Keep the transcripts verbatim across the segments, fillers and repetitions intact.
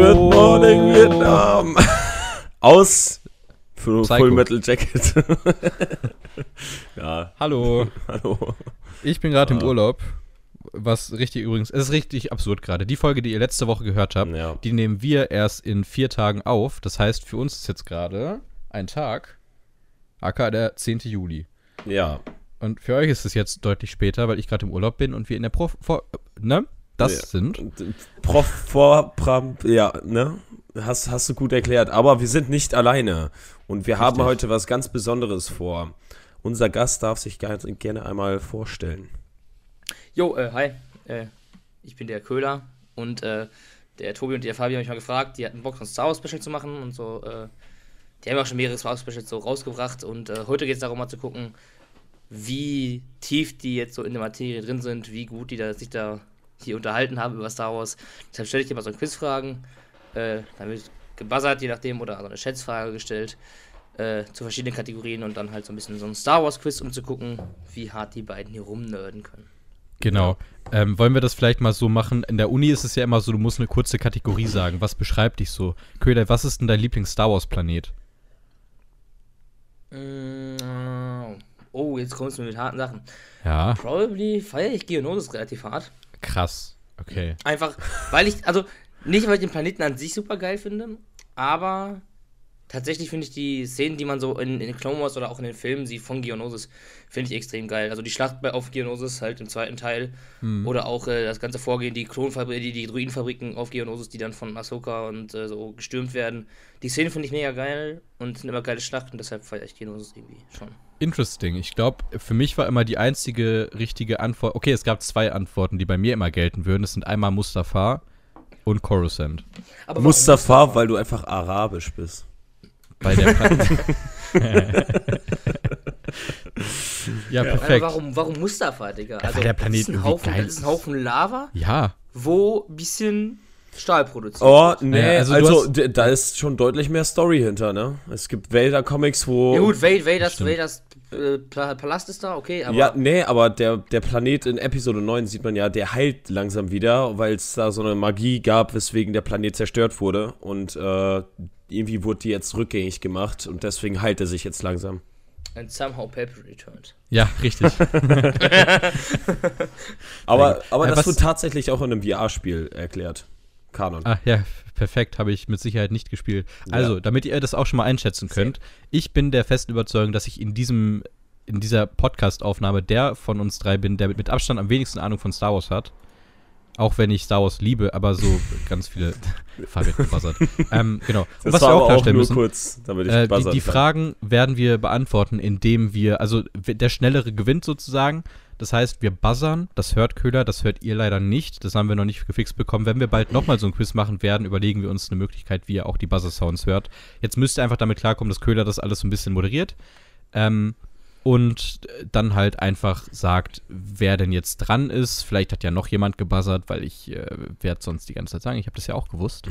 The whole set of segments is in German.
Good Morning Vietnam. Aus Full Psycho. Metal Jacket. Ja. Hallo. Hallo. Ich bin gerade Ah. im Urlaub. Was richtig übrigens, es ist richtig absurd gerade. Die Folge, die ihr letzte Woche gehört habt, Ja. die nehmen wir erst in vier Tagen auf. Das heißt, für uns ist jetzt gerade ein Tag, aka der zehnte Juli. Ja. Und für euch ist es jetzt deutlich später, weil ich gerade im Urlaub bin und wir in der Prof... Vor, ne? Das Ja. sind... Prof vor Pram, ja, ne? Hast, hast du gut erklärt. Aber wir sind nicht alleine. Und wir haben Richtig. heute was ganz Besonderes vor. Unser Gast darf sich gar- gerne einmal vorstellen. Jo, äh, hi. Äh, ich bin der Köhler und äh, der Tobi und der Fabi haben mich mal gefragt, die hatten Bock, so ein Star Wars Special zu machen und so. Äh, die haben auch schon mehrere Star Wars Specials so rausgebracht und äh, heute geht es darum, mal zu gucken, wie tief die jetzt so in der Materie drin sind, wie gut die da, sich da hier unterhalten haben über Star Wars. Deshalb stelle ich dir mal so Quizfragen. Äh, dann wird gebuzzert, je nachdem, oder so eine Schätzfrage gestellt äh, zu verschiedenen Kategorien und dann halt so ein bisschen so ein Star Wars Quiz, um zu gucken, wie hart die beiden hier rumnerden können. Genau. Ähm, wollen wir das vielleicht mal so machen? In der Uni ist es ja immer so, du musst eine kurze Kategorie sagen. Was beschreibt dich so? Köhler, was ist denn dein Lieblings-Star Wars-Planet? Mm, Oh, jetzt kommst du mit harten Sachen. Ja, Probably feiere ich Geonosis relativ hart. krass. Okay. Einfach, weil ich, also nicht, weil ich den Planeten an sich super geil finde, aber tatsächlich finde ich die Szenen, die man so in, in Clone Wars oder auch in den Filmen sieht von Geonosis, finde ich extrem geil. Also die Schlacht bei, auf Geonosis halt im zweiten Teil Hm. oder auch äh, das ganze Vorgehen, die Klonfabrik, die, die Druidenfabriken auf Geonosis, die dann von Ahsoka und äh, so gestürmt werden. Die Szenen finde ich mega geil und sind immer geile Schlachten und deshalb feiere ich Geonosis irgendwie schon. Interesting. Ich glaube, für mich war immer die einzige richtige Antwort. Okay, es gab zwei Antworten, die bei mir immer gelten würden. Das sind einmal Mustafar und Coruscant. Aber warum Mustafa, weil du einfach arabisch bist. Bei der Planet. Ja, Aber perfekt. warum, warum Mustafa, Digga? weil der Planet das ist ein irgendwie Haufen, geil das ist ein Haufen Lava, Ja, wo ein bisschen Stahl produziert Oh, wird. nee, Naja, also also, du hast- d- da ist schon deutlich mehr Story hinter, ne? Es gibt Vader-Comics, wo... Ja gut, Vader, Vaders, Stimmt. Vaders äh, Pla- Palast ist da, okay, aber Ja, nee, aber der, der Planet in Episode neun sieht man ja, der heilt langsam wieder, weil es da so eine Magie gab, weswegen der Planet zerstört wurde. Und äh, irgendwie wurde die jetzt rückgängig gemacht und deswegen heilt er sich jetzt langsam. and somehow Paper returned. ja, richtig. Aber, aber Äh, das was- wird tatsächlich auch in einem V R-Spiel erklärt. Kanon. Ah, ja, perfekt, habe ich mit Sicherheit nicht gespielt. Also, Ja. damit ihr das auch schon mal einschätzen könnt, ich bin der festen Überzeugung, dass ich in diesem, in dieser Podcast-Aufnahme der von uns drei bin, der mit, mit Abstand am wenigsten Ahnung von Star Wars hat. Auch wenn ich Star Wars liebe, aber so ganz viele Fabian gebuzzert. ähm, genau. Und das was war wir aber auch auch klarstellen nur müssen, kurz, damit ich äh, die, buzzern die kann. Fragen werden wir beantworten, indem wir, also w- der Schnellere gewinnt sozusagen. Das heißt, wir buzzern, das hört Köhler, das hört ihr leider nicht. Das haben wir noch nicht gefixt bekommen. Wenn wir bald nochmal so ein Quiz machen werden, überlegen wir uns eine Möglichkeit, wie ihr auch die Buzzer-Sounds hört. Jetzt müsst ihr einfach damit klarkommen, dass Köhler das alles so ein bisschen moderiert. Ähm, und dann halt einfach sagt, wer denn jetzt dran ist. Vielleicht hat ja noch jemand gebuzzert, weil ich äh, werde sonst die ganze Zeit sagen, ich habe das ja auch gewusst.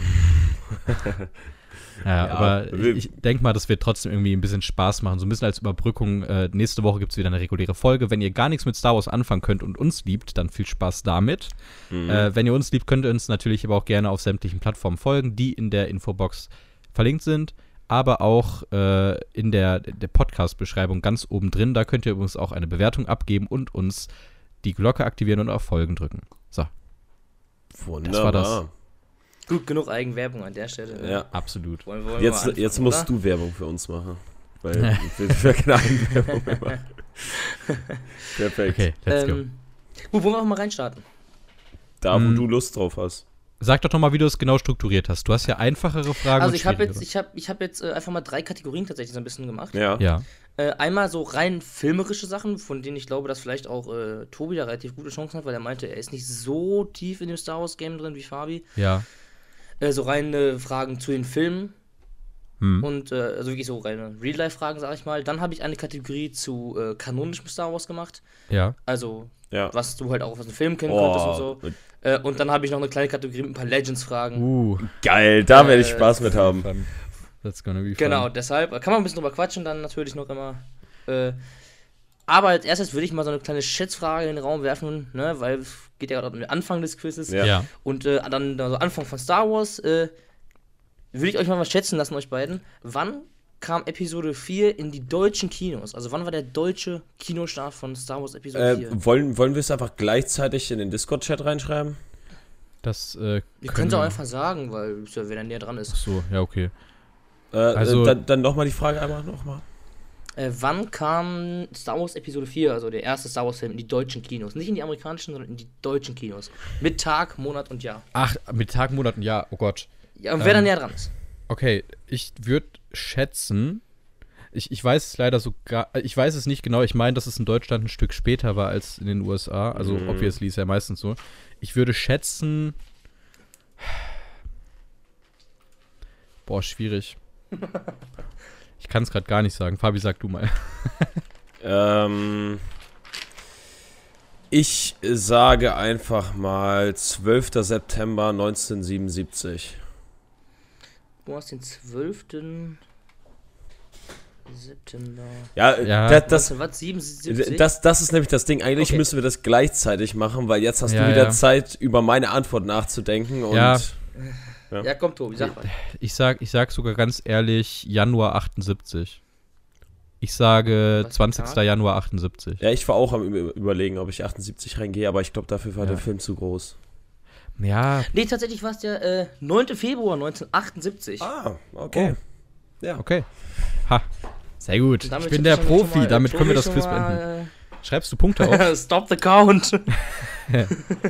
Ja, Ja, aber wir- ich, ich denke mal, das wird trotzdem irgendwie ein bisschen Spaß machen. So ein bisschen als Überbrückung. Äh, nächste Woche gibt es wieder eine reguläre Folge. Wenn ihr gar nichts mit Star Wars anfangen könnt und uns liebt, dann viel Spaß damit. Mhm. Äh, wenn ihr uns liebt, könnt ihr uns natürlich aber auch gerne auf sämtlichen Plattformen folgen, die in der Infobox verlinkt sind. Aber auch äh, in der, der Podcast-Beschreibung ganz oben drin. Da könnt ihr übrigens auch eine Bewertung abgeben und uns die Glocke aktivieren und auf Folgen drücken. So, Wunderbar. war das. Gut, genug Eigenwerbung an der Stelle. ne? Ja. absolut. Wollen, wollen wir Jetzt, mal anfangen, jetzt musst oder? du Werbung für uns machen. Weil wir wir keine Eigenwerbung mehr machen. Perfekt. Okay, let's go. Ähm, gut, wollen wir auch mal reinstarten? Da, wo Mhm. du Lust drauf hast. Sag doch nochmal, wie du es genau strukturiert hast. Du hast ja einfachere Fragen Also und ich habe schwierigere. jetzt, ich hab, ich hab jetzt äh, einfach mal drei Kategorien tatsächlich so ein bisschen gemacht. Ja. Ja, Äh, einmal so rein filmerische Sachen, von denen ich glaube, dass vielleicht auch äh, Tobi da relativ gute Chancen hat, weil er meinte, er ist nicht so tief in dem Star Wars Game drin wie Fabi. ja. Äh, so reine Fragen zu den Filmen Hm. und äh, also wirklich so reine Real-Life-Fragen, sag ich mal. Dann habe ich eine Kategorie zu äh, kanonischem Star Wars gemacht. Ja. Also, Ja. was du halt auch aus den Filmen kennen konntest und Oh, so. Äh, und dann habe ich noch eine kleine Kategorie mit ein paar Legends-Fragen. Uh. geil, da werde ich Äh, Spaß mit haben. Fun. That's gonna be fun. Genau, deshalb äh, kann man ein bisschen drüber quatschen, dann natürlich noch immer. Äh, aber als erstes würde ich mal so eine kleine Schätzfrage in den Raum werfen, ne, weil es geht ja gerade um den Anfang des Quizzes. Ja. Ja. Und äh, dann also Anfang von Star Wars. Äh, will ich euch mal was schätzen lassen, euch beiden. Wann kam Episode vier in die deutschen Kinos? Also wann war der deutsche Kinostart von Star Wars Episode vier? Äh, wollen, wollen wir es einfach gleichzeitig in den Discord-Chat reinschreiben? Das, äh, Ihr könnt es auch einfach sagen, weil ja, wer dann näher dran ist. Ach so, ja, okay. Äh, Also- äh, dann dann nochmal die Frage einmal nochmal. Äh, wann kam Star Wars Episode vier, also der erste Star Wars Film, in die deutschen Kinos? Nicht in die amerikanischen, sondern in die deutschen Kinos. Mit Tag, Monat und Jahr. Ach, mit Tag, Monaten, ja, oh Gott. Ja, und wer Ähm, dann näher dran ist. Okay, ich würde schätzen, ich, ich weiß es leider so gar, ich weiß es nicht genau, ich meine, dass es in Deutschland ein Stück später war als in den U S A, also Mhm. obviously ist ja meistens so. Ich würde schätzen, boah, schwierig. Ich kann es gerade gar nicht sagen. Fabi, sag du mal. Ähm, ich sage einfach mal zwölfter September neunzehnhundertsiebenundsiebzig. Du hast den zwölften September. Ja, Ja. das, das, Das, was? siebenundsiebzig? das, das ist nämlich das Ding. Eigentlich Okay. müssen wir das gleichzeitig machen, weil jetzt hast Ja, du wieder ja. Zeit, über meine Antwort nachzudenken. Und Ja. Ja, komm, Tobi, sag mal. Ich sag, ich sag sogar ganz ehrlich, Januar achtundsiebzig. Ich sage Was, zwanzigster Tag? Januar achtundsiebzig. ja, ich war auch am Ü- Überlegen, ob ich achtundsiebzig reingehe, aber ich glaube, dafür war Ja. der Film zu groß. Ja, Nee, tatsächlich war es der äh, neunten Februar neunzehnhundertachtundsiebzig. Ah, okay. Ja. okay. Ha, sehr gut. Und damit Ich bin sind der wir schon Profi, mal, äh, damit können wir Tobi das schon Quiz mal, beenden. Schreibst du Punkte auf? äh, Stop the count. Äh.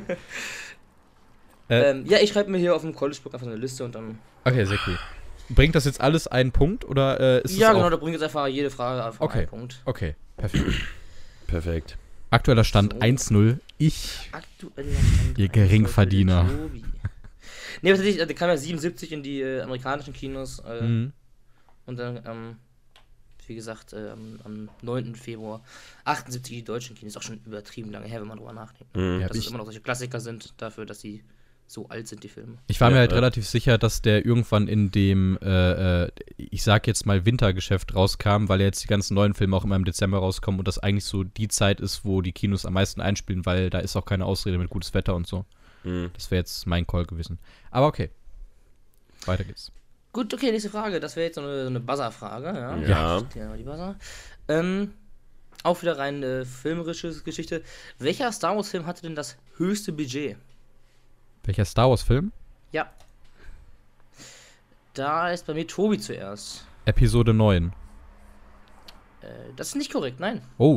ähm, ja, ich schreibe mir hier auf dem College-Book einfach eine Liste und dann. Okay, sehr cool. Bringt das jetzt alles einen Punkt oder äh, ist Ja, es genau, auch... da bringt jetzt einfach jede Frage einfach Okay. einen Punkt. Okay, perfekt. Perfekt. Aktueller Stand So. eins null. Ich. Aktueller Stand Ihr Geringverdiener. eins für den Tobi. Nee, aber tatsächlich, der kam ja siebenundsiebzig in die äh, amerikanischen Kinos äh, Mhm. und dann, ähm, wie gesagt, äh, am, am neunten Februar achtundsiebzig die deutschen Kinos. Ist auch schon übertrieben lange her, wenn man drüber nachdenkt. Mhm. Ja, Dass es ich, immer noch solche Klassiker sind, dafür, dass sie so alt sind, die Filme. ich war mir Ja, halt ja. relativ sicher, dass der irgendwann in dem, äh, äh, ich sag jetzt mal Wintergeschäft rauskam, weil ja jetzt die ganzen neuen Filme auch immer im Dezember rauskommen und das eigentlich so die Zeit ist, wo die Kinos am meisten einspielen, weil da ist auch keine Ausrede mit gutes Wetter und so. Mhm. Das wäre jetzt mein Call gewesen. Aber okay. Weiter geht's. Gut, okay, nächste Frage. Das wäre jetzt so eine, so eine Buzzer-Frage. Ja. Ja. ja die Buzzer. Ähm, auch wieder rein äh, filmerische Geschichte. Welcher Star Wars-Film hatte denn das höchste Budget? Welcher Star Wars-Film? Ja. Da ist bei mir Tobi zuerst. Episode neun. Äh, das ist nicht korrekt, nein. Oh,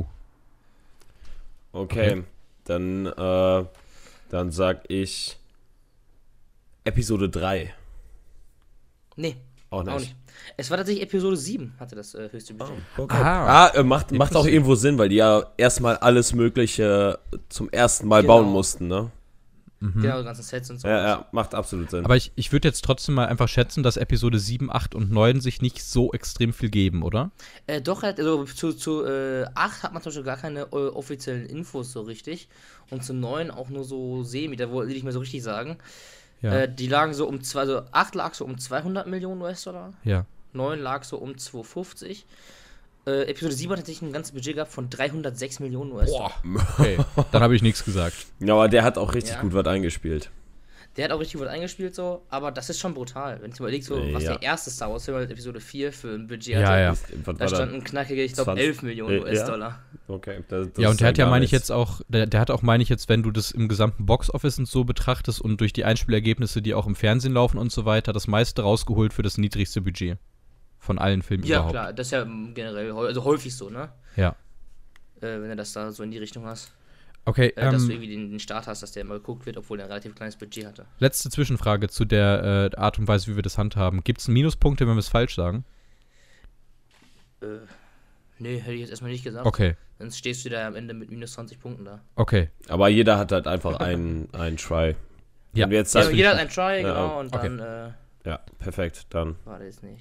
Okay. Okay. Dann, äh, dann sag ich Episode drei. Nee, Auch nicht. auch nicht. Es war tatsächlich Episode sieben, hatte das äh, höchste Budget. Okay. Aha. Ah, äh, macht, macht auch Interessant. irgendwo Sinn, weil die ja erstmal alles Mögliche zum ersten Mal Genau. bauen mussten, ne? mhm. Genau, die ganzen Sets und so. Ja, ja, macht absolut Sinn. Aber ich, ich würde jetzt trotzdem mal einfach schätzen, dass Episode sieben, acht und neun sich nicht so extrem viel geben, oder? Äh, doch, halt, also zu, zu äh, acht hat man zum Beispiel gar keine äh, offiziellen Infos so richtig. Und zu neun auch nur so semi, da wollte ich nicht mehr so richtig sagen. Ja. Äh, die lagen so um, zwei, also acht lag so um zweihundert Millionen U S-Dollar, ja. neun lag so um zweihundertfünfzig. Äh, Episode sieben hat tatsächlich ein ganzes Budget gehabt von dreihundertsechs Millionen U S-Dollar. Okay, dann habe ich nichts gesagt. Ja, aber der hat auch richtig Ja. gut was eingespielt. Der hat auch richtig gut eingespielt so, aber das ist schon brutal. Wenn du überlegst, so, was Ja. der erste Star Wars Film mit Episode vier für ein Budget Ja, hatte. ja. Was Da war standen knackige, ich glaube, zwanzig elf Millionen Äh, U S-Dollar. Okay. Das, das Ja, ist und der hat ja, gar meine ich nichts. jetzt auch, der, der hat auch, meine ich jetzt, wenn du das im gesamten Boxoffice und so betrachtest und durch die Einspielergebnisse, die auch im Fernsehen laufen und so weiter, das meiste rausgeholt für das niedrigste Budget. Von allen Filmen Ja, überhaupt. klar, das ist ja ähm, generell, häu- also häufig so, ne? Ja. Äh, wenn du das da so in die Richtung hast. Okay, Äh, dass du ähm, irgendwie den, den Start hast, dass der immer geguckt wird, obwohl er ein relativ kleines Budget hatte. letzte Zwischenfrage zu der äh, Art und Weise, wie wir das handhaben. Gibt es Minuspunkte, wenn wir es falsch sagen? Äh, nee, hätte ich jetzt erstmal nicht gesagt. Okay, Sonst stehst du da am Ende mit minus zwanzig Punkten da. okay. Aber jeder hat halt einfach einen, einen Try. Ja. Wenn wir jetzt Ja, sagen, jeder hat einen Try, Ja, genau, und okay. dann, äh, ja, perfekt, dann. war das nicht.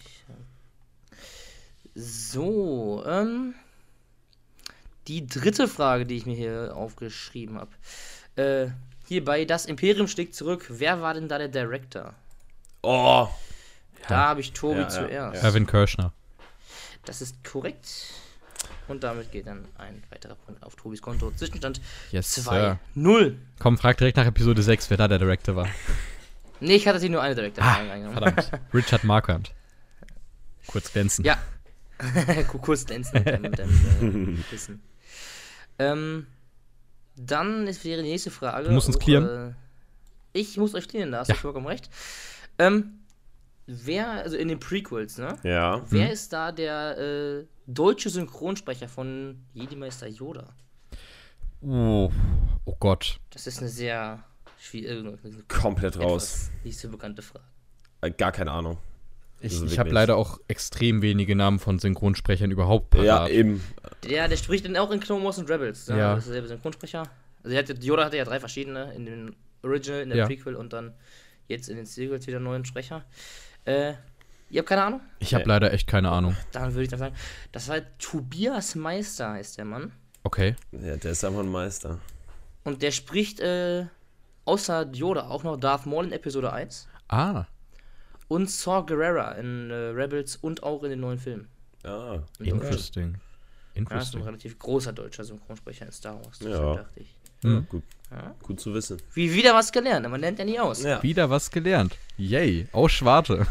So, ähm. Die dritte Frage, die ich mir hier aufgeschrieben habe. Äh, hier bei Das Imperium schlägt zurück. Wer war denn da der Director? Oh, Da habe ich Tobi Ja, ja, zuerst. ja. Erwin Kirschner. Das ist korrekt. Und damit geht dann ein weiterer Punkt auf Tobis Konto. Zwischenstand Yes, zwei Sir. null. Komm, frag direkt nach Episode sechs, wer da der Director war. Nee, ich hatte sie nur eine direkt Ah, eingenommen. verdammt. Richard Marquand. Kurz glänzen. Ja. Kurz glänzen mit dem, mit dem äh, Wissen. Ähm, dann ist wäre die nächste Frage. Du musst uns auch, clearen. Äh, ich muss euch clearen, da hast Ja. du vollkommen recht. Ähm, wer, also in den Prequels, ne? Ja. Wer Mhm. ist da der äh, deutsche Synchronsprecher von Jedi-Meister Yoda? Oh, oh Gott. Das ist eine sehr schwierige, Komplett raus. nicht so bekannte Frage. Äh, Gar keine Ahnung. Ich, Also ich habe wirklich. leider auch extrem wenige Namen von Synchronsprechern überhaupt Ja, parat. eben. Der, der spricht dann auch in Clone Wars und Rebels. Ne? Ja. Das ist derselbe Synchronsprecher. Also er hatte, Yoda hatte ja drei verschiedene, in den Original, in der Ja. Prequel und dann jetzt in den Sequels wieder einen neuen Sprecher. Äh, ihr habt keine Ahnung? Ich habe Nee. leider echt keine Ahnung. Dann würde ich dann sagen, das war Tobias Meister, heißt der Mann. Okay. Ja, der ist einfach ein Meister. Und der spricht äh, außer Yoda auch noch Darth Maul in Episode eins Ah, und Saw Gerrera in äh, Rebels und auch in den neuen Filmen. Ah, interesting. Ja, ist ein Interesting. relativ großer deutscher Synchronsprecher in Star Wars. Ja. deshalb dachte ich. Hm. gut. Ja. Gut zu wissen. Wie wieder was gelernt, man lernt ja nie aus. Ja. Wieder was gelernt. Yay. Aus Schwarte.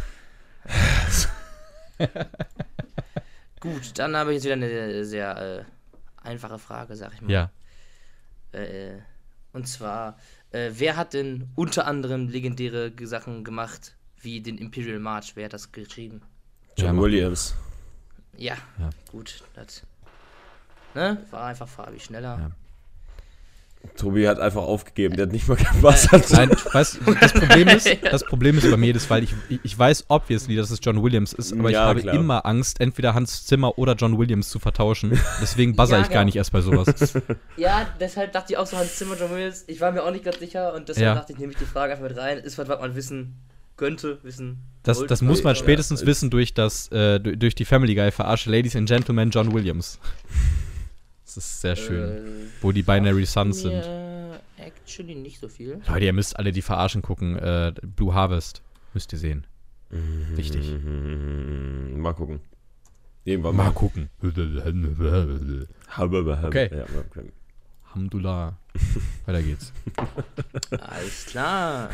Gut, dann habe ich jetzt wieder eine sehr äh, einfache Frage, sag ich mal. Ja. Äh, und zwar, äh, wer hat denn unter anderem legendäre Sachen gemacht, wie den Imperial March? Wer hat das geschrieben? Ja, John mach Williams. Ja, Ja. gut, das ne? War einfach Fabi schneller. Ja. Tobi hat einfach aufgegeben. Der hat nicht mal gewassert. Nein, weißt du, das Problem ist, das Problem ist bei mir, das, weil ich, ich weiß obviously, dass es John Williams ist, aber ich Ja, habe klar. immer Angst, entweder Hans Zimmer oder John Williams zu vertauschen. Deswegen buzzer Ja, ich gar genau. nicht erst bei sowas. Ja, deshalb dachte ich auch so Hans Zimmer, John Williams. Ich war mir auch nicht ganz sicher und deshalb Ja. dachte ich, nehme ich die Frage einfach mit rein. Ist was, was man wissen könnte, wissen Das, wollte. das muss man Ja, spätestens ja. wissen durch das, äh, durch durch die Family Guy verarsche Ladies and Gentlemen John Williams. Das ist sehr schön. Äh, Wo die Binary Sons mir sind. Actually nicht so viel. Leute, ihr müsst alle die Verarschen gucken. Äh, Blue Harvest. Müsst ihr sehen. Wichtig. Mhm. Mal gucken. Irgendwann mal. gucken. Okay. Okay. Ja, okay. Alhamdulillah. Weiter geht's. Alles klar.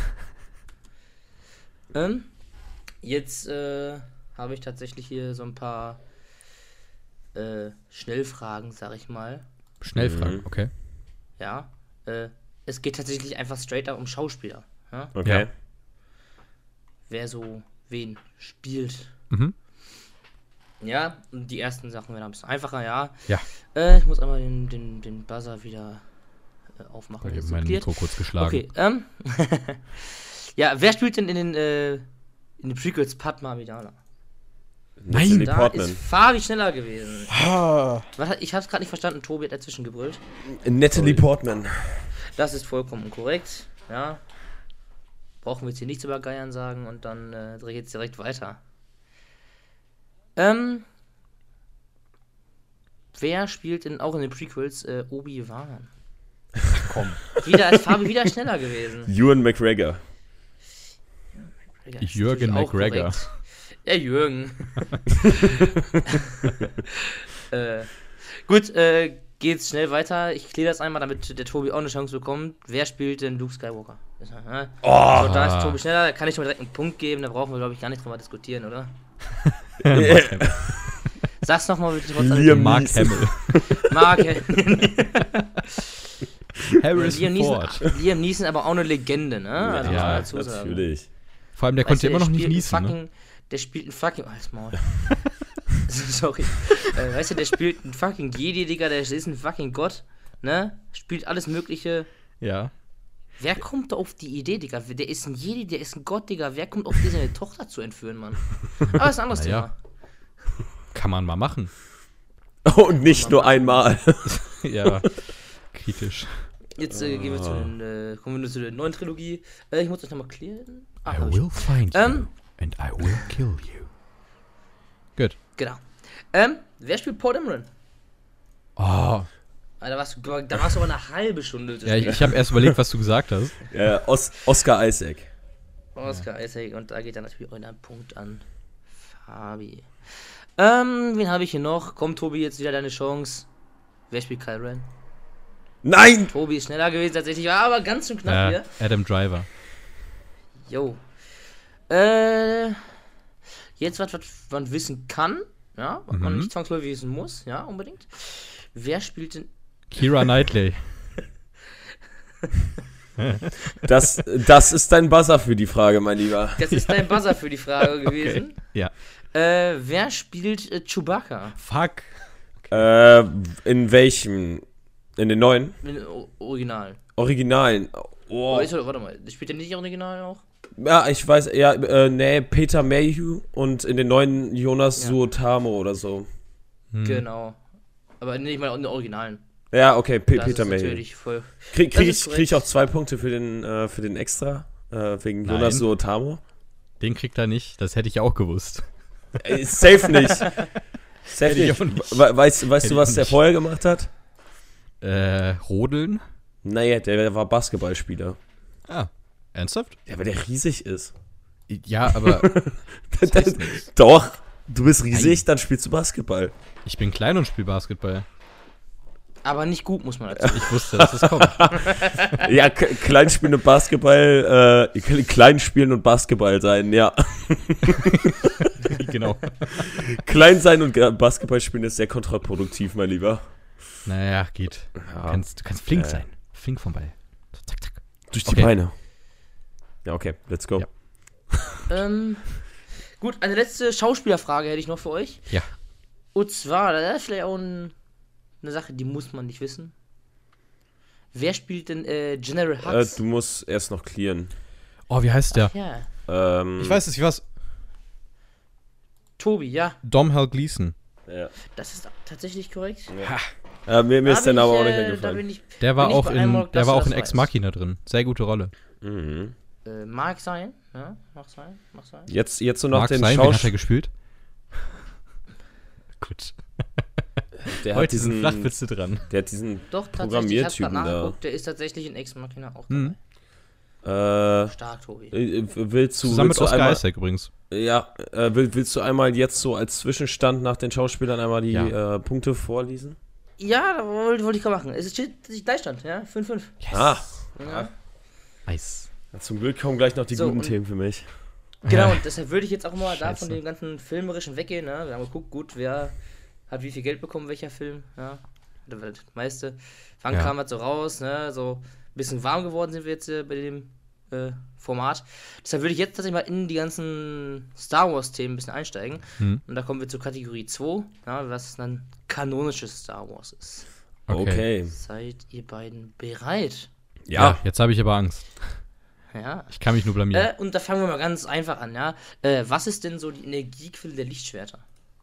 ähm, jetzt äh, habe ich tatsächlich hier so ein paar äh, Schnellfragen, sag ich mal. Schnellfragen, Mhm. okay. Ja. Äh, es geht tatsächlich einfach straight up um Schauspieler. Ja? Okay. Ja. Wer so wen spielt. Mhm. Ja, und die ersten Sachen werden ein bisschen einfacher, ja. Ja. Äh, ich muss einmal den, den, den Buzzer wieder äh, aufmachen. Ich wenn habe es mein blockiert. Mikro kurz geschlagen. Okay, ähm. ja, wer spielt denn in den, äh, in den Prequels Padma Amidala? Natalie Da Portman. ist Fabi schneller gewesen. Was, hat- ich hab's gerade nicht verstanden, Tobi hat dazwischen gebrüllt. Natalie Portman. Das ist vollkommen korrekt, ja. Brauchen wir jetzt hier nichts über Geiern sagen und dann äh, drehe ich jetzt direkt weiter. Ähm. Wer spielt denn auch in den Prequels äh, Obi-Wan? Komm. Wieder ist Fabi wieder schneller gewesen. Ewan McGregor. Ja, ist Jürgen natürlich auch McGregor. korrekt. Ja, Jürgen. äh, gut, äh, geht's schnell weiter. Ich kläre das einmal, damit der Tobi auch eine Chance bekommt. Wer spielt denn Luke Skywalker? Ne? Oh. So, da ist Tobi schneller, da kann ich schon direkt einen Punkt geben, da brauchen wir, glaube ich, gar nicht drüber diskutieren, oder? Sag's nochmal bitte. trotz Liam alledem. Mark Neeson. Hamill. Mark Harrison Liam Neeson, Ford. Liam Neeson aber auch eine Legende, ne? Also, muss man Ja, dazu sagen. Natürlich. Vor allem, der Weißt konnte du, immer noch der nicht spielt niesen, einen ne? fucking, Der spielt ein fucking. Oh, das Maul. Sorry. äh, weißt du, der spielt ein fucking Jedi, Digga, der ist ein fucking Gott, ne? Spielt alles Mögliche. Ja. Wer kommt da auf die Idee, Digga? Der ist ein Jedi, der ist ein Gott, Digga. Wer kommt auf die Idee, seine Tochter zu entführen, Mann? Aber das ist ein anderes Naja. Thema. Kann man mal machen. Und nicht nur einmal. Ja. Kritisch. Jetzt äh, gehen wir zu den, äh, kommen wir nur zu der neuen Trilogie. Äh, ich muss euch nochmal klären. Ah, I hab ich. will find you Ähm. and I will kill you. Gut. Genau. Ähm, wer spielt Paul Dameron? Oh. Alter, warst du, da warst du aber eine halbe Stunde. zu Ja, ich, spät. ich habe erst überlegt, was du gesagt hast. Ja, Os Oscar Isaac. Oscar Isaac und da geht dann natürlich auch ein Punkt an Fabi. Ähm, wen habe ich hier noch? Komm, Tobi, jetzt wieder deine Chance. Wer spielt Kylo Ren? Nein! Tobi ist schneller gewesen tatsächlich, war aber ganz schön knapp Ja, hier. Adam Driver. Jo. Äh, jetzt was, was man wissen kann, ja, was Mhm. man nicht zwangsläufig wissen muss, ja, unbedingt. Wer spielt denn... Keira Knightley. Das, das ist dein Buzzer für die Frage, mein Lieber. Das ist dein Buzzer für die Frage gewesen. Ja. Äh, wer spielt äh, Chewbacca? Fuck. Äh, in welchem? In den neuen? Im O- Original. Originalen. Oh. Oh. Ist, warte mal, spielt der nicht Original auch? Ja, ich weiß, ja, äh, nee, Peter Mayhew und in den neuen Jonas Ja. Suotamo oder so. Hm. Genau. Aber nicht mal in den Originalen. Ja, okay, P Das Peter ist Mayhew. natürlich voll... Krieg, das krieg, ist ich, krieg ich auch zwei Punkte für den, äh, für den Extra? Äh, wegen Nein. Jonas Suotamo? Den kriegt er nicht, das hätte ich auch gewusst. Äh, safe nicht. Safe Hätte ich nicht. auch nicht. We weißt weißt Hätte du, ich was der nicht. vorher gemacht hat? Äh, Rodeln? Naja, der war Basketballspieler. Ah, ernsthaft? Ja, weil der riesig ist. Ja, aber das heißt nichts. Doch, du bist riesig, Nein. dann spielst du Basketball. Ich bin klein und spiele Basketball. Aber nicht gut, muss man dazu. Ich wusste, dass es kommt. Ja, k- klein spielen und Basketball, äh, k- klein spielen und Basketball sein, ja. Genau. Klein sein und Ga- Basketball spielen ist sehr kontraproduktiv, mein Lieber. Naja, geht. Du Ja. kannst, du kannst flink Äh. sein. Flink vom Ball. So, zack, zack. Durch die Okay. Beine. Ja, okay, let's go. Ja. ähm, gut, eine letzte Schauspielerfrage hätte ich noch für euch. Ja. Und zwar, das ist vielleicht auch ein, eine Sache, die muss man nicht wissen. Wer spielt denn äh, General Äh, Hux? du musst erst noch clearen. Oh, wie heißt der? Ja, Ähm, Ich weiß es, ich weiß. Tobi, ja, Dom Hal Gleason. Ja. das ist tatsächlich korrekt. Äh, mir mir Da ist der bin Name ich, auch nicht äh, da eingefallen. bin ich, Der war bin ich auch in, beeindruckt, der dass war du auch in das Ex weißt. Machina drin. Sehr gute Rolle. Mhm. Äh, mag sein, ja, mag sein, mag sein. Jetzt, jetzt so nach Mag den sein, wen hat er Schauspielern. gespielt? Gut. Der hat Heute sind diesen, Flachwitze dran. der hat diesen Doch, tatsächlich, ich hab's grad Programmiertypen da. nachgeguckt, der ist tatsächlich in Ex Machina auch dabei. Hm. Äh, Stark, Tobi. äh, willst du, Zusammen mit willst du Oscar einmal, Isaac übrigens. ja, äh, will, willst du einmal jetzt so als Zwischenstand nach den Schauspielern einmal die Ja. äh, Punkte vorlesen? Ja, da wollte, wollte ich gerade machen. Es steht tatsächlich Gleichstand, ja, fünf fünf. Yes. Ah, Ja. Nice. ja, zum Glück kommen gleich noch die So, guten und- Themen für mich. Genau, Ja. und deshalb würde ich jetzt auch mal da Scheiße. von dem ganzen Filmerischen weggehen. Ne? Wir haben geguckt, gut, wer hat wie viel Geld bekommen, welcher Film. Ja, oder das meiste. Wann Ja. kam das so raus? Ne? So ein bisschen warm geworden sind wir jetzt äh, bei dem äh, Format. Deshalb würde ich jetzt tatsächlich mal in die ganzen Star Wars-Themen ein bisschen einsteigen. Hm. Und da kommen wir zur Kategorie zwei, ja, was dann kanonisches Star Wars ist. Okay. Seid ihr beiden bereit? Ja, Ja. jetzt habe ich aber Angst. Ja. Ich kann mich nur blamieren. Äh, und da fangen wir mal ganz einfach an, ja. Äh, was ist denn so die Energiequelle der Lichtschwerter?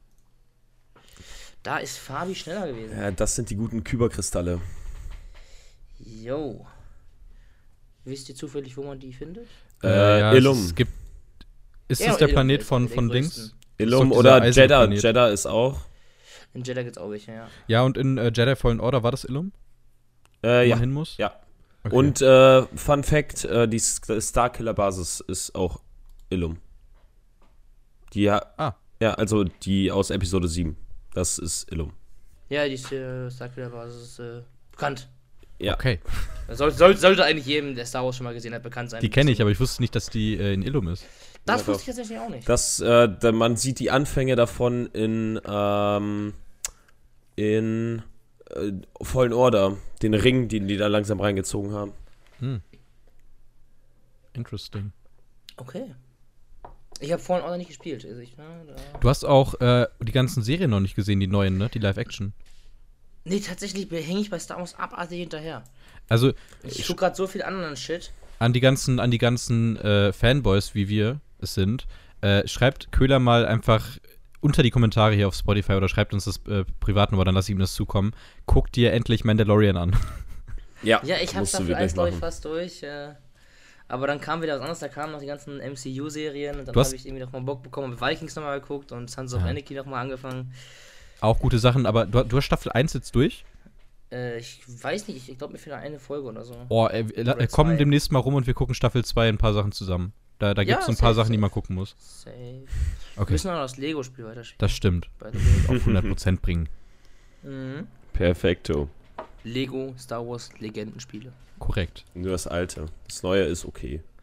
Da ist Fabi schneller gewesen. Ja, das sind die guten Kyberkristalle. Yo. Wisst ihr zufällig, wo man die findet? Äh, ja, Illum. Es gibt, ist Ja, das der Illum Planet ist von, der von größten. Dings? Illum ist doch oder dieser Jeddah. Eisenplanet. Jeddah ist auch. In Jeddah gibt's auch welche, ja. Ja, und in äh, Jedi Fallen Order war das Illum, Äh, wo ja. man hin muss? Ja. Okay. Und äh, Fun Fact: äh, Die Starkiller-Basis ist auch Illum. Die ja. Ah. Ja, also die aus Episode sieben. Das ist Illum. Ja, die ist, äh, Starkiller-Basis äh, bekannt. Ja. Okay, Soll, soll, sollte eigentlich jedem, der Star Wars schon mal gesehen hat, bekannt sein. die kenne ich, aber ich wusste nicht, dass die äh, in Illum ist. Das Ja, wusste doch. ich tatsächlich auch nicht. Das, äh, da, man sieht die Anfänge davon in, ähm, in äh, Fallen Order. Den Ring, den die da langsam reingezogen haben. Hm. Interesting. Okay. Ich habe vorhin auch noch nicht gespielt. Also ich, ne, da Du hast auch äh, die ganzen Serien noch nicht gesehen, die neuen, ne? Die Live-Action. nee, tatsächlich hänge ich bei Star Wars abartig hinterher. Also Ich gucke gerade so viel anderen Shit. an die ganzen, an die ganzen äh, Fanboys, wie wir es sind, äh, schreibt Köhler mal einfach unter die Kommentare hier auf Spotify oder schreibt uns das äh, Privatnummer, dann lass ich ihm das zukommen. Guck dir endlich Mandalorian an. Ja, Ja, ich habe musst du dafür wirklich eins, glaube ich, machen. fast durch. Äh, aber dann kam wieder was anderes, da kamen noch die ganzen M C U-Serien und dann Du hast- habe ich irgendwie noch mal Bock bekommen, mit Vikings nochmal geguckt und Sons of Ja. Anarchy nochmal angefangen. Auch gute Sachen, aber du, du hast Staffel eins jetzt durch? Äh, ich weiß nicht, ich, ich glaube mir fehlt eine Folge oder so. Oh, äh, äh, Oder äh, komm zwei. demnächst mal rum und wir gucken Staffel zwei ein paar Sachen zusammen. Da, da Ja, gibt es so ein paar safe, Sachen, die safe. man gucken muss. Safe. Wir Okay, müssen noch das Lego-Spiel weiterspielen. das stimmt. by the way. Auf hundert Prozent bringen. Mhm. Perfekto. Lego Star Wars Legendenspiele. Korrekt. Nur das alte. Das neue ist okay.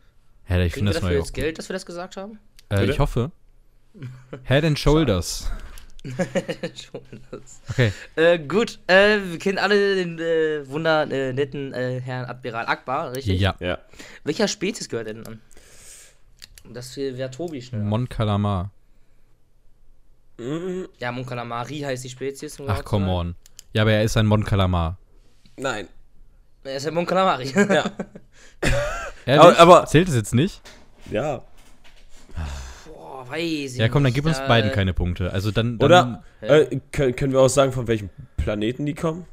Ja, ich Kriegen finde wir das dafür mal jetzt Geld, dass wir das gesagt haben? Äh, Bitte? ich hoffe. Head and Shoulders. Shoulders. Okay. Äh, gut, äh, wir kennen alle den äh, wunder äh, netten äh, Herrn Admiral Akbar, richtig? Ja. Ja. Welcher Spezies gehört er denn an? Das wäre Tobi schnell. Mon Calamar. Mm, Ja, Mon Calamari heißt die Spezies. um Ach, genau zu come sein. on. Ja, aber er ist ein Mon Calamar. nein. Er ist ja Mon Calamari. Ja. Ehrlich? Aber- aber- Zählt es jetzt nicht? Ja. Boah, weiß ich Ja, komm, dann nicht. gib uns Da- beiden keine Punkte. Also dann. dann Oder Hä? äh, können, können wir auch sagen, von welchem Planeten die kommen?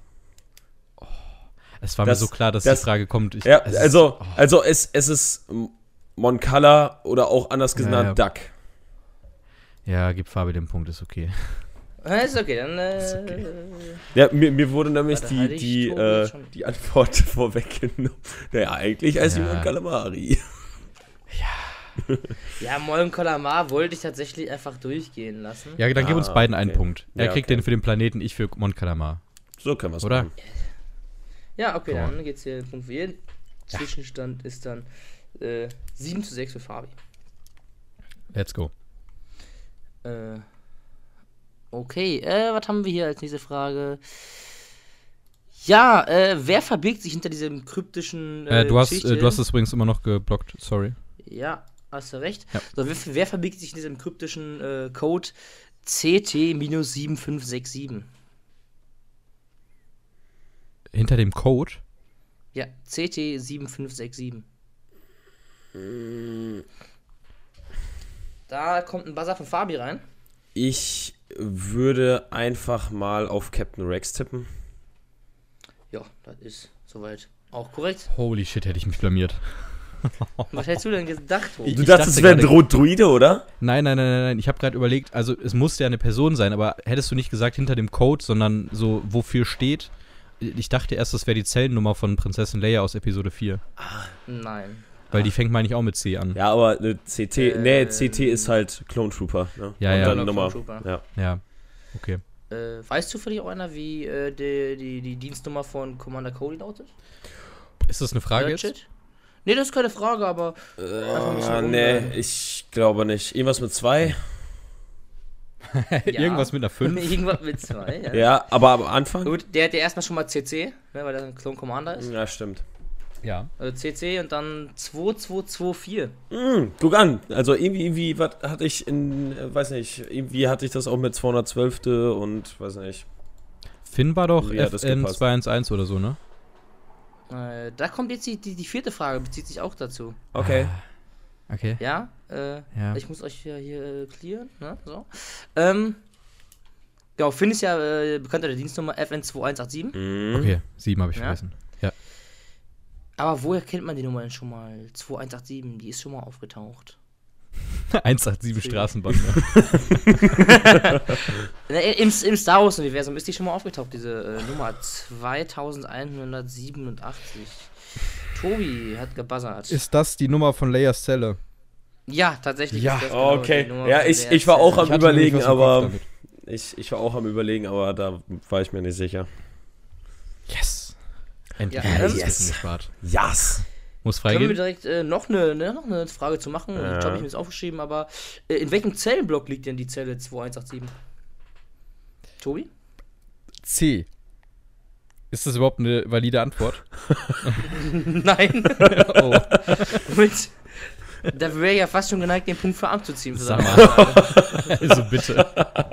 Es war das- mir so klar, dass das- die Frage kommt. Ich, Ja, es ist- also, oh. also es, es ist Mon Cala oder auch anders genannt Ja, Duck. Ja, gib Fabi den Punkt, ist okay. Ja, ist okay, dann. Äh, Ist okay. Ja, mir, mir wurde nämlich Warte, die, halt ich die, Tobi äh, jetzt schon. die Antwort vorweggenommen. Naja, eigentlich heißt Ja. die Mon Calamari. Ja, Mon Calamar wollte ich tatsächlich einfach durchgehen lassen. Ja, dann gib Ah, uns beiden einen okay. Punkt. Er Ja, kriegt okay. den für den Planeten, ich für Mon Calamar. So können wir es Oder? machen. Ja, okay, So. dann geht's hier Punkt für jeden. Zwischenstand ist dann äh, sieben zu sechs für Fabi. Let's go. Äh, okay, äh, was haben wir hier als nächste Frage? Ja, äh, wer verbirgt sich hinter diesem kryptischen Äh, du, hast, Geschichte? äh, du hast es übrigens immer noch geblockt, sorry. Ja, hast du recht. Ja. So, wer, wer verbirgt sich in diesem kryptischen äh, Code C T sieben fünf sechs sieben? Hinter dem Code? Ja, C T sieben fünf sechs sieben. Da kommt ein Buzzer von Fabi rein. Ich würde einfach mal auf Captain Rex tippen. Ja, das ist soweit auch korrekt. Holy shit, hätte ich mich blamiert. Was hättest du denn gedacht, Tobi? Du Ich dachtest, dachte es wäre ein gerade- Dro Druide, oder? Nein, nein, nein, nein, nein. Ich habe gerade überlegt, also es musste ja eine Person sein, aber hättest du nicht gesagt hinter dem Code, sondern so, wofür steht? Ich dachte erst, das wäre die Zellennummer von Prinzessin Leia aus Episode vier. Nein. Weil die fängt, meine ich, auch mit C an. Ja, aber eine C T, Ähm. nee, C T ist halt Clone Trooper. Ne? Ja, Und ja. dann Genau, Nummer. Clone Trooper. Ja. Ja, okay. Äh, weißt zufällig auch einer, wie äh, die, die, die Dienstnummer von Commander Cody lautet? Ist das eine Frage jetzt? Ratchet? Nee, das ist keine Frage, aber einfach ein bisschen Äh, rumrennen. nee, ich glaube nicht. Irgendwas mit zwei? Irgendwas mit einer fünf? Irgendwas mit zwei, ja. Ja, aber am Anfang? Gut, der hat ja erstmal schon mal C C, ne, weil der ein Clone Commander ist. Ja, stimmt. Ja. Also C C und dann zwei zwei zwei vier. Mm, guck an. Also irgendwie, irgendwie, was hatte ich in, äh, weiß nicht, irgendwie hatte ich das auch mit zweihundertzwölf. und, weiß nicht. Finn war doch Wie hat das F N gepasst? zwei eins eins oder so, ne? Äh, da kommt jetzt die, die, die vierte Frage, bezieht sich auch dazu. Okay. Okay. Ja, äh, Ja. ich muss euch ja hier äh, clearen, ne, so. Ähm, genau, Finn ist ja äh, bekannt unter der Dienstnummer F N zwei eins acht sieben. Mhm. Okay, sieben habe ich Ja. vergessen. Ja. Aber woher kennt man die Nummer denn schon mal? zwei eins acht sieben, die ist schon mal aufgetaucht. eins acht sieben Für- Straßenbahn. Ja. Ne, Im, Im Star Wars-Universum ist die schon mal aufgetaucht, diese äh, Nummer zweitausendeinhundertsiebenundachtzig. Tobi hat gebuzzert. Ist das die Nummer von Leias Zelle? ja, tatsächlich. Ja, ist das genau Okay. die Nummer Ja, von ich, der ich war auch Zelle. am Ich hatte nämlich überlegen, was im Kopf aber damit. ich, ich war auch am überlegen, aber da war ich mir nicht sicher. Yes. Endlich Ja, mal ähm, das yes. Wissen gespart. Yes. Muss Können wir freigehen? direkt äh, noch, eine, ne, noch eine Frage zu machen? Ja. Ich glaube, ich mir das aufgeschrieben, aber äh, in welchem Zellenblock liegt denn die Zelle zwei eins acht sieben? Tobi? C. Ist das überhaupt eine valide Antwort? Nein. Oh, Mit, da wäre ja fast schon geneigt, den Punkt für abzuziehen. Für Sag seine mal. Aussage. also bitte.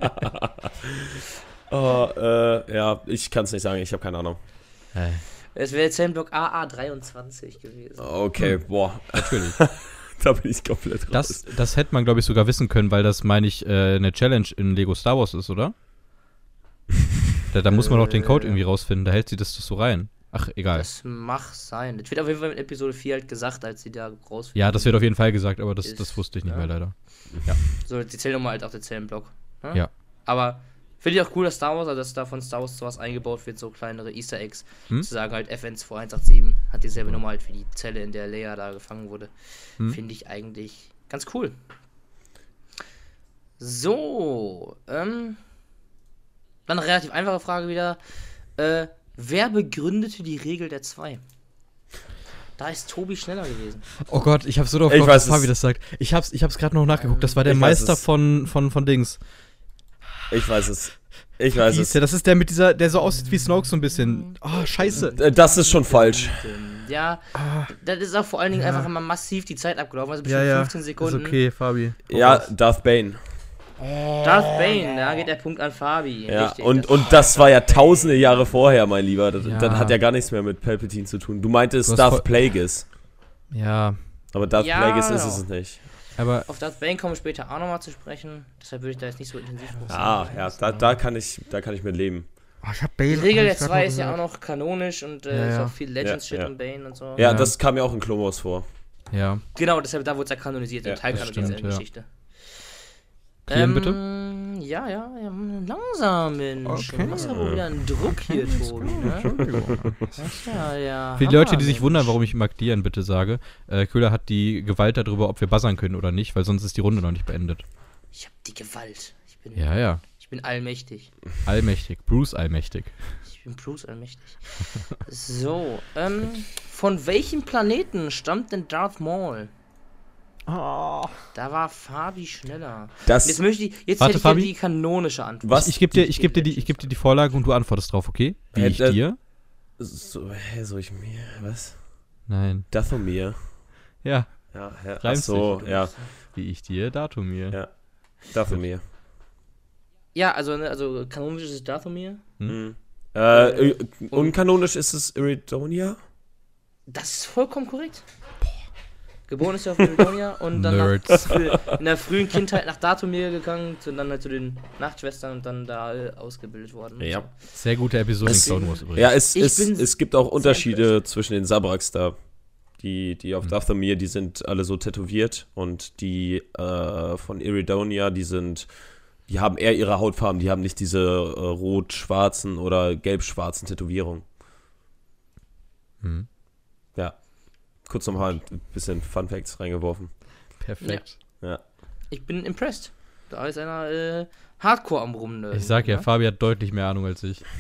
Oh, äh, ja, ich kann es nicht sagen, ich habe keine Ahnung. Äh, Es wäre Zellenblock A A dreiundzwanzig gewesen. Okay, boah, natürlich. da bin ich komplett raus. Das, das hätte man, glaube ich, sogar wissen können, weil das, meine ich, äh, eine Challenge in Lego Star Wars ist, oder? Da, da muss man doch den Code irgendwie rausfinden, da hält sie das so rein. Ach, egal. Das mag sein. Das wird auf jeden Fall in Episode vier halt gesagt, als sie da rausfinden. Ja, das wird auf jeden Fall gesagt, aber das, Ist- das wusste ich nicht ja. mehr leider. So, die Zellnummer halt auf der Zellenblock. Ne? Ja. Aber finde ich auch cool, dass Star Wars, also dass da von Star Wars sowas eingebaut wird, so kleinere Easter Eggs. Hm? Zu sagen halt F N zwei eins acht sieben hat dieselbe Nummer halt wie die Zelle, in der Leia da gefangen wurde. Hm? Finde ich eigentlich ganz cool. So, ähm. Dann eine relativ einfache Frage wieder. Äh, wer begründete die Regel der zwei? Da ist Tobi schneller gewesen. Oh Gott, ich habe so drauf Ich gehofft, weiß dass Fabi es. das sagt. Ich hab's, ich hab's gerade noch nachgeguckt. Das war der Ich weiß Meister es. von, von, von Dings. Ich weiß es. Ich Wie weiß hieß es. der? Das ist der mit dieser, der so aussieht wie Snoke so ein bisschen. Oh, scheiße. Äh, Das ist schon falsch. Ja, das ist auch vor allen Dingen einfach immer massiv die Zeit abgelaufen. Also Ja, bestimmt ja. fünfzehn Sekunden. Ist okay, Fabi. Ja, Darth Bane. Darth Bane, da geht der Punkt an Fabi. Ja, Richtig, und, das- und das war ja tausende Jahre vorher, mein Lieber. Das, Ja. das hat ja gar nichts mehr mit Palpatine zu tun. Du meintest Du hast Darth voll- Plagueis. Ja, Aber Darth Ja, Plagueis ist genau. es nicht. aber Auf Darth Bane kommen wir später auch nochmal zu sprechen. Deshalb würde ich da jetzt nicht so intensiv drauf Ah, eingehen. ja, da, da, kann ich, da kann ich mit leben. oh, ich hab Die Bane. Regel hab der ich grad zwei noch ist ja auch gesagt. noch kanonisch und äh, Ja, ist ja. auch viel Legends-Shit Ja, ja. und Bane und so. Ja, Ja. das kam mir auch in Clone Wars vor. Ja. Genau, deshalb da wurde es ja kanonisiert, Ja, ja, Teil das kanonisiert in stimmt, der ja. Geschichte. Kian, bitte? Ja, ja, ja, langsam, Mensch. Okay. Du machst aber wieder einen Druck hier, Tobi, ne? Ja, ja. Für die Hammer, Leute, die sich Mensch. wundern, warum ich Magdian bitte sage, äh, Köhler hat die Gewalt darüber, ob wir buzzern können oder nicht, weil sonst ist die Runde noch nicht beendet. Ich hab die Gewalt. Ich bin, Ja, ja. ich bin allmächtig. Allmächtig. Bruce allmächtig. Ich bin Bruce allmächtig. So, ähm, von welchem Planeten stammt denn Darth Maul? Da war Fabi schneller. Das, Jetzt möchte ich, jetzt Warte, hätte ich gerne Fabi? die kanonische Antwort. Was? Ich gebe dir, ich geb dir, die- ich geb dir die Vorlage und du antwortest drauf, okay? Wie Äh, ich äh, dir? so, hä, soll ich mir, was? Nein. Dathomir. Ja, Ja, ja. Ach Reimt so, sich. ja, wie ich dir, Datumir. ja. Dathomir. Ja, also, ne, also kanonisch ist es Dathomir. Mhm. Äh, äh, unkanonisch ist es Iridonia? Das ist vollkommen korrekt. Geboren ist er auf Iridonia und dann nach, Nerds. für, in der frühen Kindheit nach Dathomir gegangen, zu, dann halt zu den Nachtschwestern und dann da äh, ausgebildet worden. Ja. Sehr gute Episode in Es- Clone Wars übrigens. Ja, es, Ich es, bin es gibt auch sehr Unterschiede zwischen den Sabraks da. Die, die auf Mhm. Dathomir, die sind alle so tätowiert und die äh, von Iridonia, die sind, die haben eher ihre Hautfarben, die haben nicht diese äh, rot-schwarzen oder gelb-schwarzen Tätowierungen. Hm. Ja. Kurz nochmal ein bisschen Fun Facts reingeworfen. Perfekt. Ja. Ich bin impressed. Da ist einer äh, Hardcore am Rumnörden. Ich sag ja, ne? Fabi hat deutlich mehr Ahnung als ich.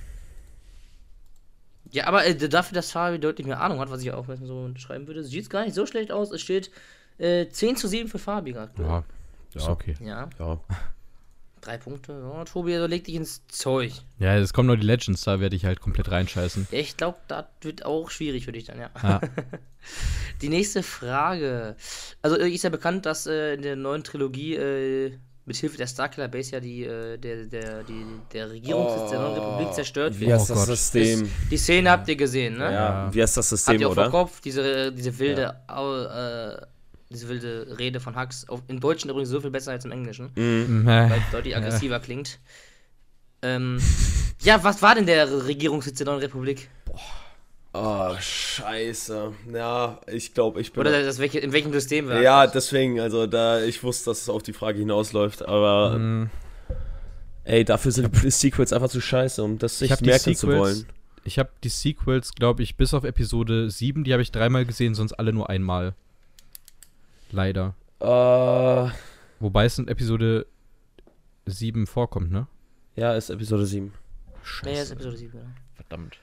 Ja, aber äh, dafür, dass Fabi deutlich mehr Ahnung hat, was ich auch so schreiben würde, sieht es gar nicht so schlecht aus. Es steht äh, zehn zu sieben für Fabi aktuell. Ja, ist Ja. okay. Ja, Ja. drei Punkte. Ja, Tobi, also leg dich ins Zeug. Ja, es kommen noch die Legends, da werde ich halt komplett reinscheißen. Ja, ich glaube, das wird auch schwierig für dich dann, ja. Ja. Die nächste Frage. Also, äh, ist ja bekannt, dass äh, in der neuen Trilogie äh, mit Hilfe der Starkiller Base ja die, äh, der, der, die, der Regierungssitz der neuen Republik zerstört Wie wird. heißt Oh das Gott. System? Die Szene habt ihr gesehen, ne? Ja. Ja. Wie heißt das Habt System, ihr auch oder? vor Kopf, diese, diese wilde, au, äh, diese wilde Rede von Hux. Auf, im Deutschen übrigens so viel besser als im Englischen, Mhm. weil Äh, es deutlich aggressiver klingt. Ähm, ja, was war denn der Regierungssitz der neuen Republik? Oh, scheiße. Ja, ich glaube, ich bin... Oder das, welche, in welchem System war ja, das? deswegen, also da, ich wusste, dass es auf die Frage hinausläuft, aber mh, ey, dafür sind die Sequels einfach zu scheiße, um das sich ich habe die merken zu Sequels, wollen. ich habe die Sequels, glaube ich, bis auf Episode sieben, die habe ich dreimal gesehen, sonst alle nur einmal. Leider. Äh, Wobei es in Episode sieben vorkommt, ne? ja, ist Episode sieben. Nee, das ist Episode sieben, ja. Verdammt.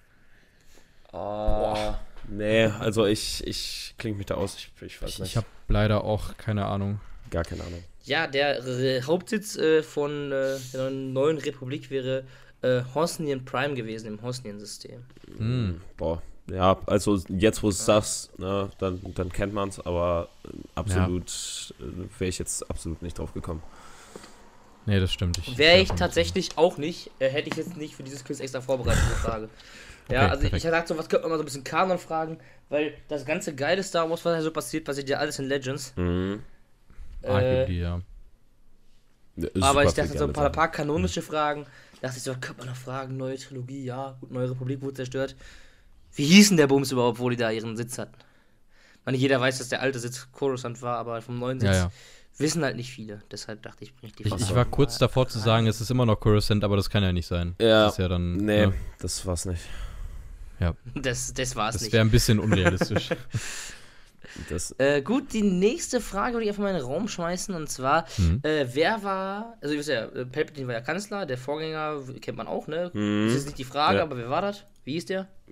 Boah. Nee, also ich, ich klinge mich da aus, ich, ich weiß Ich, nicht. ich habe leider auch keine Ahnung. gar keine Ahnung. Ja, der äh, Hauptsitz äh, von äh, der neuen Republik wäre äh, Hosnian Prime gewesen, im Hosnian-System. Hm. Boah. Ja, also jetzt, wo du es sagst, ne, dann, dann kennt man es, aber äh, absolut äh, wäre ich jetzt absolut nicht drauf gekommen. Nee, das stimmt. Ich Wäre ich davon- tatsächlich auch nicht, äh, hätte ich jetzt nicht für dieses Quiz extra vorbereitet, diese Frage. Ja, Okay, also ich perfekt. habe gesagt, so was könnte man mal so ein bisschen Kanon fragen, weil das ganze geile Star Wars, was da so passiert, passiert ja alles in Legends. Mhm. Äh, Arguably, ja. Ist aber super ich dachte, viel so ein paar, geile paar kanonische Fragen, dachte ich so, könnte man noch fragen, neue Trilogie, ja, gut, neue Republik wurde zerstört. Wie hieß denn der Bums überhaupt, wo die da ihren Sitz hatten? Ich meine, jeder weiß, dass der alte Sitz Coruscant war, aber vom neuen Sitz Ja, ja. wissen halt nicht viele. Deshalb dachte ich, bring ich die Ich, Frage ich war mal kurz davor zu rein. sagen, es ist immer noch Coruscant, aber das kann ja nicht sein. Ja, Das ist ja dann. Nee, Ne, das war's nicht. Das, das war's das nicht. wäre ein bisschen unrealistisch. Das, Äh, gut, die nächste Frage würde ich einfach mal in den Raum schmeißen, und zwar, Mhm. äh, wer war, also ihr wisst ja, äh, Palpatine war ja Kanzler, der Vorgänger kennt man auch, ne? Mhm. Das ist nicht die Frage, Ja. aber wer war das? Wie hieß der?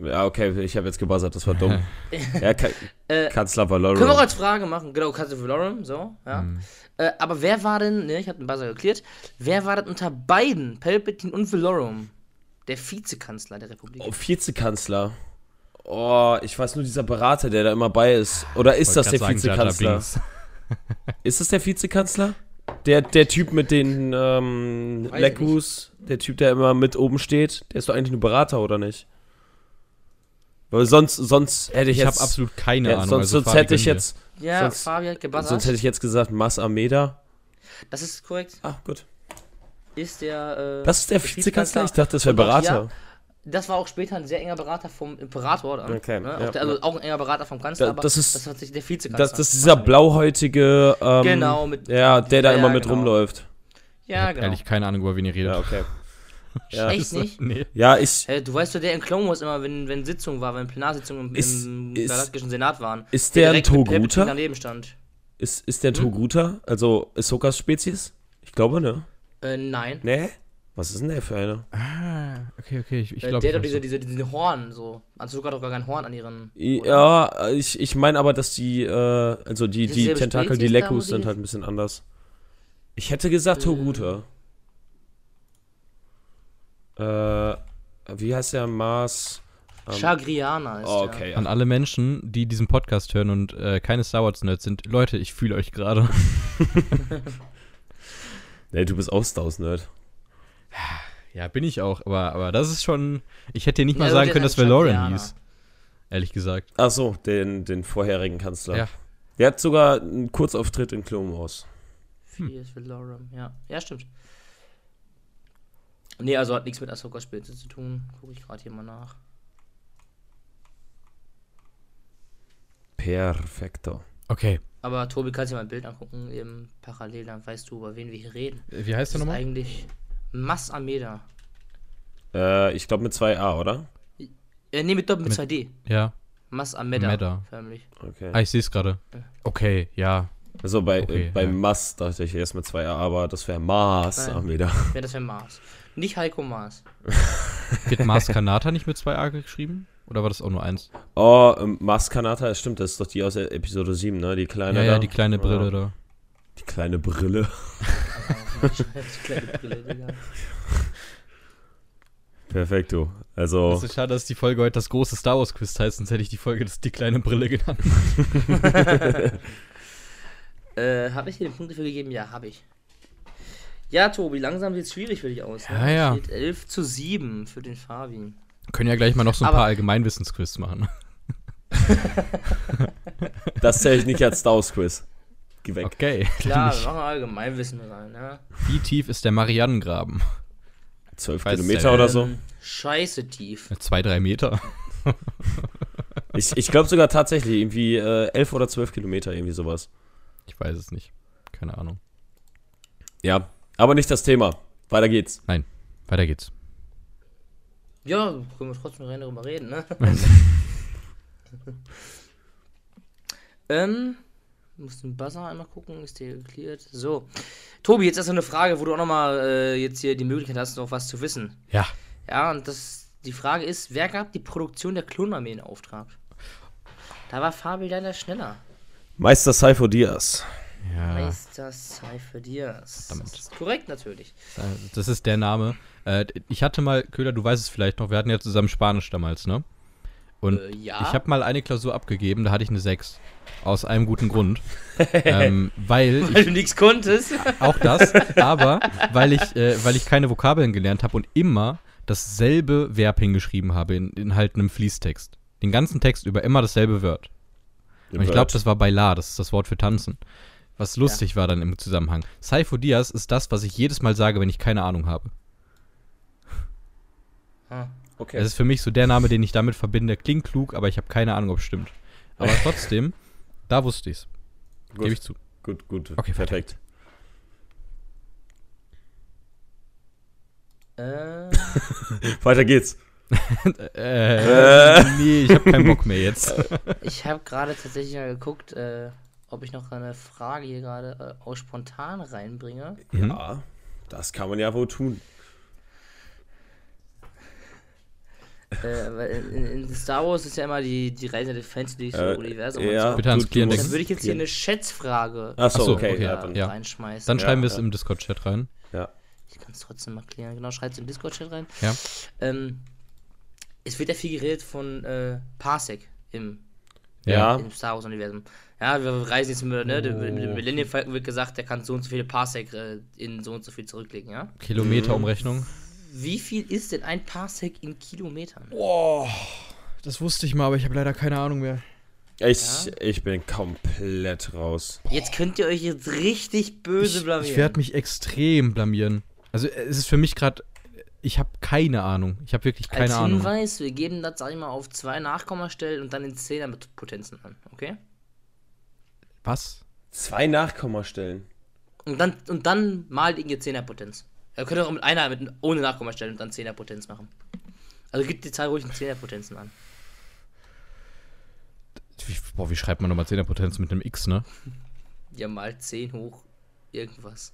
Ja, okay, ich habe jetzt gebuzzert, das war dumm. ja, Ka Äh, Kanzler Valorum. Können wir auch als Frage machen, genau, Kanzler Valorum, so, ja. Hm. Äh, aber wer war denn, ne, ich habe den Buzzer geklärt, wer war denn unter beiden, Palpatine und Valorum, der Vizekanzler der Republik? Oh, Vizekanzler. Oh, ich weiß nur dieser Berater, der da immer bei ist. Oder ist das Wollte der grad sagen, Jar Jar Vizekanzler? Binks. Ist das der Vizekanzler? Der, der Typ mit den ähm, Weiß ich Leckus, der Typ, der immer mit oben steht, der ist doch eigentlich nur Berater, oder nicht? Weil sonst, sonst hätte ich, Ich jetzt... habe absolut keine ja, Ahnung. sonst also sonst Fabi, hätte ich gönn dir. jetzt... Ja, sonst- Fabi hat gebuzzert. Sonst hätte ich jetzt gesagt Mas Ameda. Das ist korrekt. Ah, gut. Ist der, äh, Das ist der Vizekanzler? Ich dachte, das wäre Und auch, Berater. ja, das war auch später ein sehr enger Berater vom Imperator. Dann, Okay, ne? ja, auch der, also auch ein enger Berater vom Kanzler, Da- aber das ist- das war tatsächlich der Vizekanzler. Das, das ist dieser blauhäutige... Ähm, Genau, mit- Ja, der da Ja, immer mit genau. rumläuft. Ja, hab genau. Ehrlich, keine Ahnung, über wen ihr redet. Ja, okay. Ja, Echt nicht? Nee. ja ich... Hey, du weißt doch, der in Clone Wars immer, wenn, wenn Sitzung war, wenn Plenarsitzungen im, Ist- im ist- galaktischen Senat waren, Ist der ein direkt mit Palpatine Toguter? daneben stand. Ist, ist der Toguter? Also Ahsokas Spezies? Ich glaube, ne? Äh, nein. Nee? Was ist denn der für eine? Ah, okay, okay, ich, ich Äh, glaube. der hat doch diese, diese, diese Horn, so. Ahsoka hat doch gar kein Horn an ihren... oder? Ja, ich, ich meine aber, dass die, äh, also die, Ist die dieselbe Tentakel, die Spezies da, Leckus wo sind die- halt ein bisschen anders. Ich hätte gesagt Äh. Toguter. Äh, wie heißt der? Mars? Ähm, Chagriana ist oh, der. okay. An alle Menschen, die diesen Podcast hören und äh, keine Star Wars Nerds sind, Leute, ich fühle euch gerade. Nee, du bist auch Star Wars Nerd. Ja, bin ich auch, aber, aber das ist schon. Ich hätte dir nicht mal Ja, sagen der können, ist dass ein Valoran Chagriana. hieß. Ehrlich gesagt. Ach so, den, den vorherigen Kanzler. Ja. Der hat sogar einen Kurzauftritt in Clone Wars. Fierce Valorum, ja. Ja, stimmt. Nee, also hat nichts mit Ahsokas Spezies zu tun. Gucke ich gerade hier mal nach. Perfekto. Okay. Aber Tobi, kannst du dir mal ein Bild angucken, eben parallel, dann weißt du, über wen wir hier reden. Wie heißt Das der ist nochmal? eigentlich Mas Ameda. Äh, ich glaube mit zwei A, oder? Äh, nee, mit Doppel mit Mit- zwei D. Ja. Mas Ameda. Ameda. Förmlich. Okay. Ah, ich sehe es gerade. Okay, ja. Also bei, Okay, äh, bei ja. Mas dachte ich erst mit zwei A, aber das wäre Mars Nein. Ameda. Ja, das wäre Mars. Nicht Heiko Mars. Wird Mars Kanata nicht mit zwei A geschrieben? Oder war das auch nur eins? Oh, ähm, Mars Kanata, stimmt, das ist doch die aus der Episode sieben, ne? Die kleine Ja, da. ja, die kleine Brille Ja. da. Die kleine Brille. Die kleine Brille, Digga. Perfekto. Also, Es ist schade, dass die Folge heute das große Star Wars Quiz heißt, sonst hätte ich die Folge das die kleine Brille genannt. Äh, habe ich dir den Punkt dafür gegeben? Ja, habe ich. Ja, Tobi, langsam sieht es schwierig für dich aus. Ja, ne? ja. Steht elf zu sieben für den Fabi. Können ja gleich mal noch so ein Aber- paar Allgemeinwissensquiz machen. das zähle ich nicht als Star Wars Quiz. Geh weg. Okay. Klar, wir machen Allgemeinwissen rein, ne? Wie tief ist der Marianengraben? Zwölf Weiß Kilometer ja. oder so. Ähm, scheiße tief. Zwei, drei Meter. Ich, ich glaube sogar tatsächlich irgendwie äh, elf oder zwölf Kilometer, irgendwie sowas. Ich weiß es nicht. Keine Ahnung. Ja, aber nicht das Thema. Weiter geht's. Nein, weiter geht's. Ja, können wir trotzdem rein darüber reden, ne? ähm, muss den Buzzer einmal gucken, ist der geklärt. So. Tobi, jetzt ist so eine Frage, wo du auch nochmal äh, jetzt hier die Möglichkeit hast, noch was zu wissen. Ja. Ja, und das, die Frage ist, wer gab die Produktion der Klonarmee in Auftrag? Da war Fabi leider schneller. Meister Saifo Diaz. Ja. Meister Cypher Diaz. Verdammt. Das ist korrekt, natürlich. Das ist der Name. Äh, ich hatte mal, Köhler, du weißt es vielleicht noch, wir hatten ja zusammen Spanisch damals, ne? Und Äh, ja. ich habe mal eine Klausur abgegeben, da hatte ich eine sechs. Aus einem guten Grund. ähm, weil Weil ich, du nichts konntest. auch das, aber weil ich, äh, weil ich keine Vokabeln gelernt habe und immer dasselbe Verb hingeschrieben habe in, in halt einem Fließtext. Den ganzen Text über immer dasselbe Wort. Und ich glaube, das war Bailar, das ist das Wort für tanzen. Was lustig war dann im Zusammenhang. Saifo Diaz ist das, was ich jedes Mal sage, wenn ich keine Ahnung habe. Ah. Okay. Das ist für mich so der Name, den ich damit verbinde. Klingt klug, aber ich habe keine Ahnung, ob es stimmt. Aber trotzdem, da wusste ich's. Gut. Gebe ich zu. Gut, gut. Okay, perfekt. Äh, Weiter geht's. äh, nee, ich habe keinen Bock mehr jetzt. ich habe gerade tatsächlich mal geguckt, äh, ob ich noch eine Frage hier gerade äh, aus spontan reinbringe. Mhm. Ja, das kann man ja wohl tun. Äh, weil in, in Star Wars ist ja immer die, die Reise des Fantasy Äh, Universum. ja, und so. Bitte ans du- du Clear musst- Dann Deck. würde ich jetzt hier Ja. eine Schätzfrage Achso, Ach so, okay, okay, ja, äh, dann. ja. reinschmeißen. Dann Ja, schreiben wir es ja. im Discord-Chat rein. Ja. Ich kann es trotzdem mal klären. Genau, schreibt es im Discord-Chat rein. Ja. Ähm, es wird ja viel geredet von äh, Parsec im, Ja. im Star Wars-Universum. Ja, wir reisen jetzt mit, ne, Oh. mit dem Millennium Falcon wird gesagt, der kann so und so viele Parsec äh, in so und so viel zurücklegen, ja? Kilometerumrechnung. Wie viel ist denn ein Parsec in Kilometern? Boah, das wusste ich mal, aber ich habe leider keine Ahnung mehr. Ich, Ja? ich bin komplett raus. Jetzt könnt ihr euch jetzt richtig böse Ich, blamieren. ich werde mich extrem blamieren. Also es ist für mich gerade, ich habe keine Ahnung. Ich habe wirklich keine Als Ahnung. Hinweis, wir geben das, sag ich mal, auf zwei Nachkommastellen und dann in Zehnerpotenzen an, okay? Was? Zwei Nachkommastellen. Und dann, und dann mal in ihr Zehnerpotenz. Ihr könnt auch mit einer, mit, ohne Nachkommastellen und dann Zehnerpotenz machen. Also gibt die Zahl ruhig in Zehnerpotenzen an. Wie, boah, wie schreibt man nochmal Zehnerpotenz mit einem X, ne? Ja, mal zehn hoch irgendwas.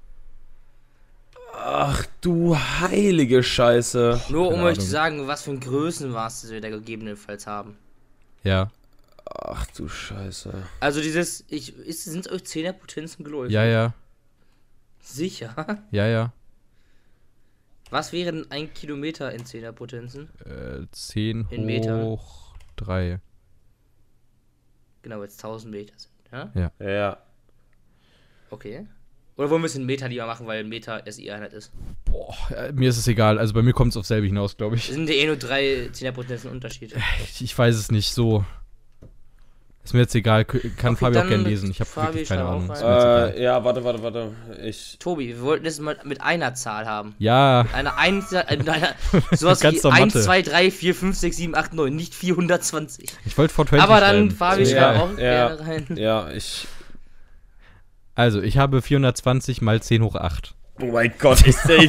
Ach du heilige Scheiße. Nur um Keine euch zu Ahnung. sagen, was für ein Größenmaß wir da gegebenenfalls haben. Ja. Ach du Scheiße. Also dieses, ich, ist, sind euch Zehnerpotenzen geläufig? Ja, ja. Sicher? Ja, ja. Was wäre denn ein Kilometer in Zehnerpotenzen? Äh, zehn In Metern. hoch drei. Genau, jetzt tausend Meter sind, ja? Ja. Okay. Oder wollen wir es in Meter lieber machen, weil Meter S I-Einheit ist? Boah, äh, mir ist es egal. Also bei mir kommt es auf selbe hinaus, glaube Es ich. sind ja eh nur drei Zehnerpotenzen Unterschied. ich. Ich weiß es nicht so. Ist mir jetzt egal. K- Kann Okay, Fabi auch dann gerne lesen. Ich habe Fabi, wirklich keine schau auch Ahnung. rein. Ist mir jetzt egal. Äh, ja, warte, warte, warte. Ich. Tobi, wir wollten das mal mit einer Zahl haben. Ja, Eine eins, äh, mit einer, sowas Ganz wie doch eins, Mathe. zwei, drei, vier, fünf, sechs, sieben, acht, neun, nicht vierhundertzwanzig. ich wollte vor zwanzig Aber dann, schreiben. Fabi, Ist mir schreib egal. auch Ja. gerne rein. Ja, ich. Also, ich habe vierhundertzwanzig mal zehn hoch acht. Oh mein Gott, ich sehe.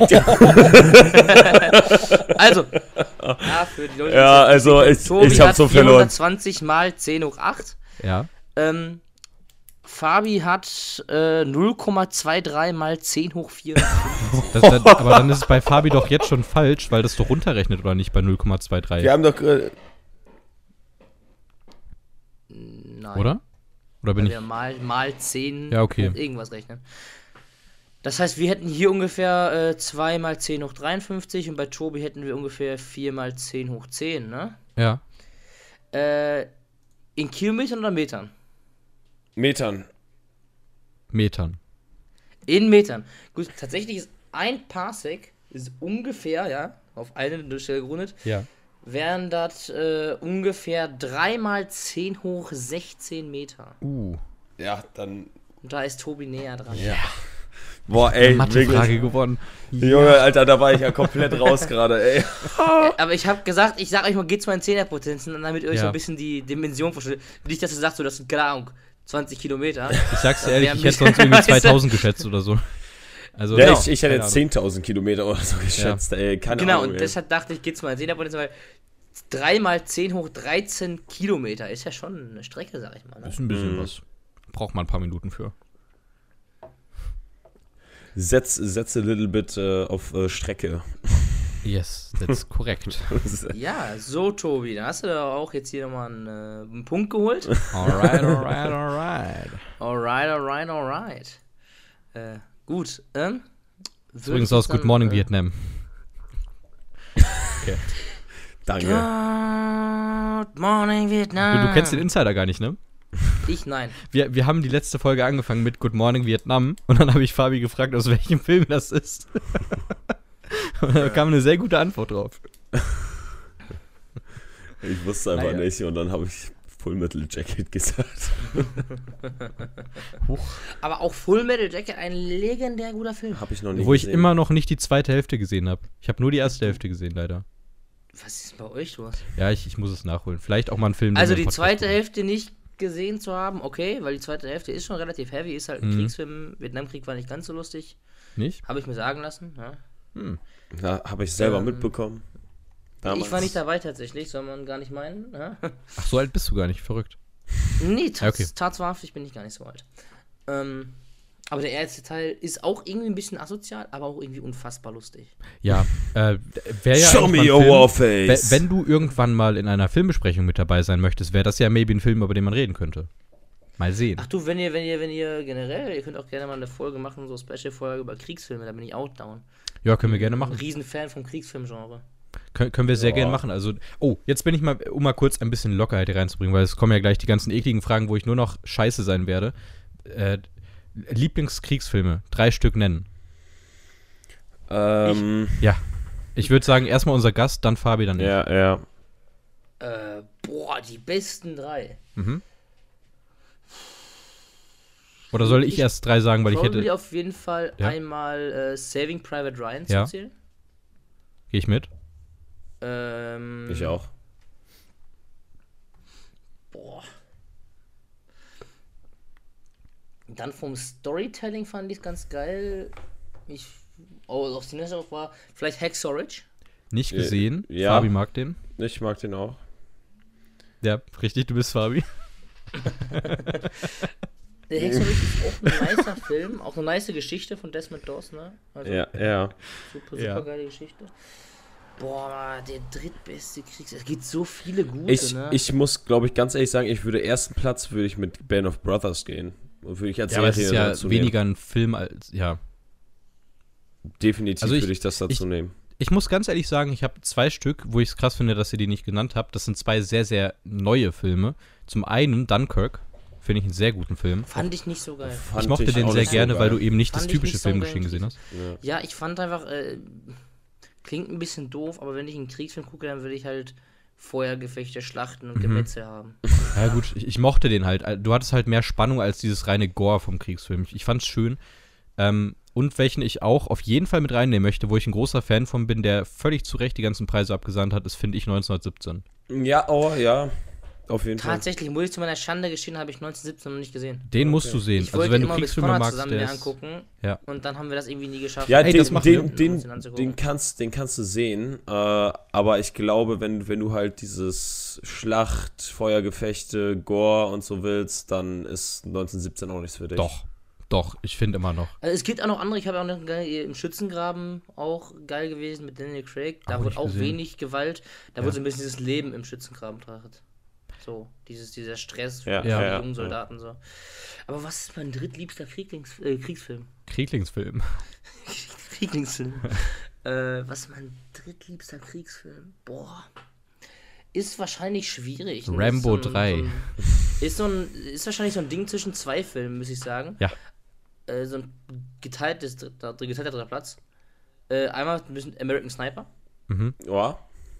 Also, ja, für die Leute, die Ja, das jetzt also nicht ich- Tobi ich hab hat so verloren. vierhundertzwanzig mal zehn hoch acht. Ja. Ähm, Fabi hat äh, null Komma dreiundzwanzig mal zehn hoch vierundfünfzig. Das, das, aber dann ist es bei Fabi doch jetzt schon falsch, weil das doch runterrechnet, oder nicht, bei null Komma dreiundzwanzig. Wir haben doch. Äh, Nein. Oder? Oder bin Weil ich. wir mal, mal zehn Ja, okay. hoch irgendwas rechnen. Das heißt, wir hätten hier ungefähr äh, zwei mal zehn hoch dreiundfünfzig und bei Tobi hätten wir ungefähr vier mal zehn hoch zehn, ne? Ja. Äh, in Kilometern oder Metern? Metern. Metern. In Metern. Gut, tatsächlich ist ein Parsec ist ungefähr, ja, auf eine Stelle gerundet, Ja. wären das äh, ungefähr drei mal zehn hoch sechzehn Meter. Uh. Ja, dann. Und da ist Tobi näher dran. Ja. Boah, ey, Mathefrage wirklich. gewonnen. Junge, Alter, da war ich ja komplett raus gerade, ey. Äh, Aber ich habe gesagt, ich sag euch mal, geht's mal in Zehnerpotenzen, damit ihr euch Ja. so ein bisschen die Dimension versteht. Nicht, dass ihr sagt, so, das sind, keine Ahnung, zwanzig Kilometer. Ich sag's dir Das ehrlich, wär ich ein hätte sonst bisschen irgendwie weißer. zweitausend geschätzt oder so. Also, Ja, Genau. ich, ich hätte Keine jetzt Ahnung. zehntausend Kilometer oder so geschätzt, ey. Keine Genau, Ahnung. und ey. deshalb dachte ich, geht's mal in Zehnerpotenzen, weil drei mal zehn hoch dreizehn Kilometer ist ja schon eine Strecke, sag ich mal. Ne? ist ein bisschen Mhm. was. Braucht man ein paar Minuten für. Setz, setz a little bit äh, auf äh, Strecke. Yes, that's korrekt. Ja, so, Tobi, dann hast du da auch jetzt hier nochmal einen, äh, einen Punkt geholt. Alright, alright, alright. Alright, alright, alright. Äh, gut, ähm. Das ist übrigens aus Good Morning Vietnam. Danke. Good Morning Vietnam. Du, du kennst den Insider gar nicht, ne? Ich nein. Wir, wir haben die letzte Folge angefangen mit Good Morning Vietnam und dann habe ich Fabi gefragt, aus welchem Film das ist. Und da kam eine sehr gute Antwort drauf. Ich wusste einfach Naja. nicht und dann habe ich Full Metal Jacket gesagt. Aber auch Full Metal Jacket, ein legendär guter Film. Habe ich noch nicht Wo ich gesehen. immer noch nicht die zweite Hälfte gesehen habe. Ich habe nur die erste Hälfte gesehen, leider. Was ist denn bei euch los? Ja, ich, ich muss es nachholen. Vielleicht auch mal einen Film. den Also wir im die Podcast zweite gucken. Hälfte nicht gesehen zu haben, okay, weil die zweite Hälfte ist schon relativ heavy, ist halt ein Mhm. Kriegsfilm. Vietnamkrieg war nicht ganz so lustig, Nicht? habe ich mir sagen lassen. Ja. Hm. Ja, habe ich selber Ähm, mitbekommen. Damals. Ich war nicht dabei tatsächlich, soll man gar nicht meinen. Ja. Ach, so alt bist du gar nicht. Verrückt. Nee, tats okay. tatsächlich bin ich gar nicht so alt. Ähm, Aber der erste Teil ist auch irgendwie ein bisschen asozial, aber auch irgendwie unfassbar lustig. Ja, äh, wäre ja Show me your Warface. Wenn du irgendwann mal in einer Filmbesprechung mit dabei sein möchtest, wäre das ja maybe ein Film, über den man reden könnte. Mal sehen. Ach du, wenn ihr, wenn ihr, wenn ihr generell, ihr könnt auch gerne mal eine Folge machen, so Special-Folge über Kriegsfilme, da bin ich auch down. Ja, können wir gerne Ein machen. Riesenfan vom Kriegsfilmgenre. Kön können wir sehr Ja. gerne machen. Also, oh, jetzt bin ich mal, um mal kurz ein bisschen Lockerheit hier reinzubringen, weil es kommen ja gleich die ganzen ekligen Fragen, wo ich nur noch scheiße sein werde. Äh, Lieblingskriegsfilme, drei Stück nennen. Ähm, Ja. Ich würde sagen, erstmal unser Gast, dann Fabi, dann ich. ja, ja. Äh, boah, die besten drei. Mhm. Oder soll ich, Ich erst drei sagen, weil ich Probably hätte. auf jeden Fall Ja. einmal äh, Saving Private Ryan Ja. zu zählen. Gehe ich mit? Ähm, Ich auch. Boah. Dann vom Storytelling fand ich es ganz geil. Ich, oh, auf die nächste war vielleicht Hacksaw Ridge. Nicht Äh, gesehen. ja. Fabi mag den. Ich mag den auch. Ja, richtig, du bist Fabi. Der Hacksaw Ridge ist auch ein nicer Film, auch eine nice Geschichte von Desmond Doss, ne? Also Ja, ja. super, super Ja. geile Geschichte. Boah, der drittbeste Kriegs... Es gibt so viele gute, Ich, ne? ich muss, glaube ich, ganz ehrlich sagen, ich würde ersten Platz würde ich mit Band of Brothers gehen. Und würde ich als Ja, aber es ist ja dazu weniger ein Film als, ja. nehmen. Definitiv Also ich- würde ich das dazu ich- nehmen. Ich muss ganz ehrlich sagen, ich habe zwei Stück, wo ich es krass finde, dass ihr die nicht genannt habt. Das sind zwei sehr, sehr neue Filme. Zum einen Dunkirk, finde ich einen sehr guten Film. Fand ich nicht so geil. Fand ich mochte den auch sehr nicht so gerne, weil du geil. eben nicht das Fand ich typische nicht so Filmgeschehen geil. gesehen hast. Ja. Ja, ich fand einfach, äh, klingt ein bisschen doof, aber wenn ich einen Kriegsfilm gucke, dann würde ich halt Feuergefechte, Schlachten und Mhm. Gemetzel haben. Ja gut, ich, ich mochte den halt. Du hattest halt mehr Spannung als dieses reine Gore vom Kriegsfilm. Ich, ich fand's schön. Ähm, und welchen ich auch auf jeden Fall mit reinnehmen möchte, wo ich ein großer Fan von bin, der völlig zu Recht die ganzen Preise abgesandt hat, ist, finde ich, neunzehnhundertsiebzehn. Ja, oh, ja. Auf jeden Fall. Tatsächlich, muss ich zu meiner Schande gestehen, habe ich neunzehnhiebenundsiebzig noch nicht gesehen. Den Okay. musst du sehen. Ich Also wollte wenn du immer mit Kriegsfilme Connor magst, zusammen der mir ist, angucken ja. und dann haben wir das irgendwie nie geschafft. Ja, Ey, den, das machen wir. den, den, uns anzugucken. den, kannst, den kannst du sehen, äh, aber ich glaube, wenn, wenn du halt dieses Schlacht, Feuergefechte, Gore und so willst, dann ist neunzehnhundertsiebzehn auch nichts für dich. Doch, doch, ich finde immer noch. Also es gibt auch noch andere, ich habe auch noch geil, im Schützengraben auch geil gewesen mit Daniel Craig. Da Auch wurde nicht auch gesehen. wenig Gewalt, da Ja. wurde so ein bisschen dieses Leben im Schützengraben betrachtet. So, dieses, dieser Stress für Ja, die ja, jungen ja. Soldaten so. Aber was ist mein drittliebster Krieglings, äh, Kriegsfilm? Krieglingsfilm. Krieglingsfilm. äh, was ist mein drittliebster Kriegsfilm? Boah. Ist wahrscheinlich schwierig. ne? Rambo Ist so ein- drei. So ein, ist, so ein, ist wahrscheinlich so ein Ding zwischen zwei Filmen, muss ich sagen. Ja. Äh, so ein geteiltes, dritter, geteilter dritter Platz. Äh, einmal ein bisschen American Sniper Mhm. Ja.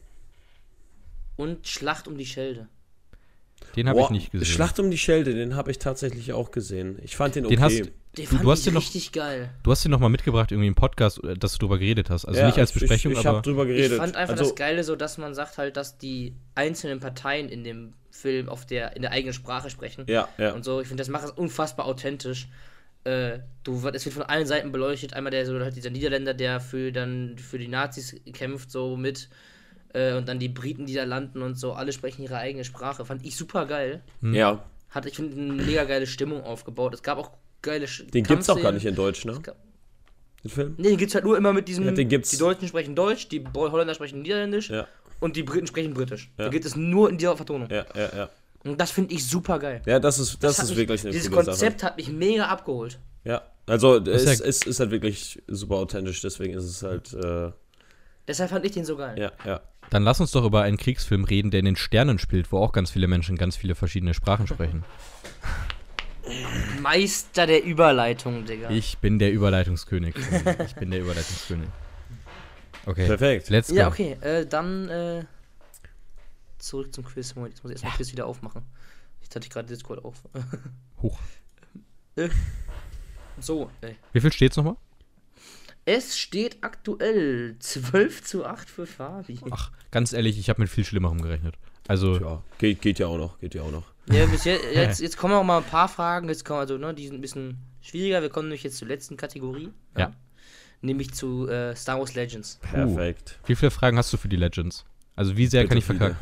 und Schlacht um die Schelde. Den habe ich Boah, nicht gesehen. Schlacht um die Schelde, den habe ich tatsächlich auch gesehen. Ich fand den okay. Den hast, Den Du- fand du hast ich den noch- richtig geil. du hast den nochmal mitgebracht irgendwie im Podcast, äh, dass du drüber geredet hast. Also Ja, nicht als ich- Besprechung, ich, ich aber habe drüber geredet. Ich fand einfach also, das Geile so, dass man sagt halt, dass die einzelnen Parteien in dem Film auf der, in der eigenen Sprache sprechen. Ja, ja. Und so, ich finde, das macht es unfassbar authentisch. Äh, du, es wird von allen Seiten beleuchtet. Einmal der so halt dieser Niederländer, der für dann für die Nazis kämpft, so mit. Äh, und dann die Briten, die da landen und so. Alle sprechen ihre eigene Sprache. Fand ich super geil. Ja, Hat, ich finde, eine mega geile Stimmung aufgebaut. Es gab auch geile Sch- den gibt's auch gar Kampfszenen. nicht in Deutsch, ne? Es gab- Den Film? Nee, den gibt's halt nur immer mit diesem. Ja, den gibt's. Die Deutschen sprechen Deutsch, die Holländer sprechen Niederländisch Ja, und die Briten sprechen Britisch. Ja. Da gibt es nur in dieser Vertonung. ja, ja, ja. Und das finde ich super geil. Ja, das ist, das hat ist mich, wirklich eine Dieses coole Konzept Sache. hat mich mega abgeholt. Ja, also ist es ja- ist, ist halt wirklich super authentisch, deswegen ist es halt, äh, Deshalb fand ich den so geil. ja, ja. dann lass uns doch über einen Kriegsfilm reden, der in den Sternen spielt, wo auch ganz viele Menschen ganz viele verschiedene Sprachen sprechen. Meister der Überleitung, Digga. Ich bin der Überleitungskönig. Ich bin der Überleitungskönig. Okay, Perfekt. let's go. Ja, okay, äh, dann äh, zurück zum Quiz. Moment, jetzt muss ich erstmal Quiz wieder aufmachen. Jetzt hatte ich gerade Discord auf. Hoch. So, ey. Wie viel steht's nochmal? Es steht aktuell zwölf zu acht für Fabi. Ach, ganz ehrlich, ich habe mit viel Schlimmerem gerechnet. Also, Ja, geht, geht ja auch noch, geht ja auch noch. Ja, bis jetzt, jetzt, jetzt kommen auch mal ein paar Fragen. Jetzt kommen also, ne, die sind ein bisschen schwieriger. Wir kommen nämlich jetzt zur letzten Kategorie. Ja. Nämlich zu äh, Star Wars Legends. Perfekt. wie viele Fragen hast du für die Legends? Also, wie sehr Bitte kann ich viele. verkacken?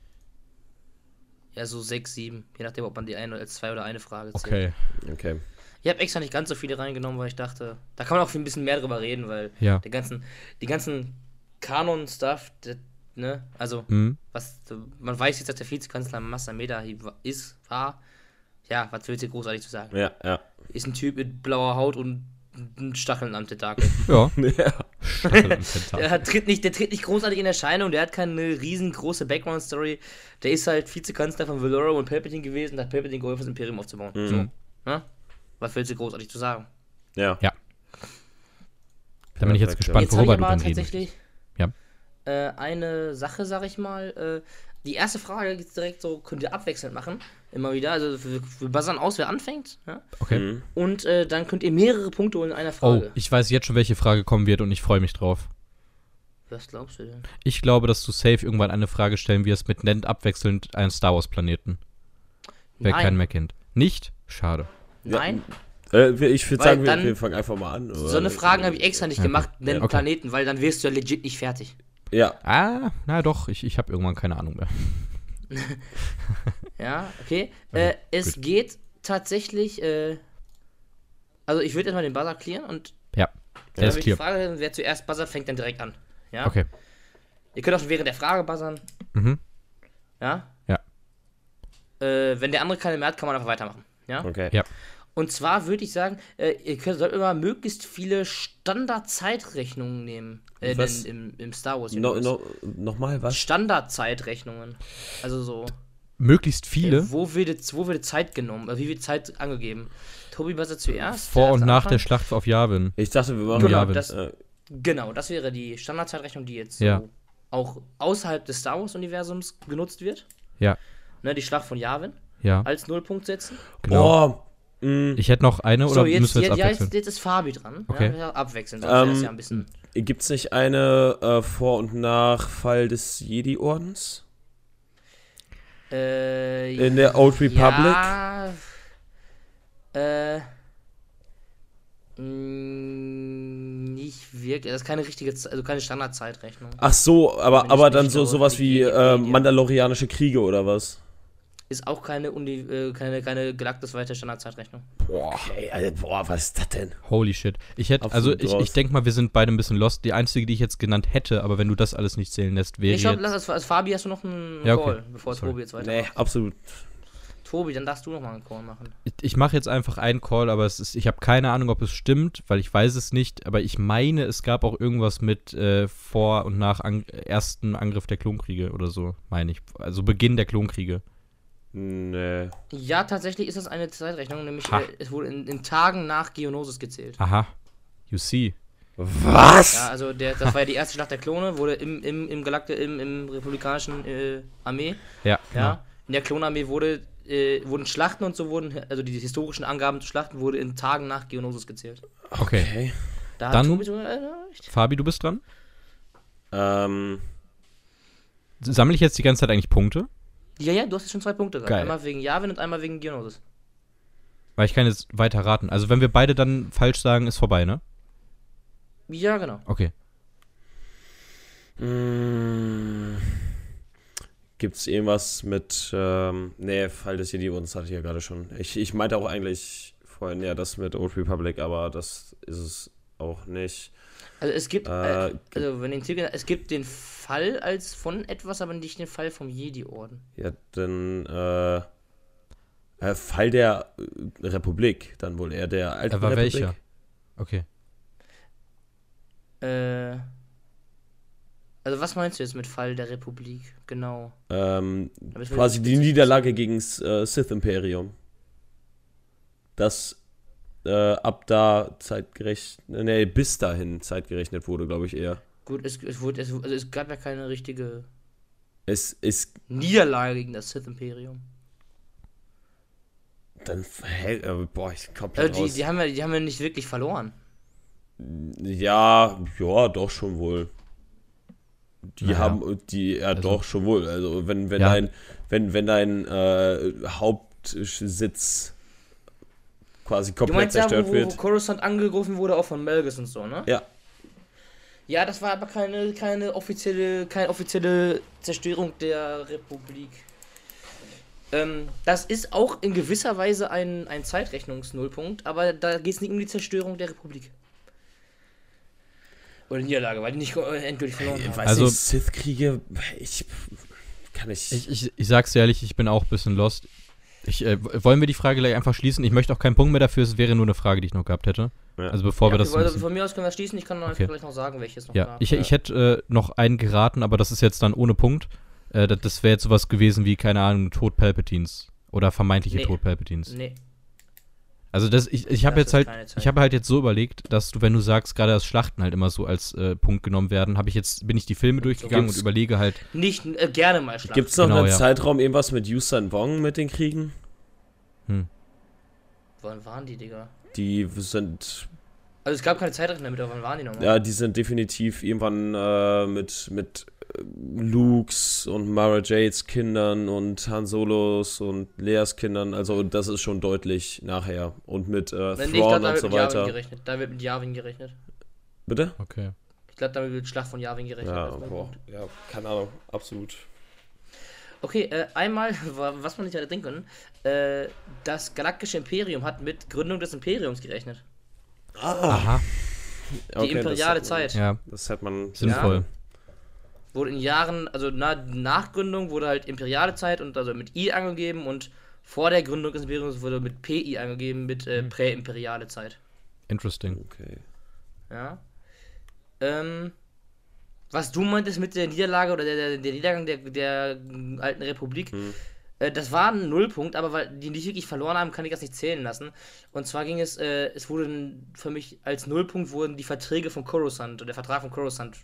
Ja, so sechs, sieben. Je nachdem, ob man die eine als zwei oder eine Frage zählt. Okay. Okay. Ich habe extra nicht ganz so viele reingenommen, weil ich dachte, da kann man auch ein bisschen mehr drüber reden, weil Ja. die ganzen, die ganzen Kanon-Stuff, das, ne, also, Mhm. was, man weiß jetzt, dass der Vizekanzler Massameda ist, war, ja, was willst du großartig zu sagen? Ja, ja. Ist ein Typ mit blauer Haut und einen Stacheln am Tentakel. Ja. ja. Stachel und Tentakel. Der hat, tritt nicht, der tritt nicht großartig in Erscheinung, der hat keine riesengroße Background-Story, der ist halt Vizekanzler von Valorum und Palpatine gewesen, der hat Palpatine geholfen, das Imperium aufzubauen. Mhm. So, ne? Was willst du großartig zu sagen? Ja. Ja. Da bin ich jetzt Perfekt, gespannt, Jetzt habe ich worüber du aber dann reden tatsächlich Ja. äh, eine Sache, sag ich mal. Äh, die erste Frage geht's direkt so, könnt ihr abwechselnd machen. Immer wieder. Also wir, wir buzzern aus, wer anfängt. Ja? Okay. Mhm. Und äh, dann könnt ihr mehrere Punkte holen in einer Oh, Frage. ich weiß jetzt schon, welche Frage kommen wird und ich freue mich drauf. Was glaubst du denn? Ich glaube, dass du safe irgendwann eine Frage stellen wirst mit nennt abwechselnd einen Star Wars Planeten. Wer Nein. keinen mehr kennt. Nicht? Schade. Nein. Äh, wir- ich würde Weil sagen, wir, dann- wir fangen einfach mal an. So eine Fragen habe ich extra nicht Okay. gemacht, nenn Okay. Planeten, weil dann wirst du ja legit nicht fertig. Ja. Ah, na doch, ich, ich habe irgendwann keine Ahnung mehr. Ja, okay. Okay, äh, es gut. geht tatsächlich, äh, also ich würde erstmal den Buzzer clearen und Ja, der dann ist würde ich die clear. Frage, wer zuerst buzzert, fängt dann direkt an. Ja? Okay. Ihr könnt auch schon während der Frage buzzern. Mhm. Ja? Ja. Äh, wenn der andere keine mehr hat, kann man einfach weitermachen. Ja? Okay. Ja. Und zwar würde ich sagen, äh, ihr könnt, sollt immer möglichst viele Standard-Zeitrechnungen nehmen. Äh, Was? im, im Star Wars. No, Universe. no, Nochmal was? Standard-Zeitrechnungen. Also so. Möglichst viele. Äh, wo, wird, wo wird Zeit genommen? Also wie wird Zeit angegeben? Tobi buzzert zuerst. Vor der und darf nach der anfangen. Schlacht auf Yavin. Ich dachte, wir machen Genau, ja, das- äh, Genau, das wäre die Standardzeitrechnung, die jetzt so Ja. auch außerhalb des Star Wars-Universums genutzt wird. Ja, Ne, die Schlacht von Yavin ja, als Nullpunkt setzen. genau. Oh, mh, Ich hätte noch eine oder So, jetzt, müssen wir jetzt jetzt, ja, abwechseln? jetzt, jetzt ist Fabi dran. Okay. Ja, abwechselnd, sonst wäre das Ähm, ja ein bisschen. gibt's nicht eine äh, Vor- und Nachfall des Jedi-Ordens? Äh, In der Old Republic? Ja. Äh. mh, Nicht wirklich. Das ist keine richtige, Ze- also keine Standardzeitrechnung. Ach so, aber, Wenn ich aber mich dann so auf sowas wie Wikipedia- äh, Mandalorianische Kriege oder was? Ist auch keine, Uni, äh, keine, keine galaktisweite Standardzeitrechnung. Boah, ey, Alter, boah, was ist das denn? Holy shit. Ich hätte, also Absolut ich, raus. ich denke mal, wir sind beide ein bisschen lost. Die einzige, die ich jetzt genannt hätte, aber wenn du das alles nicht zählen lässt, wäre Ich glaube, jetzt... lass als, als Fabi hast du noch einen Ja, okay. Call, bevor Sorry. Tobi jetzt weiter. Nee, absolut. Tobi, dann darfst du noch mal einen Call machen. Ich, ich mache jetzt einfach einen Call, aber es ist, ich habe keine Ahnung, ob es stimmt, weil ich weiß es nicht. Aber ich meine, es gab auch irgendwas mit äh, vor und nach an, ersten Angriff der Klonkriege oder so, meine ich. Also Beginn der Klonkriege. Nee. Ja, tatsächlich ist das eine Zeitrechnung, nämlich Ha. äh, es wurde in, in Tagen nach Geonosis gezählt. Aha. You see. Was? Ja, also der, das war ja die erste Schlacht der Klone, wurde im, im, im Galakte, im, im republikanischen äh, Armee, Ja, ja. In der Klonarmee wurde, äh, wurden Schlachten und so wurden, also die historischen Angaben zu Schlachten wurde in Tagen nach Geonosis gezählt. Okay. Okay. Da Dann- Tobi sogar, äh, recht. Fabi, du bist dran. Ähm, Sammle ich jetzt die ganze Zeit eigentlich Punkte? Ja, ja, du hast jetzt schon zwei Punkte gerade. Geil. Einmal wegen Yavin und einmal wegen Geonosis. Weil ich kann jetzt weiter raten. Also wenn wir beide dann falsch sagen, ist vorbei, ne? Ja, genau. Okay. mh, gibt's irgendwas mit, ähm, nee, Fall des Jedi-Ordens hatte ich ja gerade schon. Ich, ich meinte auch eigentlich vorhin, ja, das mit Old Republic, aber das ist es auch nicht. Also es gibt, Äh, äh, also wenn den Titel, es gibt den Fall als von etwas, aber nicht den Fall vom Jedi-Orden. Ja, dann, äh, äh, Fall der äh, Republik, dann wohl eher der alten Er war Republik. welcher? Okay. Äh, also was meinst du jetzt mit Fall der Republik? Genau. Ähm, Da müssen wir quasi jetzt die spezifisch Niederlage gegen das äh, Sith-Imperium. Das äh, ab da zeitgerechnet, nee, bis dahin zeitgerechnet wurde, glaube ich eher. Gut, es, es, wurde, es, also es gab ja keine richtige Es ist Niederlage gegen das Sith-Imperium. dann, hä, äh, boah, ich komplett Also die, raus. die, haben ja, die haben ja nicht wirklich verloren. Ja, ja, doch schon wohl. Die Naja. haben, die, ja, Also- doch schon wohl. Also wenn, wenn Ja. dein, wenn, wenn dein äh, Hauptsitz quasi Du komplett meinst ja, zerstört wo, wo wird. Coruscant angegriffen wurde, auch von Melgus und so, ne? Ja, Ja, das war aber keine, keine offizielle, keine offizielle Zerstörung der Republik. Ähm, das ist auch in gewisser Weise ein, ein Zeitrechnungsnullpunkt, aber da geht es nicht um die Zerstörung der Republik. Oder Niederlage, weil die nicht äh, endgültig verloren Ich haben. weiß Also- nicht, Sith-Kriege, ich kann ich... Ich, ich, ich sag's dir ehrlich, ich bin auch ein bisschen lost. Ich, äh, wollen wir die Frage gleich einfach schließen? Ich möchte auch keinen Punkt mehr dafür, es wäre nur eine Frage, die ich noch gehabt hätte. Ja. Also bevor wir Ja, das... okay, ein also bisschen- von mir aus können wir schließen, ich kann noch Okay. gleich noch sagen, welches noch Ja, gab. ich, ich hätte äh, noch einen geraten, aber das ist jetzt dann ohne Punkt. Äh, das das wäre jetzt sowas gewesen wie, keine Ahnung, Tod Palpatines. Oder vermeintliche Nee. Tod Palpatines. Nee. Also das, ich, ich habe Das jetzt ist halt, keine Zeit. ich habe halt jetzt so überlegt, dass du, wenn du sagst, gerade dass Schlachten halt immer so als äh, Punkt genommen werden, habe ich jetzt, bin ich die Filme durchgegangen Gibt's- und überlege halt, Nicht äh, gerne mal schlafen. Gibt es noch Genau, einen ja. Zeitraum, irgendwas mit Yusan Wong mit den Kriegen? hm, Wann waren die, Digga? Die sind, Also es gab keine Zeitrechner mit, aber wann waren die nochmal? ja, die sind definitiv irgendwann äh, mit, mit äh, Lukes und Mara Jades Kindern und Han Solos und Leas Kindern, also das ist schon deutlich nachher. Und mit äh, Nein, nee, ich glaub, Thrawn da und wird so mit Yavin weiter. gerechnet. Da wird mit Yavin gerechnet. Bitte? okay. Ich glaube, damit wird Schlacht von Yavin gerechnet. Ja, als mein boah, Punkt. ja, keine Ahnung, absolut. Okay, äh, einmal, wa- was man nicht hätte denken können, äh, das Galaktische Imperium hat mit Gründung des Imperiums gerechnet. Aha, Die imperiale Zeit. ja, Das hat man sinnvoll. Wurde in Jahren, also na, nach Gründung wurde halt imperiale Zeit und also mit I angegeben und vor der Gründung des Imperiums wurde mit P I angegeben mit äh, präimperiale Zeit. Interesting. Okay. Ja. Ähm, was du meintest mit der Niederlage oder der, der, der Niedergang der, der alten Republik, Hm. äh, das war ein Nullpunkt, aber weil die nicht wirklich verloren haben, kann ich das nicht zählen lassen. Und zwar ging es, äh, es wurden für mich als Nullpunkt wurden die Verträge von Coruscant und der Vertrag von Coruscant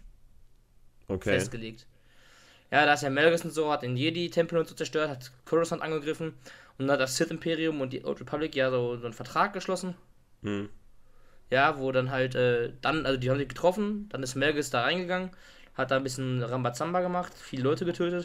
Okay. festgelegt. Ja, da ist ja Malgus und so, hat den Jedi-Tempel und so zerstört, hat Coruscant angegriffen und dann hat das Sith-Imperium und die Old Republic ja so, so einen Vertrag geschlossen. Hm. Ja, wo dann halt, äh, dann, also die haben sich getroffen, dann ist Malgus da reingegangen, hat da ein bisschen Rambazamba gemacht, viele Leute getötet.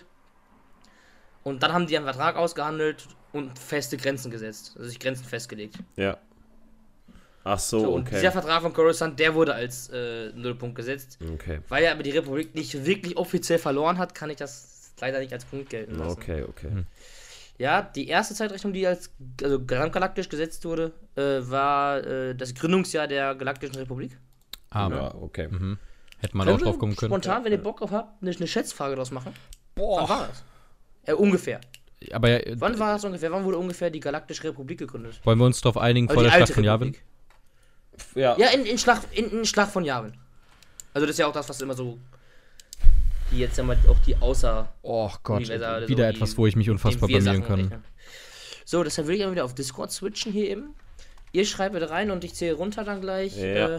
Und dann haben die einen Vertrag ausgehandelt und feste Grenzen gesetzt, also sich Grenzen festgelegt. Ja. Ach so, So, und okay. dieser Vertrag von Coruscant, der wurde als äh, Nullpunkt gesetzt. Okay. Weil ja aber die Republik nicht wirklich offiziell verloren hat, kann ich das leider nicht als Punkt gelten lassen. Okay, okay. Hm. Ja, die erste Zeitrechnung, die als also gesamtgalaktisch gesetzt wurde, äh, war äh, das Gründungsjahr der Galaktischen Republik. Ah, Ja, okay. mhm. Hätte man auch Können drauf wir kommen können. spontan, wenn ihr Bock drauf habt, eine, eine Schätzfrage draus machen? Wann war das? Äh, ungefähr. Aber ja, äh, Wann war das ungefähr? Wann wurde ungefähr die Galaktische Republik gegründet? wollen wir uns darauf einigen Also vor die der alte Schlacht von Yavin? Republik. Ja. Ja, in, in, Schlag, in, in Schlag von Yavin. Also das ist ja auch das, was immer so die jetzt ja mal auch die außer Oh Gott, Universale, wieder so etwas, die- wo ich mich unfassbar dem wir blamieren Sachen kann. rechnen. So, deshalb will ich auch wieder auf Discord switchen hier eben. Ihr schreibt bitte rein und ich zähle runter dann gleich. Ja. Äh,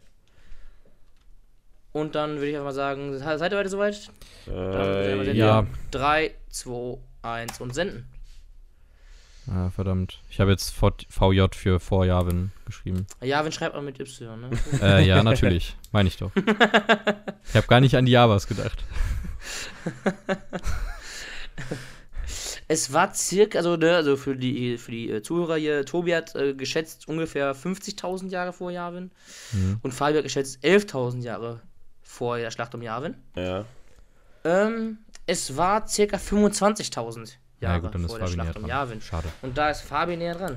und dann würde ich einfach mal sagen, seid ihr weiter soweit? Äh, ja. drei, zwei, eins und senden. Ah, verdammt. Ich habe jetzt V J für vor Yavin geschrieben. Ja, wenn schreibt man mit Y, ne? Äh, ja, natürlich. Meine ich doch. Ich habe gar nicht an die Javas gedacht. Es war circa, also, ne, also für die, für die äh, Zuhörer hier, Tobi hat äh, geschätzt ungefähr fünfzigtausend Jahre vor Yavin Mhm. und Fabio hat geschätzt elftausend Jahre vor der Schlacht um Yavin. Ja. Ähm, es war circa fünfundzwanzigtausend Ja, Jahre gut, dann ist vor der Fabi näher Schlacht um dran. Yavin. Schade. Und da ist Fabi näher dran.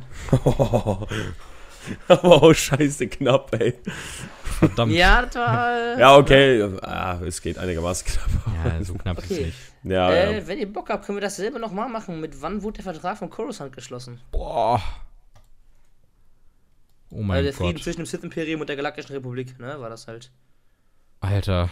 Aber auch scheiße knapp, ey. Verdammt. Ja, das war. Äh, Ja, okay. Ah, es geht einigermaßen knapp. Ja, so knapp ist Okay. es nicht. Ja, Äh, ja. wenn ihr Bock habt, können wir dasselbe nochmal machen. Mit wann wurde der Vertrag von Coruscant geschlossen? Boah. Oh Also mein der Frieden Gott. zwischen dem Sith-Imperium und der Galaktischen Republik, ne? War das halt. Alter.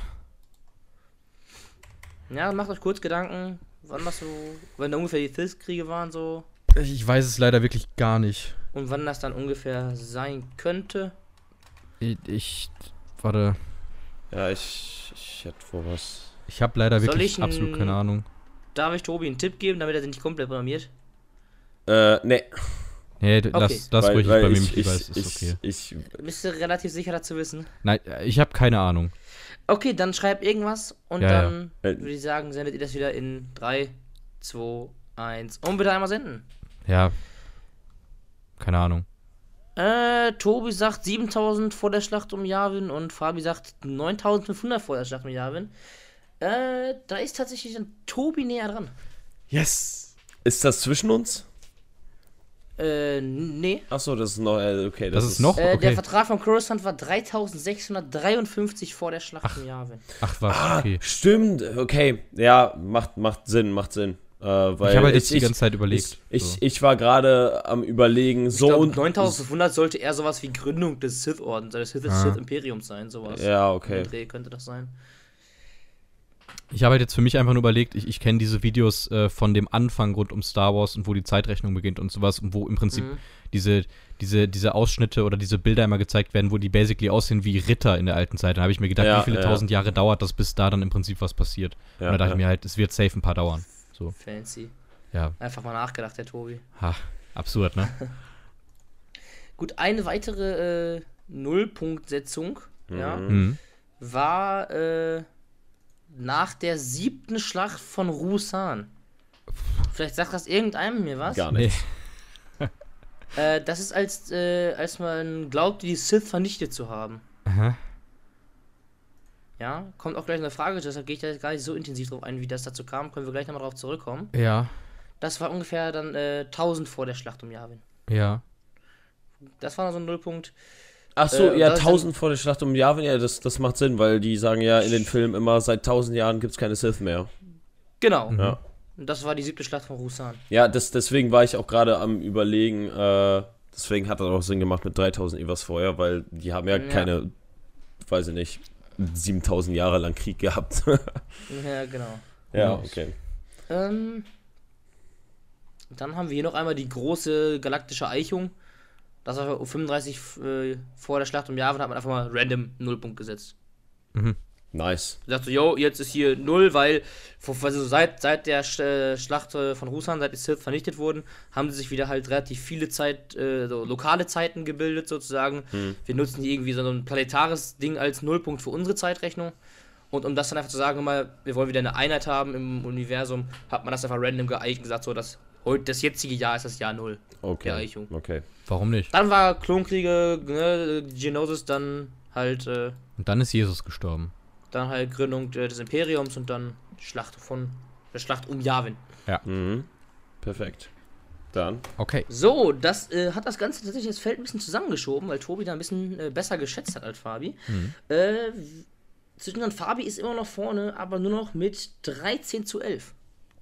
Ja, macht euch kurz Gedanken, wann das so. Wann da ungefähr die Sith-Kriege waren so. Ich weiß es leider wirklich gar nicht. Und wann das dann ungefähr sein könnte. Ich, ich warte. Ja, ich, ich hätte vor was. Ich habe leider Soll wirklich ich ein- absolut keine Ahnung. Darf ich Tobi einen Tipp geben, damit er sich nicht komplett blamiert? Äh, nee. Nee, d- Okay. lass das Weil- ruhig weil bei mir ich, nicht lieber, ich, es ist ich, okay. Ich, Bist du relativ sicher dazu wissen? Nein, ich habe keine Ahnung. Okay, dann schreib irgendwas und Ja, dann ja. Äh, würde ich sagen, sendet ihr das wieder in drei, zwei, eins und bitte einmal senden. Ja. Keine Ahnung. Äh, Tobi sagt siebentausend vor der Schlacht um Yavin und Fabi sagt neuntausendfünfhundert vor der Schlacht um Yavin. Äh, da ist tatsächlich dann Tobi näher dran. yes! Ist das zwischen uns? Äh, nee. Achso, das ist noch, äh, okay. Das ist noch? Äh, Okay. Der Vertrag von Coruscant war dreitausendsechshundertdreiundfünfzig vor der Schlacht Ach. um Yavin. Ach was, Ah, okay. stimmt, okay. Ja, macht, macht Sinn, macht Sinn. Äh, weil Ich habe halt jetzt ich, die ganze Zeit überlegt. Ich, so. ich, ich war gerade am Überlegen, Ich so glaube, und. neuntausendfünfhundert sollte eher sowas wie Gründung des Sith-Ordens, des Sith, des Ah. Sith-Imperiums sein, sowas. Ja, Im okay. Dreh könnte das sein. Ich habe halt jetzt für mich einfach nur überlegt, ich, ich kenne diese Videos äh, von dem Anfang rund um Star Wars und wo die Zeitrechnung beginnt und sowas und wo im Prinzip Mhm. diese, diese, diese Ausschnitte oder diese Bilder immer gezeigt werden, wo die basically aussehen wie Ritter in der alten Zeit. Da habe ich mir gedacht, Ja, wie viele ja. tausend Jahre dauert das, bis da dann im Prinzip was passiert. Ja, und da dachte ja. ich mir halt, es wird safe ein paar dauern. So, Fancy. ja, Einfach mal nachgedacht, der Tobi. ha, absurd, ne? Gut, eine weitere äh, Nullpunktsetzung ja, Mhm. Mhm. war äh, nach der siebten Schlacht von Rusan. Vielleicht sagt das irgendeinem mir was. Gar Nee. nicht. Äh, das ist, als, äh, als man glaubt, die Sith vernichtet zu haben. Aha. Ja, kommt auch gleich eine Frage, deshalb gehe ich da jetzt gar nicht so intensiv drauf ein, wie das dazu kam. Können wir gleich nochmal drauf zurückkommen. Ja, Das war ungefähr dann äh, tausend vor der Schlacht um Yavin. ja. Das war so ein Nullpunkt. Ach so, Äh, ja, das ist tausend vor der Schlacht um Yavin, ja, das, das macht Sinn, weil die sagen ja in den Filmen immer, seit tausend Jahren gibt es keine Sith mehr. Genau. Mhm. Ja. Und das war die siebte Schlacht von Rusan. Ja, das, deswegen war ich auch gerade am Überlegen, äh, deswegen hat das auch Sinn gemacht mit dreitausend Evas vorher, weil die haben ja, Ja. keine, weiß ich nicht, siebentausend Jahre lang Krieg gehabt. Ja, genau. Ja, Nice. okay. Ähm, dann haben wir hier noch einmal die große galaktische Eichung. Das war fünfunddreißig äh, vor der Schlacht um Yavin, hat man einfach mal random Nullpunkt gesetzt. Mhm. Nice. Sagt so, yo, jetzt ist hier null, weil vor- also seit, seit der Sch äh, Schlacht äh, von Rusan, seit die Sith vernichtet wurden, haben sie sich wieder halt relativ viele Zeit, äh, so lokale Zeiten gebildet sozusagen. Hm. Wir nutzen hier irgendwie so ein planetares Ding als Nullpunkt für unsere Zeitrechnung. Und um das dann einfach zu sagen, mal, wir wollen wieder eine Einheit haben im Universum, hat man das einfach random geeicht und gesagt, so, dass heute das jetzige Jahr ist das Jahr null. Der Okay. Eichung. Okay. Warum nicht? Dann war Klonkriege, ne, Geonosis, dann halt, äh, Und dann ist Jesus gestorben. dann halt Gründung äh, des Imperiums und dann Schlacht von der Schlacht um Yavin. Mhm. Perfekt. Dann. Okay. So, das äh, hat das Ganze tatsächlich das Feld ein bisschen zusammengeschoben, weil Tobi da ein bisschen äh, besser geschätzt hat als Fabi. Mhm. Äh, zwischen Fabi ist immer noch vorne, aber nur noch mit dreizehn zu elf.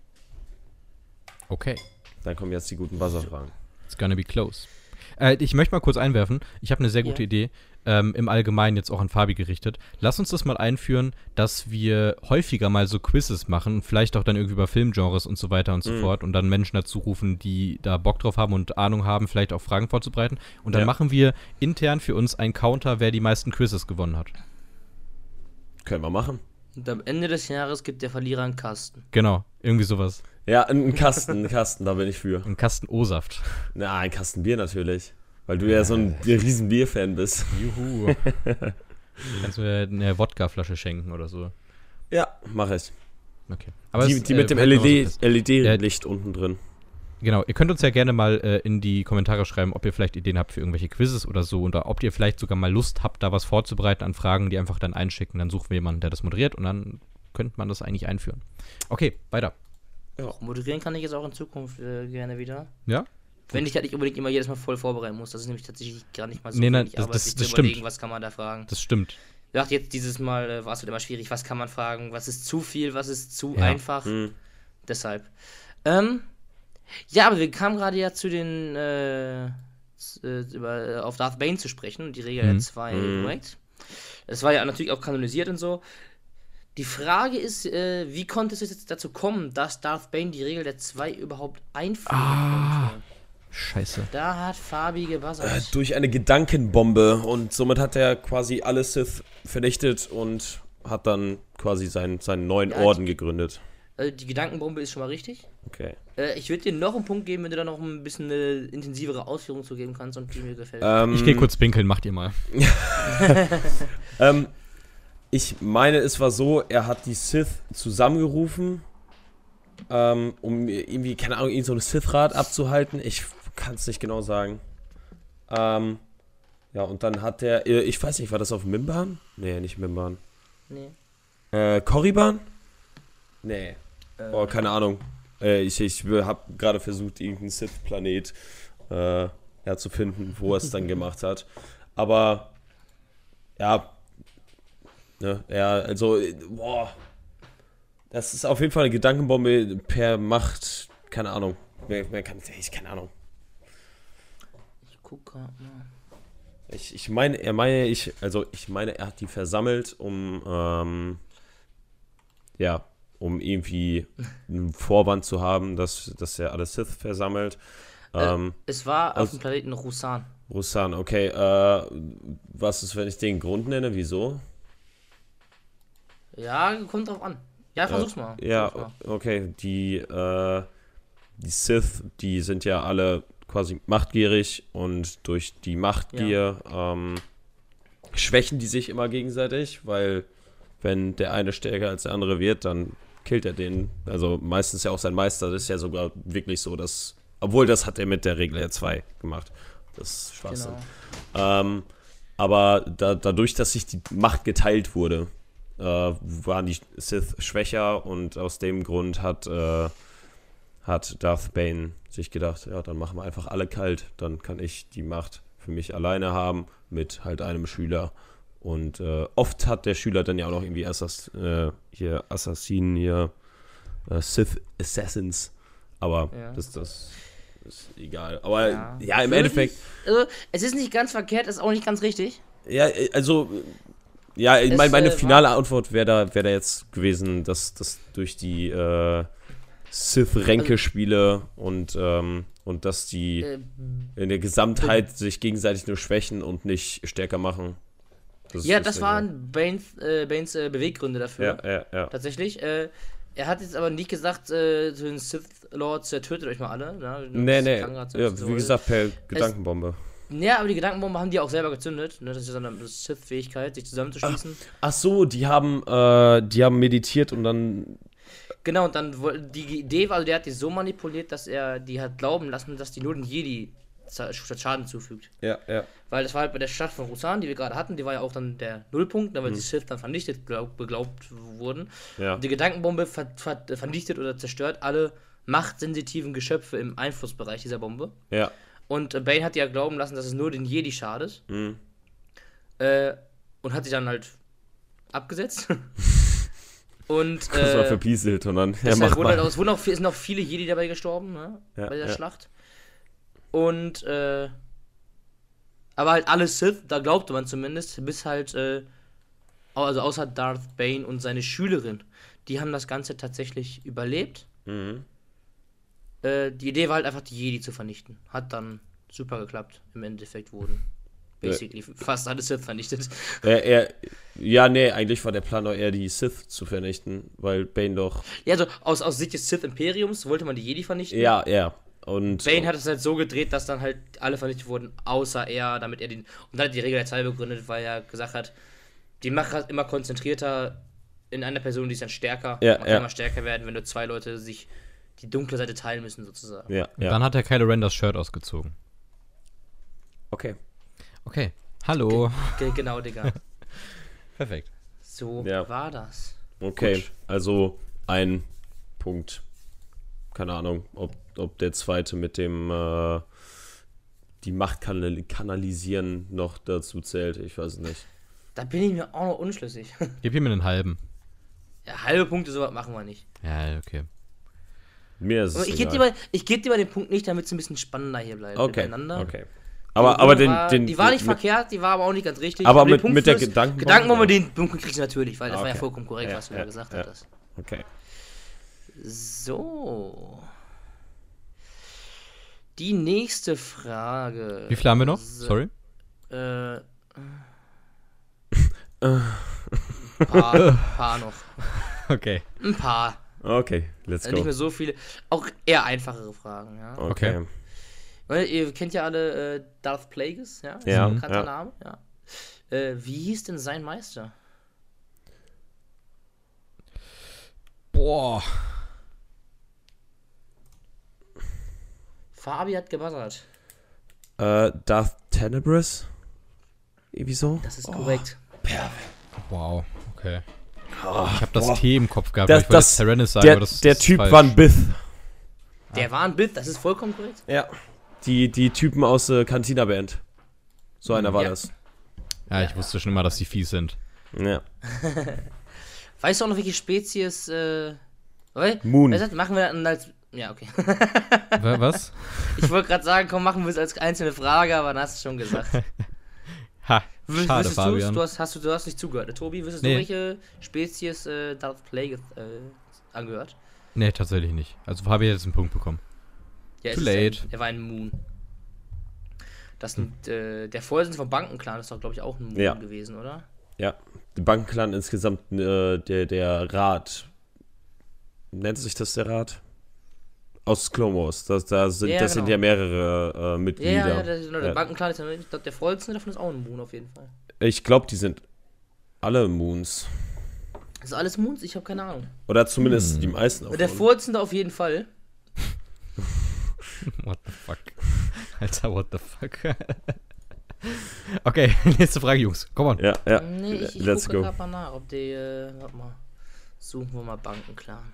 Okay. Dann kommen jetzt die guten Buzzer-Fragen. It's gonna be close. Äh, ich möchte mal kurz einwerfen. Ich habe eine sehr gute Ja. Idee. Ähm, Im Allgemeinen jetzt auch an Fabi gerichtet. Lass uns das mal einführen, dass wir häufiger mal so Quizzes machen, vielleicht auch dann irgendwie über Filmgenres und so weiter und so Mhm. fort und dann Menschen dazu rufen, die da Bock drauf haben und Ahnung haben, vielleicht auch Fragen vorzubereiten. Und dann Ja. machen wir intern für uns einen Counter, wer die meisten Quizzes gewonnen hat. Können wir machen. Und am Ende des Jahres gibt der Verlierer einen Kasten. Genau, irgendwie sowas. Ja, ein Kasten, ein Kasten, da bin ich für. Ein Kasten O-Saft. Na, ein Kasten Bier natürlich. Weil du ja so ein riesen Bier-Fan bist. Juhu. Kannst du mir eine Wodkaflasche schenken oder so. Ja, mach ich. Okay. Aber die es, die äh, mit dem wir halten mal so L E D fest. L E D-Licht unten drin. Genau, ihr könnt uns ja gerne mal äh, in die Kommentare schreiben, ob ihr vielleicht Ideen habt für irgendwelche Quizzes oder so oder ob ihr vielleicht sogar mal Lust habt, da was vorzubereiten an Fragen, die einfach dann einschicken. Dann suchen wir jemanden, der das moderiert und dann könnte man das eigentlich einführen. Okay, weiter. Moderieren kann ich jetzt auch in Zukunft äh, gerne wieder. Ja? Wenn ich halt nicht unbedingt immer jedes Mal voll vorbereiten muss. Das ist nämlich tatsächlich gar nicht mal so Nee, nein, wenig das- Arbeit, das- sich das zu überlegen, stimmt. was kann man da fragen. Das stimmt. Ich dachte jetzt dieses Mal äh, war es wird immer schwierig, was kann man fragen, was ist zu viel, was ist zu Ja. einfach. Hm. Deshalb. Ähm, ja, aber wir kamen gerade ja zu den äh, z- äh, über, äh, auf Darth Bane zu sprechen und die Regel Mhm. der zwei, Mhm. korrekt? Das war ja natürlich auch kanonisiert und so. Die Frage ist, äh, wie konnte es jetzt dazu kommen, dass Darth Bane die Regel der zwei überhaupt einführen Ah. konnte? Scheiße. Da hat Fabi Äh, gebuzzert. durch eine Gedankenbombe und somit hat er quasi alle Sith vernichtet und hat dann quasi seinen, seinen neuen Ja, Orden gegründet. Äh, die Gedankenbombe ist schon mal richtig. Okay. Äh, ich würde dir noch einen Punkt geben, wenn du da noch ein bisschen eine intensivere Ausführung zu geben kannst und die mir gefällt. Ähm, Ich gehe kurz pinkeln, macht ihr mal. Ähm, ich meine, es war so, er hat die Sith zusammengerufen, ähm, um irgendwie, keine Ahnung, irgend so eine Sith-Rat abzuhalten. Ich kann es nicht genau sagen. Ähm, ja, und dann hat er, äh, ich weiß nicht, war das auf Mimban? Nee, nicht Mimban. Nee. Äh, Korriban? Nee. Äh, Oh, keine Ahnung. Äh, ich ich habe gerade versucht, irgendeinen Sith-Planet äh, ja, zu finden, wo er es dann gemacht hat. Aber, ja, ne, ja, also, boah, das ist auf jeden Fall eine Gedankenbombe per Macht, keine Ahnung, mehr, mehr kann ich, keine Ahnung. Ich guck grad mal. Ich, ich meine, er meine, ich, also ich meine, er hat die versammelt, um, ähm, ja, um irgendwie einen Vorwand zu haben, dass, dass er alle Sith versammelt. Ähm, äh, es war aus- auf dem Planeten Rusan. Rusan, okay, äh, was ist, wenn ich den Grund nenne, wieso? Ja, kommt drauf an. Ja, versuch's mal. Ja, Versuch's mal. okay, die, äh, die Sith, die sind ja alle quasi machtgierig und durch die Machtgier ähm, schwächen die sich immer gegenseitig, weil wenn der eine stärker als der andere wird, dann killt er den. Also meistens ja auch sein Meister, das ist ja sogar wirklich so, dass, obwohl das hat er mit der Regel ja zwei gemacht. Das ist Schwachsinn. Genau. Ähm, aber da, dadurch, dass sich die Macht geteilt wurde, äh, waren die Sith schwächer und aus dem Grund hat, äh, hat Darth Bane sich gedacht, ja, dann machen wir einfach alle kalt, dann kann ich die Macht für mich alleine haben mit halt einem Schüler. Und äh, oft hat der Schüler dann ja auch noch irgendwie Assass äh, hier Assassinen, hier äh, Sith Assassins, aber Ja. das, das ist egal. Aber ja, Ja. im Würde Endeffekt, ich- Also, es ist nicht ganz verkehrt, ist auch nicht ganz richtig. ja, äh, also, äh, ja, ich Es, mein, meine äh, finale Antwort wäre da, wär da jetzt gewesen, dass das durch die äh, Sith-Ränkespiele und, ähm, und dass die Äh, in der Gesamtheit sich gegenseitig nur schwächen und nicht stärker machen. Das ja, ist das der waren Banes, äh, Banes äh, Beweggründe dafür. Grund. Ja, ja, ja. Tatsächlich. Äh, er hat jetzt aber nicht gesagt äh, zu den Sith Lords, äh, tötet euch mal alle. Ne? Nee, Das nee, klang grad so- ja, so- wie gesagt, per Gedankenbombe. Ja, aber die Gedankenbombe haben die auch selber gezündet. Ne? Das ist ja so eine Sith-Fähigkeit, sich zusammenzuschließen. Ach so, die haben, äh, die haben meditiert und dann, Genau, und dann woll- die Idee war, also der hat die so manipuliert, dass er die hat glauben lassen, dass die nur den Jedi za- Schaden zufügt. ja, ja, Weil das war halt bei der Schlacht von Rusan, die wir gerade hatten, die war ja auch dann der Nullpunkt, ne, weil die Sith dann vernichtet glaub, geglaubt wurden. ja, Und die Gedankenbombe ver ver vernichtet oder zerstört alle machtsensitiven Geschöpfe im Einflussbereich dieser Bombe. ja, Und äh, Bane hat ja glauben lassen, dass es nur den Jedi schadet. mhm. Äh, und hat sich dann halt abgesetzt. und Das war äh, verpieselt und dann, ja, das mach halt, wurde halt, mal. es wurden auch, es sind auch viele Jedi dabei gestorben, ne? Ja, bei der ja. Schlacht. Und, äh, aber halt alle Sith, da glaubte man zumindest, bis halt, äh, au- also außer Darth Bane und seine Schülerin, die haben das Ganze tatsächlich überlebt. Mhm. Äh, die Idee war halt einfach, die Jedi zu vernichten. Hat dann super geklappt. Im Endeffekt wurden basically fast alle Sith vernichtet. Er, er, ja, nee, eigentlich war der Plan doch eher, die Sith zu vernichten, weil Bane doch, Ja, also aus, aus Sicht des Sith-Imperiums wollte man die Jedi vernichten. ja, ja, und, Bane hat es halt so gedreht, dass dann halt alle vernichtet wurden, außer er, damit er den. Und dann hat die Regel der zwei begründet, weil er gesagt hat, die Macht ist immer konzentrierter in einer Person, die ist dann stärker. Ja, Man kann ja. immer stärker werden, wenn nur zwei Leute sich die dunkle Seite teilen müssen, sozusagen. ja, Und ja, dann hat er Kylo Ren das Shirt ausgezogen. okay, Okay. Hallo. Ge genau, Digga. Perfekt. So Ja. war das. okay, Gut. also ein Punkt, keine Ahnung, ob, ob der zweite mit dem, äh, die Macht kanal kanalisieren noch dazu zählt, ich weiß es nicht. Da bin ich mir auch noch unschlüssig. Gib ihm einen halben. Ja, halbe Punkte, sowas machen wir nicht. Ja, okay. Mir ist Aber es ich gebe dir, egal. mal- ich geb dir mal den Punkt nicht, damit es ein bisschen spannender hier bleibt. Okay, miteinander. okay. Aber, aber den, war, den, die war nicht den, verkehrt, die war aber auch nicht ganz richtig. Aber den mit- Punkt mit der fürs Gedankenbombe, Gedankenbombe, ja. den Punkt kriegst du natürlich, weil das war ja Okay. vollkommen korrekt, Ja, was du ja, da gesagt ja. hattest. okay. So. Die nächste Frage. Wie viele haben wir noch? So, Sorry. Äh. paar, paar noch. Okay. Ein paar. Okay, let's Also nicht go. mehr so viele. Auch eher einfachere Fragen, ja. Okay. Weil ihr kennt ja alle äh, Darth Plagueis, ja? Ist Ja, ein bekannter ja. Name, ja. Äh, wie hieß denn sein Meister? Boah. Fabi hat gebuzzert. Äh, Darth Tenebrous? Irgendwie so? Das ist korrekt. Wow. Okay. ich habe das T im Kopf gehabt, Das- weil ich wollte das- Tyrannus sagen, Der, aber das der ist Typ falsch. war ein Bith. Der war ein Bild, das ist vollkommen korrekt. Ja. Die, die Typen aus der Cantina Band. So einer war Ja. das. Ja, ich wusste schon immer, dass die fies sind. Ja. Weißt du auch noch, welche Spezies, äh, okay? Moon. Weißt du, machen wir dann als, ja, okay. Wa- Was? Ich wollte gerade sagen, komm, machen wir es als einzelne Frage, aber dann hast du schon gesagt. Ha, W- schade, wüsstest du's? Fabian. Du hast, hast du, du hast nicht zugehört, ne, Tobi? Wüsstest Nee. du, welche Spezies äh, Darth Plagueis äh, angehört? Nee, tatsächlich nicht. Also habe ich jetzt einen Punkt bekommen. Ja, Too es ist late. Ein, er war ein Moon. Das sind, äh, der Vorsitzende vom Bankenclan ist doch, glaube ich, auch ein Moon Ja. gewesen, oder? Ja. Der Bankenclan insgesamt, äh, der, der Rat. Nennt sich das der Rat? Aus Clone Wars. Das, da sind, Ja, das sind genau. ja mehrere äh, Ja, Mitglieder. ja, ja, der, der Ja. Bankenclan ist ja, ich glaube, der Vorsitzende davon ist auch ein Moon auf jeden Fall. Ich glaube, die sind alle Moons. Das ist alles Moons? Ich habe keine Ahnung. Oder zumindest Hm. die meisten davon. Der Vorsitzende auf jeden Fall. What the fuck? Alter, what the fuck? Okay, nächste Frage, Jungs. Komm on. Ja, ja. Nee, ich, ich Let's gucke go. gerade mal nach, ob die, äh, warte mal. Suchen wir mal Bankenclan.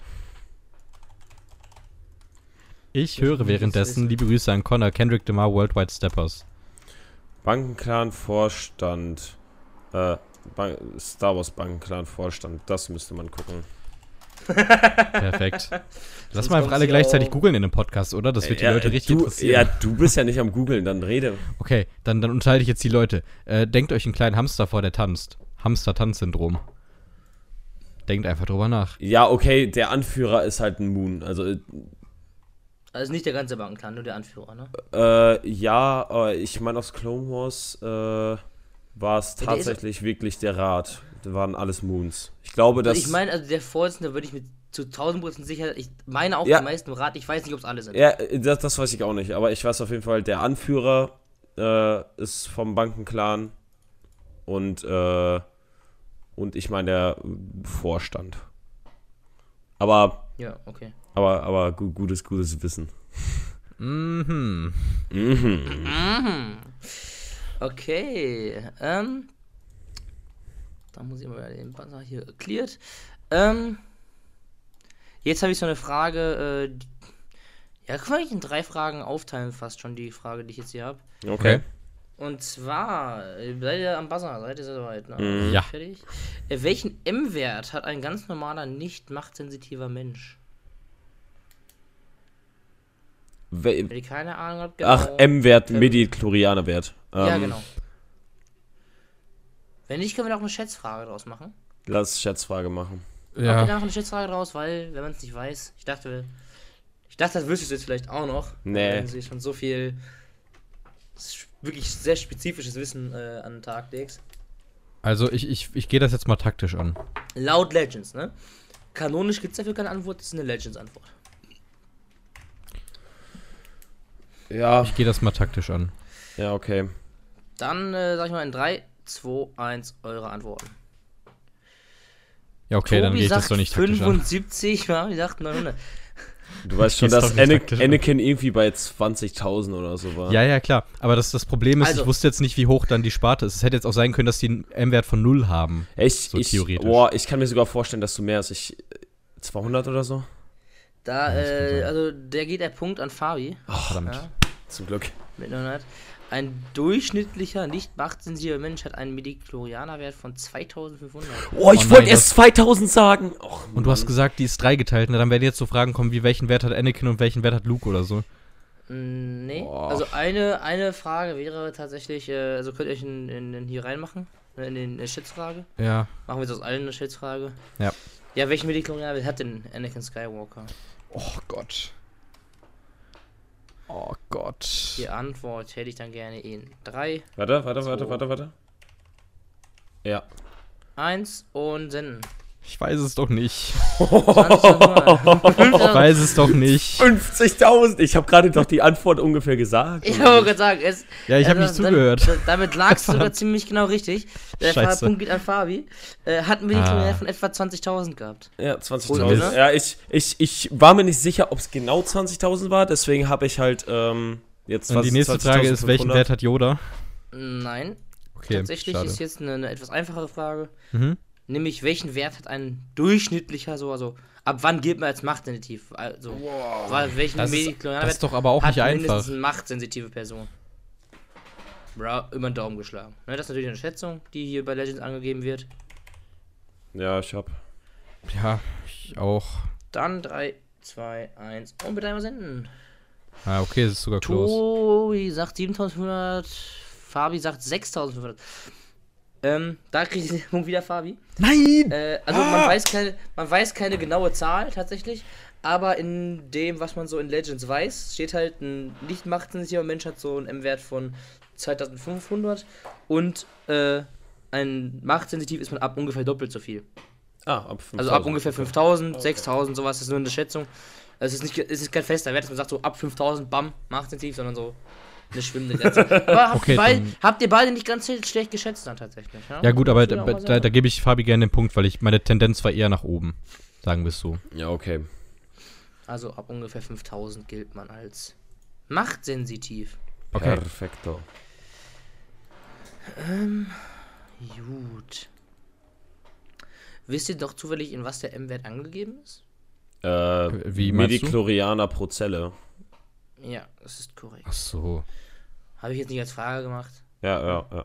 Ich höre währenddessen liebe Grüße an Connor, Kendrick Lamar, Worldwide Steppers. Bankenclan-Vorstand. Äh, Ban Star Wars Bankenclan-Vorstand. Das müsste man gucken. Perfekt. Lass Sonst mal einfach kommt alle sie gleichzeitig auch- googeln in dem Podcast, oder? Das wird die Ja, Leute richtig du, interessieren. Ja, du bist ja nicht am Googeln, dann rede. Okay, dann, dann unterhalte ich jetzt die Leute. Äh, denkt euch einen kleinen Hamster vor, der tanzt. Hamster-Tanz-Syndrom. Denkt einfach drüber nach. Ja, okay, der Anführer ist halt ein Moon. Also, äh, Also nicht der ganze Bankenclan, nur der Anführer, ne? äh, ja, aber ich meine, aus Clone Wars äh, war es der ist- tatsächlich wirklich der Rat. Das waren alles Moons. Ich glaube, dass. Ich meine, also der Vorsitzende würde ich mit zu tausend Prozent sicher, ich meine auch Ja. die meisten im Rat, ich weiß nicht, ob es alle sind. Ja, das, das weiß ich auch nicht, aber ich weiß auf jeden Fall, der Anführer äh, ist vom Bankenclan und, äh, und ich meine der Vorstand. Aber, Ja, okay. aber, aber gu gutes, gutes Wissen. Mhm. Mhm. Okay, ähm. Da muss ich mal den Buzzer hier cleared. Ähm. Jetzt habe ich so eine Frage, äh, die, ja, kann ich in drei Fragen aufteilen, fast schon die Frage, die ich jetzt hier habe. Okay. Und zwar, äh, seid ihr am Buzzer, seid ihr soweit, ne? Mhm. Ja. Fertig? Äh, welchen M-Wert hat ein ganz normaler, nicht machtsensitiver Mensch? We Wenn ihr keine Ahnung habt, Ach, M-Wert, Können- Midi-Chlorianer-Wert. Ähm, Ja, genau. Wenn nicht, können wir da auch eine Schätzfrage draus machen. Lass Schätzfrage machen. Machen wir da Ja. noch eine Schätzfrage draus, weil, wenn man es nicht weiß, ich dachte, ich dachte, das wüsstest du jetzt vielleicht auch noch. Nee. Wenn sie schon so viel s- wirklich sehr spezifisches Wissen äh, an den Tag legst. Also ich, ich, ich gehe das jetzt mal taktisch an. Laut Legends, ne? Kanonisch gibt es dafür keine Antwort, das ist eine Legends-Antwort. Ja, Ich gehe das mal taktisch an. ja, okay. Dann äh, sag ich mal in drei, zwei, eins eure Antworten. Ja, okay, dann Tobi gehe ich das sagt doch nicht taktisch an. fünfundsiebzig, ja, ich dachte neunhundert. Du weißt schon, Geht's dass doch nicht Ana taktisch an. Anakin irgendwie bei zwanzigtausend oder so war. Ja, ja, klar. Aber das, das Problem ist, Also- ich wusste jetzt nicht, wie hoch dann die Sparte ist. Es hätte jetzt auch sein können, dass die einen M-Wert von null haben. Ich, So ich, theoretisch. boah, ich kann mir sogar vorstellen, dass du mehr als ich. zweihundert oder so? Da, Ja, das kann äh, sein. also der geht der Punkt an Fabi. Verdammt. Ja, Zum Glück. mit neunhundert. Ein durchschnittlicher, nicht machtsensitiver Mensch hat einen Midi-Chlorianer-Wert von zweitausendfünfhundert. Oh, ich Oh wollte nein, erst zweitausend sagen. Och, Und du hast Mann. gesagt, die ist dreigeteilt. Na, dann werden jetzt so Fragen kommen, wie welchen Wert hat Anakin und welchen Wert hat Luke oder so. Mm, Nee, Boah. also eine, eine Frage wäre tatsächlich, äh, also könnt ihr euch in, in, in hier reinmachen, ne, in den äh, Schätzfrage. Ja. Machen wir jetzt aus allen eine Schätzfrage. Ja. Ja, welchen Midi-Chlorianer hat denn Anakin Skywalker? Oh Gott. Oh Gott. Die Antwort hätte ich dann gerne in drei, Warte, warte, warte, So. warte, warte. Ja. eins und senden. Ich weiß es doch nicht. zwanzig, Ich weiß es doch nicht. fünfzigtausend. Ich habe gerade doch die Antwort ungefähr gesagt. Ich wollte gerade sagen, es, Ja, ich habe nicht also, dann- zugehört. da- Damit lagst du sogar ziemlich genau richtig. Der Scheiße. Punkt geht an Fabi. Äh, hatten wir die Ah. Chlorianer von etwa zwanzigtausend gehabt. Ja, zwanzigtausend. Cool, ne? Ja, ich, ich, ich war mir nicht sicher, ob es genau zwanzigtausend war, deswegen habe ich halt ähm, jetzt Und die nächste Frage ist, welchen Wert zwanzigtausendfünfhundert. hat Yoda? Nein, Okay, tatsächlich schade. ist jetzt eine, eine etwas einfachere Frage. Mhm. Nämlich, welchen Wert hat ein durchschnittlicher, so, also, ab wann gilt man als machtsensitiv? Also, Wow. weil welchen Das ist, Mediklorianer das ist doch aber auch hat nicht mindestens einfach. eine machtsensitive Person? Bro, über den Daumen geschlagen. Ne, das ist natürlich eine Schätzung, die hier bei Legends angegeben wird. Ja, ich hab. Ja, ich auch. Dann drei, zwei, eins und bitte einmal senden. Ah, okay, es ist sogar close. Tobi sagt siebentausendfünfhundert, Fabi sagt sechstausendfünfhundert. Ähm, da kriege ich den Punkt wieder, Fabi. Nein! Äh, also man weiß keine, man weiß keine genaue Zahl tatsächlich, aber in dem, was man so in Legends weiß, steht halt ein nicht machtsensitiver Mensch hat so einen M-Wert von zweitausendfünfhundert und äh, ein machtsensitiv ist man ab ungefähr doppelt so viel. Ah, ab fünftausend. Also ab ungefähr fünftausend, okay. sechstausend, sowas, das ist nur eine Schätzung. Also es ist, nicht, es ist kein fester Wert, dass man sagt so ab fünftausend, bam, machtsensitiv, sondern so eine schwimmende Grenze. Aber habt, Okay, ihr beide, dann- habt ihr beide nicht ganz schlecht geschätzt dann tatsächlich, ja? Ja gut, aber Muss ich da, auch mal da, sagen. da gebe ich Fabi gerne den Punkt, weil ich meine Tendenz war eher nach oben. Sagen wir es so. Ja, okay. Also ab ungefähr fünftausend gilt man als machtsensitiv. Okay. Perfekto. Ähm, gut. Wisst ihr doch zufällig, in was der M-Wert angegeben ist? Äh, Wie meinst du? Mediklorianer pro Zelle. Ja, das ist korrekt. Ach so. Habe ich jetzt nicht als Frage gemacht. Ja, ja, ja.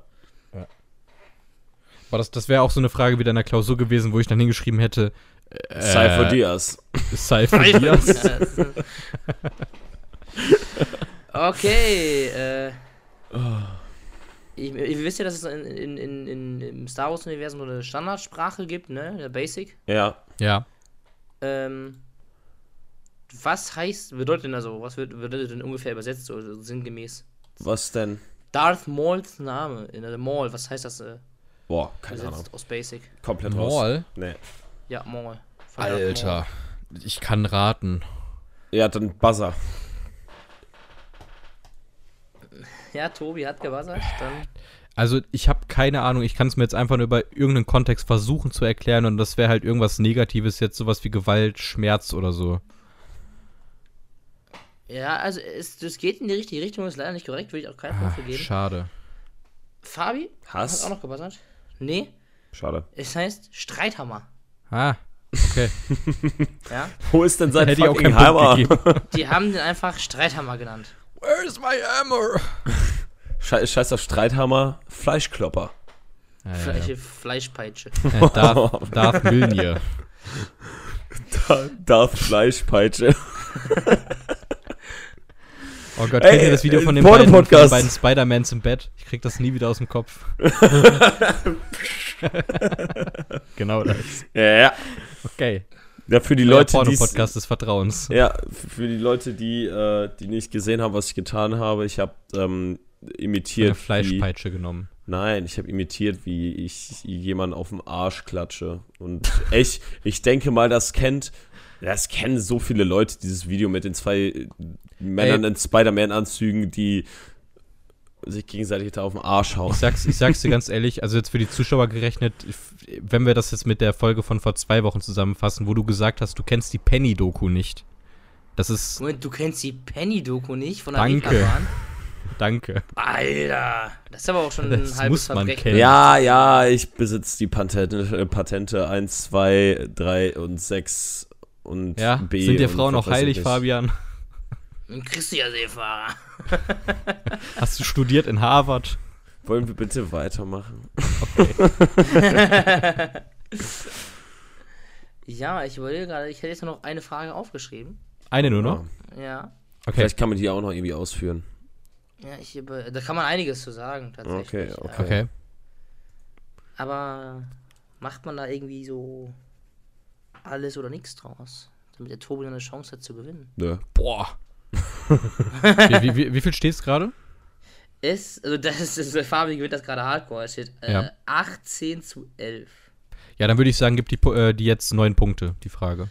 Aber das, das wäre auch so eine Frage wieder in der Klausur gewesen, wo ich dann hingeschrieben hätte. Äh, Cypher Diaz. Cypher Diaz. Okay, äh. Ich, ihr wisst ja, dass es in, in, in, in, im Star Wars-Universum so eine Standardsprache gibt, ne? Der Basic. Ja. Ja. Ähm. Was heißt, bedeutet denn also, was wird, bedeutet denn ungefähr übersetzt, so, so sinngemäß? Was denn? Darth Mauls Name, in der Maul, was heißt das? Äh, Boah, keine Ahnung. übersetzt aus Basic. Komplett raus. Maul? Nee. Ja, Maul. Von Darth Alter. Ich kann raten. Ja, dann Buzzer. Maul. Ja, Tobi hat gewassert, dann. Also ich habe keine Ahnung, ich kann es mir jetzt einfach nur über irgendeinen Kontext versuchen zu erklären und das wäre halt irgendwas Negatives, jetzt sowas wie Gewalt, Schmerz oder so. Ja, also es, es geht in die richtige Richtung, ist leider nicht korrekt, würde ich auch keinen Punkt Ah, für geben. schade. Fabi Hass? hat auch noch gewassert. Nee, Schade. es heißt Streithammer. Ah, okay. Ja, Wo ist denn sein Hätte ich auch fucking keinen Punkt Hammer? gegeben. die haben den einfach Streithammer genannt. Where's my hammer? Scheiß, scheiß auf Streithammer, Fleischklopper. Ja, ja, Fleisch, ja. Fleischpeitsche. Äh, Darth, Darth Milnier. Darth Fleischpeitsche. Oh Gott, Ey, kennt ihr das Video äh, von den beiden, von den Porno-Podcast. beiden Spider-Mans im Bett? Ich krieg das nie wieder aus dem Kopf. Genau das. Ja, ja. Okay. Ja, für die Der Leute, die Porno-Podcast des Vertrauens. ja, für die Leute, die, äh, die nicht gesehen haben, was ich getan habe, ich habe ähm, Eine imitiert, wie, Fleischpeitsche genommen. nein, ich habe imitiert, wie ich jemanden auf den Arsch klatsche. Und echt, ich denke mal, das kennt, das kennen so viele Leute, dieses Video mit den zwei Männern Ey. in Spider-Man-Anzügen, die sich gegenseitig da auf den Arsch hauen. Ich sag's, ich sag's dir ganz ehrlich, also jetzt für die Zuschauer gerechnet, wenn wir das jetzt mit der Folge von vor zwei Wochen zusammenfassen, wo du gesagt hast, du kennst die Penny-Doku nicht. Das ist, Moment, du kennst die Penny-Doku nicht von der Danke. Reeperbahn? danke. Alter, das ist aber auch schon ein Das halbes muss man Verbrechen. kennen. Ja, ja, ich besitze die Patente, äh, Patente eins, zwei, drei und sechs und Ja, B. sind dir und Frauen was auch weiß ich heilig, nicht. Fabian? Ein christlicher Seefahrer. Hast du studiert in Harvard? Wollen wir bitte weitermachen? Ja, ich überlege gerade, ich hätte jetzt nur noch eine Frage aufgeschrieben. Eine nur noch? Ja. Ja. Okay. Vielleicht kann man die auch noch irgendwie ausführen. Ja, ich über, da kann man einiges zu sagen, tatsächlich. Okay, okay. Okay. Äh, aber macht man da irgendwie so alles oder nichts draus, damit der Tobi eine Chance hat zu gewinnen? Nö. Boah. wie, wie, wie, wie viel steht's gerade? Es, also das ist, der Fabi gewinnt das gerade hardcore, es steht äh, Ja. achtzehn zu elf. Ja, dann würde ich sagen, gib die, Pu- äh, die jetzt neun Punkte, die Frage.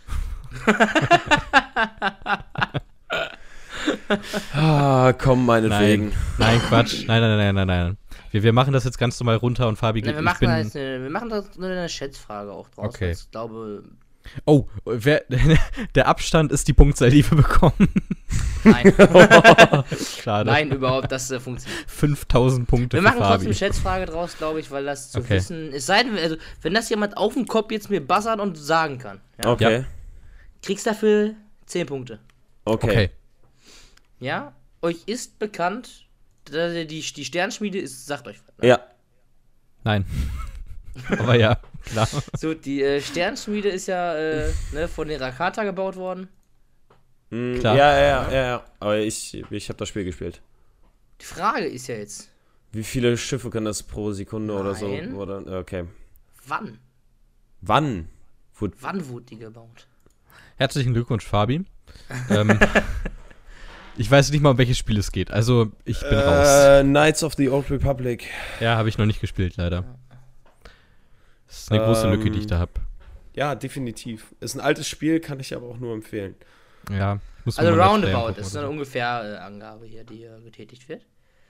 Ah, komm, meinetwegen. Nein, nein, Quatsch. Nein, nein, nein, nein, nein. Wir, wir machen das jetzt ganz normal runter und Fabi Ne, gibt. wir, Ich machen bin, da jetzt eine, wir machen da nur eine Schätzfrage auch draus. Okay. weil Ich glaube, Oh, wer, der Abstand ist die Punktzahl, die wir bekommen. Nein. Schade. Nein, überhaupt, das äh, funktioniert. fünftausend Punkte Wir für machen trotzdem Fabi. Schätzfrage draus, glaube ich, weil das zu Okay. wissen. Es sei denn, also, wenn das jemand auf den Kopf jetzt mir buzzern und sagen kann, ja, Okay. kriegst dafür zehn Punkte. Okay. Okay. Ja? Euch ist bekannt, dass die, die Sternschmiede ist, sagt euch was. Ne? Ja. Nein. Aber ja, klar. So, die äh, Sternschmiede ist ja äh, ne, von den Rakata gebaut worden. Mm, Klar. Ja, ja, ja, ja, ja. Aber ich, ich habe das Spiel gespielt. Die Frage ist ja jetzt, Wie viele Schiffe kann das pro Sekunde oder so? Nein. Oder, okay. wann? Wann? Wurde Wann wurde die gebaut? Herzlichen Glückwunsch, Fabi. ähm, ich weiß nicht mal, um welches Spiel es geht. Also, ich bin raus. äh, Knights of the Old Republic. Ja, habe ich noch nicht gespielt, leider. Das ist eine große Lücke, die ich da habe. Ja, definitiv. Ist ein altes Spiel, kann ich aber auch nur empfehlen. Ja, ich muss Also mir mal das roundabout angucken ist oder eine so. ungefähr äh, Angabe hier, die äh, getätigt wird.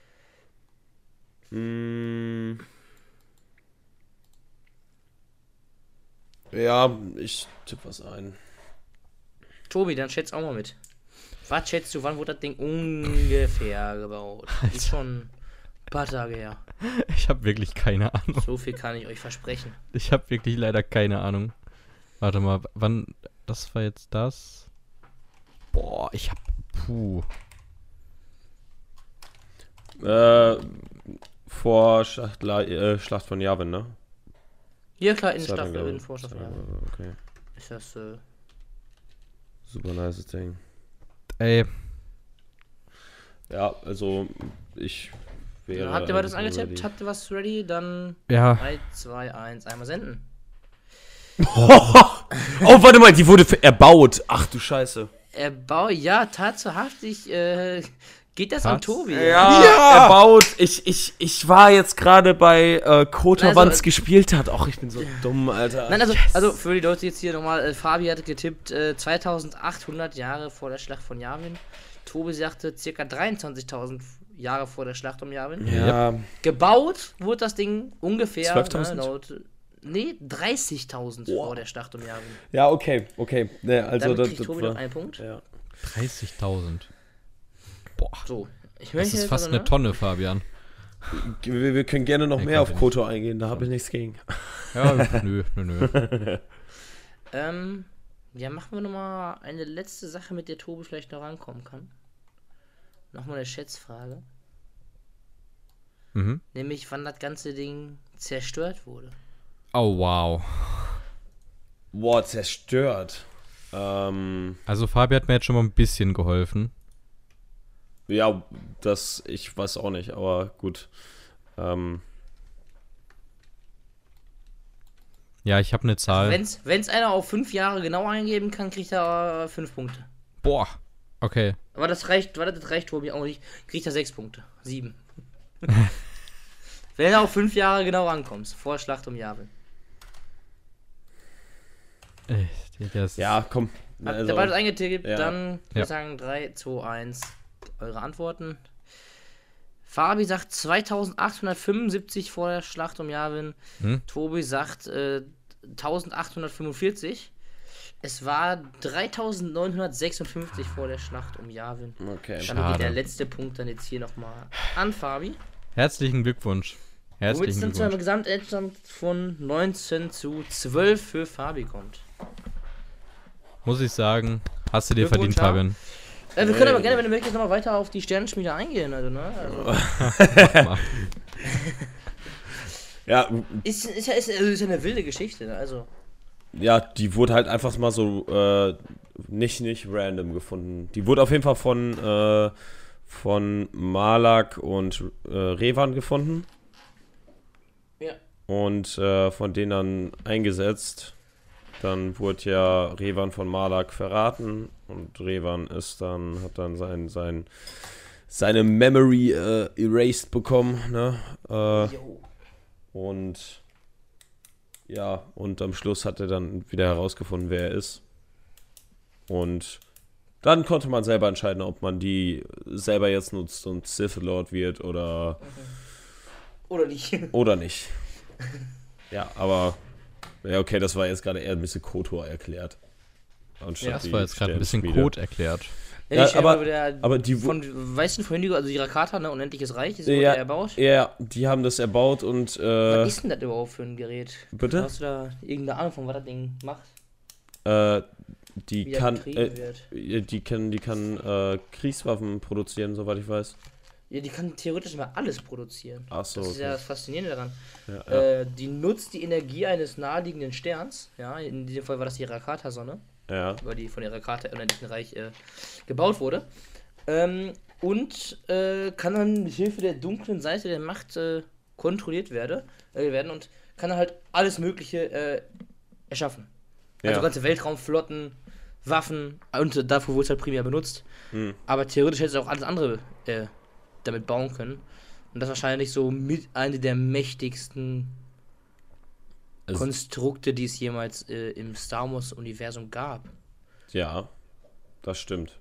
Mm. Ja, ich tippe was ein. Tobi, dann schätz auch mal mit. Was schätzt du, wann wurde das Ding ungefähr gebaut? Ist schon ein paar Tage her. Ich habe wirklich keine Ahnung. So viel kann ich euch versprechen. Ich habe wirklich leider keine Ahnung. Warte mal, wann. Das war jetzt das. Boah, ich hab. Puh. Äh, vor Schlacht, äh, Schlacht von Yavin, ne? Hier klar, in Das hat dann, Staffel, glaub in ich- Vorstaffel, ja. Okay. Ist das, äh, Super nice Ding. Ey, Ja, also ich wäre. habt ihr was eigentlich angetippt? ready. Habt ihr was ready? Dann ja. drei, zwei, eins, einmal senden. Oh, warte mal, die wurde f- erbaut. Ach du Scheiße. Erbau, ja, tatsächlich, äh, geht das an Tats- Tobi? Ja, erbaut. Ich, ich, ich war jetzt gerade bei äh, Kota, Also, wann es gespielt hat. Ach, ich bin so dumm, Alter. Nein, also, also für die Leute jetzt hier nochmal, äh, Fabi hatte getippt, äh, zweitausendachthundert Jahre vor der Schlacht von Yavin. Tobi sagte circa dreiundzwanzigtausend Jahre vor der Schlacht um Yavin. Ja, Gebaut wurde das Ding ungefähr, zwölftausend? Ne, laut, nee, dreißigtausend Boah. vor der Schlacht um Yavin. ja, okay, okay. Ne, also Damit das, kriegt das Tobi war, noch einen Punkt. ja. dreißigtausend. Boah. So, ich Das möchte ist jetzt fast also, eine ne? Tonne, Fabian. Wir, wir können gerne noch Nee, mehr auf kann ich Koto eingehen, da habe ich nichts gegen. Ja, nö, nö, nö. Ähm, ja, machen wir nochmal eine letzte Sache, mit der Tobi vielleicht noch rankommen kann. Nochmal eine Schätzfrage. Mhm. Nämlich, wann das ganze Ding zerstört wurde. Oh, wow. Boah, zerstört. Ähm, Also, Fabi hat mir jetzt schon mal ein bisschen geholfen. ja, das, ich weiß auch nicht, aber gut. Ähm, Ja, ich habe eine Zahl. Wenn's, wenn's einer auf fünf Jahre genau eingeben kann, kriegt er äh, fünf Punkte. Boah. Okay. Aber das reicht, warte, das reicht Tobi auch nicht. Kriegt er sechs Punkte. Sieben. Wenn du auf fünf Jahre genau rankommst, vor Schlacht um Yavin. Äh, das ja, komm. Habt Also, ihr beides eingetippt, ja. dann würde Ja. ich sagen drei, zwei, eins, eure Antworten. Fabi sagt zweitausendachthundertfünfundsiebzig vor der Schlacht um Yavin. Hm? Tobi sagt äh, eintausendachthundertfünfundvierzig. Es war dreitausendneunhundertsechsundfünfzig vor der Schlacht um Yavin. okay. Dann Schade. geht der letzte Punkt dann jetzt hier nochmal an Fabi. Herzlichen Glückwunsch. Womit es Herzlichen dann zu einem Glückwunsch. Gesamtendstand von neunzehn zu zwölf für Fabi kommt. Muss ich sagen, hast du dir Glückwunsch, verdient, ja. Fabian. Äh, wir können Äh, aber gerne, wenn du möchtest, nochmal weiter auf die Sternenschmiede eingehen. Also, ne? Also, Mach mal. Ja, ist, ist, ja, ist, also ist ja eine wilde Geschichte. Ne? Also, ja, die wurde halt einfach mal so äh, nicht, nicht random gefunden. Die wurde auf jeden Fall von, äh, von Malak und äh, Revan gefunden. ja. Und äh, von denen dann eingesetzt. Dann wurde ja Revan von Malak verraten und Revan ist dann, hat dann sein, sein, seine Memory äh, erased bekommen, ne? Äh, Jo. und ja, und am Schluss hat er dann wieder herausgefunden, wer er ist. Und dann konnte man selber entscheiden, ob man die selber jetzt nutzt und Sith Lord wird oder, Oder nicht. oder nicht. Ja, aber Ja, okay, das war jetzt gerade eher ein bisschen KOTOR erklärt. Ja, das war jetzt gerade ein bisschen Code erklärt. Ja, Ja, aber, der, aber die von, weißt du, von Indigo, also die Rakata, ne, Unendliches Reich, ist ja, ja, erbaut? Ja, die haben das erbaut und, äh, Was ist denn das überhaupt für ein Gerät? Bitte? Hast du da irgendeine Ahnung von, was das Ding macht? äh, die Wie kann, er äh, betrieben wird? die kann, die kann, äh, Kriegswaffen produzieren, soweit ich weiß. Ja, die kann theoretisch mal alles produzieren. Ach so, Das ist okay. ja das Faszinierende daran. Ja, ja. Äh, die nutzt die Energie eines naheliegenden Sterns, ja, in diesem Fall war das die Rakata-Sonne, ja. weil die von der Rakata im Unendlichen Reich äh, gebaut wurde. Ähm, und äh, kann dann mit Hilfe der dunklen Seite der Macht äh, kontrolliert werde, äh, werden und kann dann halt alles Mögliche äh, erschaffen. Also Ja. ganze Weltraumflotten, Waffen, und dafür wurde es halt primär benutzt. Hm. Aber theoretisch hätte es auch alles andere äh, damit bauen können. Und das wahrscheinlich so mit eine der mächtigsten Also- Konstrukte, die es jemals äh, im Star Wars-Universum gab. Ja, das stimmt.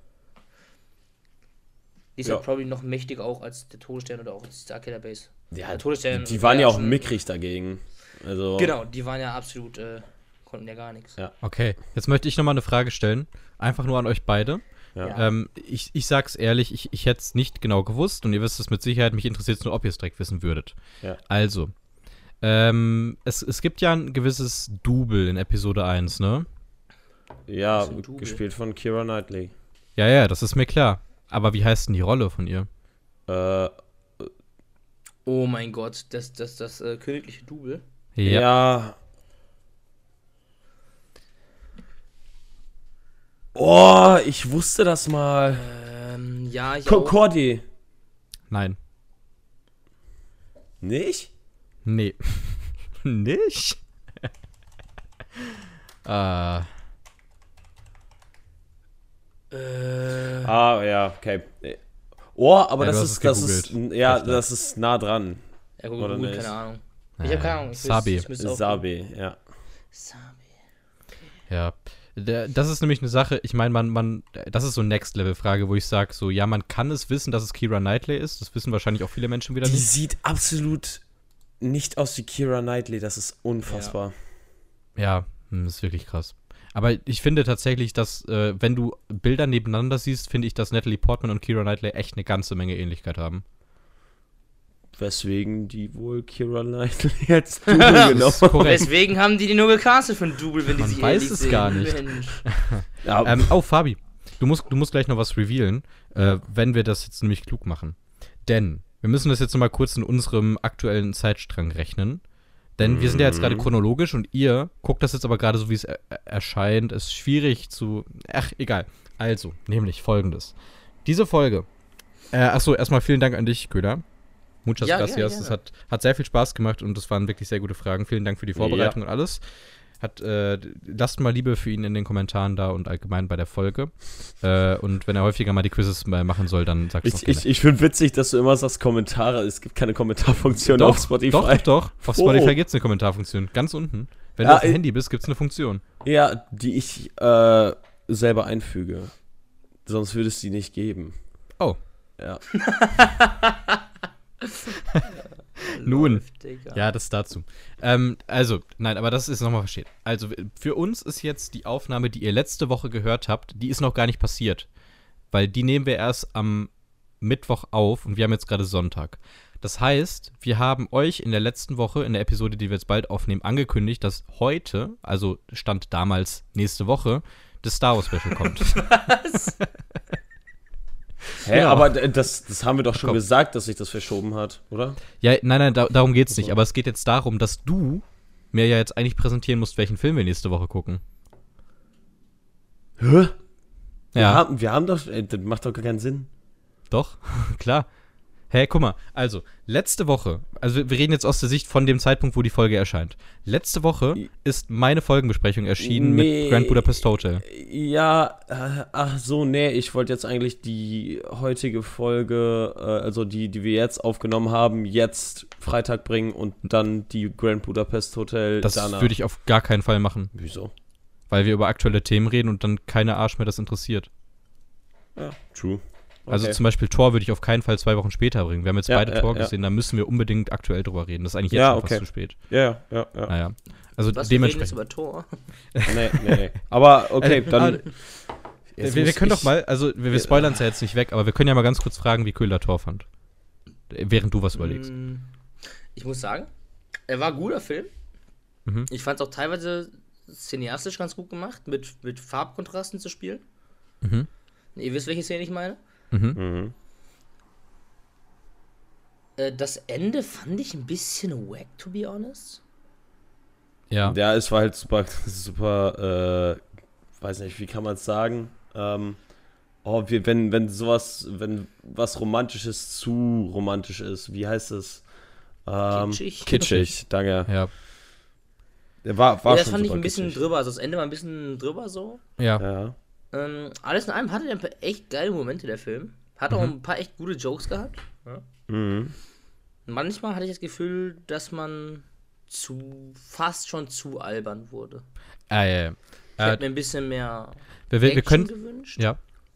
Ist Ja. ja probably noch mächtiger auch als der Todesstern oder auch die Starkiller Base. Ja, Der Todesstern die war waren ja auch schon- mickrig dagegen. Also, Genau, die waren ja absolut, äh, konnten ja gar nichts. Ja. Okay, jetzt möchte ich nochmal eine Frage stellen. Einfach nur an euch beide. Ja. Ja. Ähm, ich, ich sag's ehrlich, ich, ich hätte es nicht genau gewusst und ihr wisst es mit Sicherheit, mich interessiert es nur, ob ihr es direkt wissen würdet. Ja. Also, ähm, es, es gibt ja ein gewisses Double in Episode eins, ne? Ja, Das ist ein Double. gespielt von Keira Knightley. Ja, ja, das ist mir klar. Aber wie heißt denn die Rolle von ihr? Äh, Oh mein Gott, das, das, das äh, königliche Double. ja. Oh, ich wusste das mal. Ähm, ja, ich Co- auch. Cordy. Nein. Nicht? Nee. Nicht? ah. Äh, Ah, ja, okay. Oh, aber Ja, du das hast ist, es das ist, gegoogelt. ja, Recht, ja. das ist nah dran. ja, gut, oder gut, nicht? keine Ahnung. Ich habe keine Ahnung. Ich Sabi. müsste- ich müsste auch- Sabi, ja. Sabi. Ja, der, das ist nämlich eine Sache, ich meine, man, man, das ist so eine Next-Level-Frage, wo ich sage, so, ja, man kann es wissen, dass es Keira Knightley ist, das wissen wahrscheinlich auch viele Menschen wieder Die nicht. sieht absolut nicht aus wie Keira Knightley, das ist unfassbar. Ja, hm, das ist wirklich krass. Aber ich finde tatsächlich, dass, äh, wenn du Bilder nebeneinander siehst, finde ich, dass Natalie Portman und Keira Knightley echt eine ganze Menge Ähnlichkeit haben. Weswegen die wohl Keira Knightley als Double genommen ist korrekt. Deswegen haben die die nur gecastet für ein Double, wenn die Man sich weiß ähnlich es sehen. gar nicht. Mensch. Ja, Ähm, oh, Fabi, du musst, du musst gleich noch was revealen, äh, wenn wir das jetzt nämlich klug machen. Denn wir müssen das jetzt noch mal kurz in unserem aktuellen Zeitstrang rechnen. Denn wir sind ja jetzt gerade chronologisch und ihr guckt das jetzt aber gerade so, wie es er erscheint. Ist schwierig zu. Ach, egal. Also, nämlich folgendes. Diese Folge. Äh, achso, erstmal vielen Dank an dich, Köder. Muchas Ja, gracias. gerne, Das gerne. hat, hat sehr viel Spaß gemacht und das waren wirklich sehr gute Fragen. Vielen Dank für die Vorbereitung und alles. Hat, äh, lasst mal Liebe für ihn in den Kommentaren da und allgemein bei der Folge. Äh, und wenn er häufiger mal die Quizzes mal machen soll, dann sag's doch ich gerne. ich, ich finde witzig, dass du immer sagst Kommentare. Es gibt keine Kommentarfunktion Doch, auf Spotify. Doch, doch, doch. Auf Wo? Spotify gibt es eine Kommentarfunktion. Ganz unten. Wenn Ja, du auf dem ich- Handy bist, gibt es eine Funktion. Ja, die ich äh, selber einfüge. Sonst würde es die nicht geben. Oh. Ja. Nun. Läuft, Digga. Ja, das dazu. Ähm, also, nein, aber das ist nochmal versteht. Also, für uns ist jetzt die Aufnahme, die ihr letzte Woche gehört habt, die ist noch gar nicht passiert. Weil die nehmen wir erst am Mittwoch auf und wir haben jetzt gerade Sonntag. Das heißt, wir haben euch in der letzten Woche, in der Episode, die wir jetzt bald aufnehmen, angekündigt, dass heute, also stand damals nächste Woche, das Star Wars Special kommt. Was? Hä, Ja. aber d- das, das haben wir doch schon Komm. gesagt, dass sich das verschoben hat, oder? Ja, nein, nein, da, darum geht's nicht. Aber es geht jetzt darum, dass du mir ja jetzt eigentlich präsentieren musst, welchen Film wir nächste Woche gucken. Hä? Wir, Ja, haben, wir haben doch, ey, das macht doch gar keinen Sinn. doch, klar. Hä, guck mal, also, letzte Woche, also wir reden jetzt aus der Sicht von dem Zeitpunkt, wo die Folge erscheint. Letzte Woche ist meine Folgenbesprechung erschienen Nee. mit Grand Budapest Hotel. Ja, äh, ach so, nee, ich wollte jetzt eigentlich die heutige Folge, äh, also die, die wir jetzt aufgenommen haben, jetzt Freitag bringen und dann die Grand Budapest Hotel Das danach. würde ich auf gar keinen Fall machen, Wieso? weil wir über aktuelle Themen reden und dann keiner Arsch mehr das interessiert. Ja, true. Also Okay. zum Beispiel Thor würde ich auf keinen Fall zwei Wochen später bringen. Wir haben jetzt Ja, beide ja, Thor ja. gesehen, da müssen wir unbedingt aktuell drüber reden. Das ist eigentlich jetzt Ja, schon okay. fast zu spät. Ja, ja, ja. Naja. Also Was, wir reden jetzt dementsprechend. über Tor? Nee, nee, nee. Aber okay, Äh, dann. ah, Jetzt wir, wir muss können ich- doch mal, also wir, wir spoilern es ja jetzt nicht weg, aber wir können ja mal ganz kurz fragen, wie Köhler Thor fand. Während du was überlegst. Mm, Ich muss sagen, er war ein guter Film. Mhm. Ich fand es auch teilweise cineastisch ganz gut gemacht, mit, mit Farbkontrasten zu spielen. Mhm. Ihr wisst, welche Szene ich meine. Mhm. Mhm. Äh, Das Ende fand ich ein bisschen wack, to be honest. Ja. Ja, es war halt super, super, äh, weiß nicht, wie kann man es sagen? Ähm, oh, wir, wenn, wenn sowas, wenn was Romantisches zu romantisch ist, wie heißt es? Ähm, Kitschig. Kitschig, danke. Ja. Der war, war Ja, das schon fand ich super ein bisschen kitschig. drüber. Also das Ende war ein bisschen drüber so. Ja. Ja. Ähm, alles in allem hatte er ein paar echt geile Momente, der Film. Hat auch ein paar echt gute Jokes gehabt. Mhm. Manchmal hatte ich das Gefühl, dass man zu fast schon zu albern wurde. Ah, ja, ja. Ich Äh, hätte mir ein bisschen mehr wir, wir, wir Action können. gewünscht. Ja.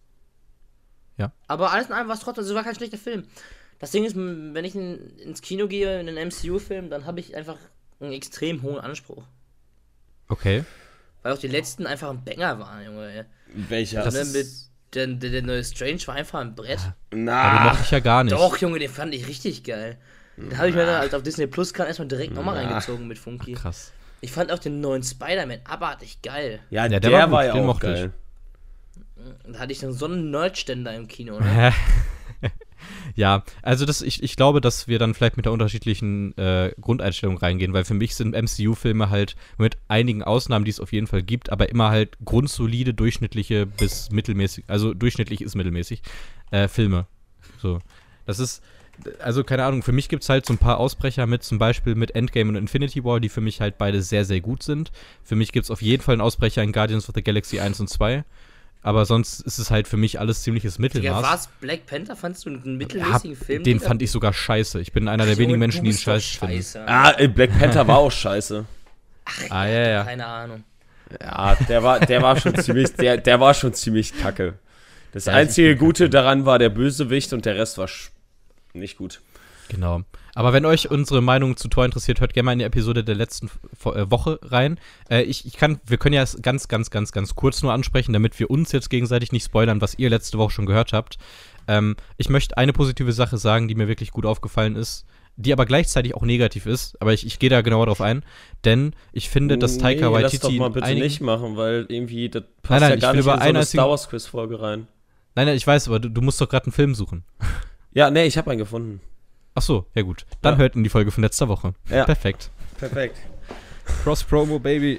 Aber alles in allem war es trotzdem, also es war kein schlechter Film. Das Ding ist, m- wenn ich in, ins Kino gehe, in einen M C U-Film, dann habe ich einfach einen extrem hohen Anspruch. Okay. Weil auch die letzten einfach ein Banger waren, Junge. Ey. Welcher? Und dann mit, der, der, der neue Strange war einfach ein Brett. Aber den Na, mochte ich ja gar nicht. Doch, Junge, den fand ich richtig geil. Da habe ich mir dann, als auf Disney Plus kam, erstmal direkt nochmal Na. reingezogen mit Funky. Krass. Ich fand auch den neuen Spider-Man abartig geil. ja, Ja, der, der war war, gut, ja den auch mochte ich. geil. Da hatte ich dann so einen Nerdständer im Kino, ne? Ja, also das, ich, ich glaube, dass wir dann vielleicht mit der unterschiedlichen äh, Grundeinstellung reingehen, weil für mich sind M C U-Filme halt mit einigen Ausnahmen, die es auf jeden Fall gibt, aber immer halt grundsolide, durchschnittliche bis mittelmäßig, also durchschnittlich ist mittelmäßig, äh, Filme. So. Das ist, also keine Ahnung, für mich gibt es halt so ein paar Ausbrecher mit, zum Beispiel mit Endgame und Infinity War, die für mich halt beide sehr, sehr gut sind. Für mich gibt es auf jeden Fall einen Ausbrecher in Guardians of the Galaxy eins und zwei. Aber sonst ist es halt für mich alles ziemliches Ja, Mittelmaß. war's Black Panther? Fandst du einen Hab, mittelmäßigen Film? den Digga? fand ich sogar scheiße. Ich bin einer der Junge, wenigen du Menschen, die ihn bist doch scheiße finden. scheiße. Ah, ey, Black Panther war auch scheiße. Ah, ja, ja. Keine Ahnung. Ja, der war, der war schon ziemlich, der, der war schon ziemlich kacke. Das Ja, einzige ich- Gute daran war der Bösewicht und der Rest war sch- nicht gut. Genau. Aber wenn euch unsere Meinung zu Thor interessiert, hört gerne mal in die Episode der letzten Vo- äh, Woche rein. Äh, ich, ich kann, wir können ja es ganz, ganz, ganz, ganz kurz nur ansprechen, damit wir uns jetzt gegenseitig nicht spoilern, was ihr letzte Woche schon gehört habt. Ähm, ich möchte eine positive Sache sagen, die mir wirklich gut aufgefallen ist, die aber gleichzeitig auch negativ ist, aber ich, ich gehe da genauer drauf ein, denn ich finde, dass Taika nee, Waititi lass doch mal bitte einigen- nicht machen, weil irgendwie das passt Nein, nein, ja ich gar will nicht über in so einen eine einzigen- Star Wars Quiz Folge rein. Nein, nein, ich weiß, aber du, du musst doch gerade einen Film suchen. Ja, nee, ich habe einen gefunden. Ach so, ja gut. Dann Ja. hört in die Folge von letzter Woche. Ja. Perfekt. Perfekt. Cross-Promo, Baby.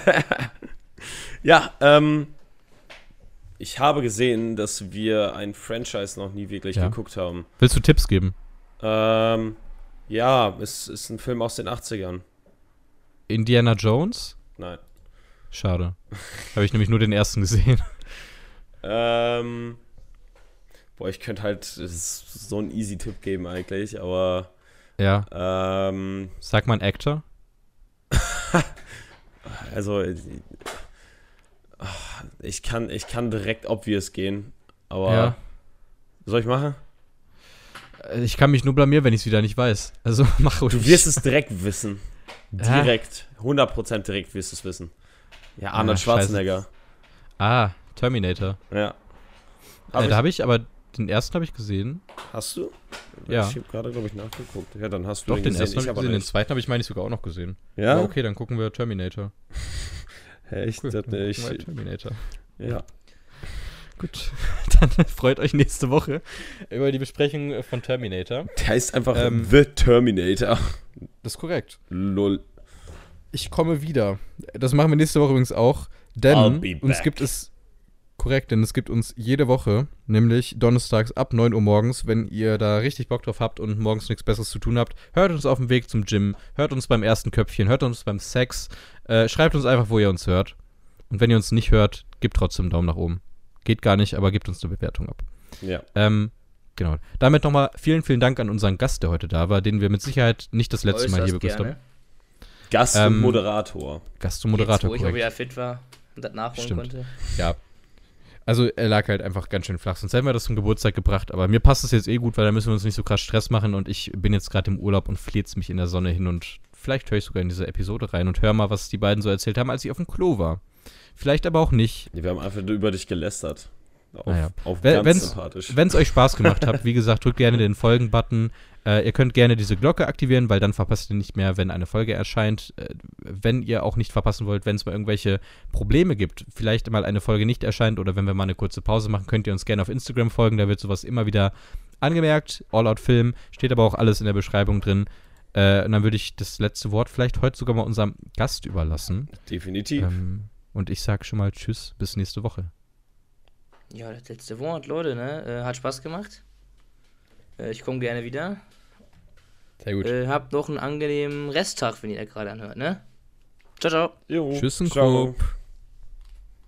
Ja, ähm, ich habe gesehen, dass wir ein Franchise noch nie wirklich Ja. geguckt haben. Willst du Tipps geben? Ähm, ja, es ist ein Film aus den achtzigern. Indiana Jones? Nein. Schade. Habe ich nämlich nur den ersten gesehen. Ähm, boah, ich könnte halt es ist so einen easy Tipp geben eigentlich, aber Ja. ähm, Sag mal einen Actor. also äh, ich kann, ich kann direkt obvious gehen, aber Ja. soll ich machen? Äh, Ich kann mich nur blamieren, wenn ich es wieder nicht weiß. Also mach ruhig. Du wirst es direkt wissen. Ja. Direkt. hundert Prozent direkt wirst du es wissen. Ja, Arnold Ah, Schwarzenegger. Ah, Terminator. Ja. Hab Äh, ich, da habe ich aber den ersten habe ich gesehen. hast du? Ja. Ich habe gerade, glaube ich, nachgeguckt. Ja, dann hast du Doch, ihn den gesehen. ersten habe ich ich aber gesehen. Den nicht. zweiten habe ich, meine ich, sogar auch noch gesehen. Ja? Aber okay, dann gucken wir Terminator. Hä, ich, Cool, das dann nicht. gucken wir Terminator. Ja. Gut. Dann freut euch nächste Woche über die Besprechung von Terminator. Der heißt einfach Ähm, The Terminator. Das ist korrekt. Lol. Ich komme wieder. Das machen wir nächste Woche übrigens auch, I'll denn be uns back. gibt es, korrekt, denn es gibt uns jede Woche, nämlich donnerstags ab neun Uhr morgens, wenn ihr da richtig Bock drauf habt und morgens nichts Besseres zu tun habt, hört uns auf dem Weg zum Gym, hört uns beim ersten Köpfchen, hört uns beim Sex, äh, schreibt uns einfach, wo ihr uns hört. Und wenn ihr uns nicht hört, gebt trotzdem einen Daumen nach oben. Geht gar nicht, aber gebt uns eine Bewertung ab. Ja. Ähm, genau. Damit nochmal vielen, vielen Dank an unseren Gast, der heute da war, den wir mit Sicherheit nicht das letzte Mal hier Äußerst begrüßt gerne. haben. Gast Ähm, und Moderator. Gast und Jetzt, Moderator, wo ich auch korrekt. wieder fit war und das nachholen Stimmt. konnte. Ja. Also er lag halt einfach ganz schön flach. Sonst hätten wir das zum Geburtstag gebracht. Aber mir passt es jetzt eh gut, weil da müssen wir uns nicht so krass Stress machen. Und ich bin jetzt gerade im Urlaub und flitze mich in der Sonne hin. Und vielleicht höre ich sogar in diese Episode rein und höre mal, was die beiden so erzählt haben, als ich auf dem Klo war. Vielleicht aber auch nicht. Wir haben einfach nur über dich gelästert. Auf, naja. auf Wenn, ganz wenn's, sympathisch. Wenn es euch Spaß gemacht hat, wie gesagt, drückt gerne den Folgen-Button. Äh, ihr könnt gerne diese Glocke aktivieren, weil dann verpasst ihr nicht mehr, wenn eine Folge erscheint. Äh, wenn ihr auch nicht verpassen wollt, wenn es mal irgendwelche Probleme gibt, vielleicht mal eine Folge nicht erscheint oder wenn wir mal eine kurze Pause machen, könnt ihr uns gerne auf Instagram folgen. Da wird sowas immer wieder angemerkt. All Out Film, steht aber auch alles in der Beschreibung drin. Äh, und dann würde ich das letzte Wort vielleicht heute sogar mal unserem Gast überlassen. Definitiv. Ähm, und ich sage schon mal Tschüss, bis nächste Woche. Ja, das letzte Wort, Leute, ne? Äh, hat Spaß gemacht. Äh, ich komme gerne wieder. Sehr gut. Äh, habt noch einen angenehmen Resttag, wenn ihr das gerade anhört, ne? Ciao, ciao. Jo, Tschüss und ciao. Grob.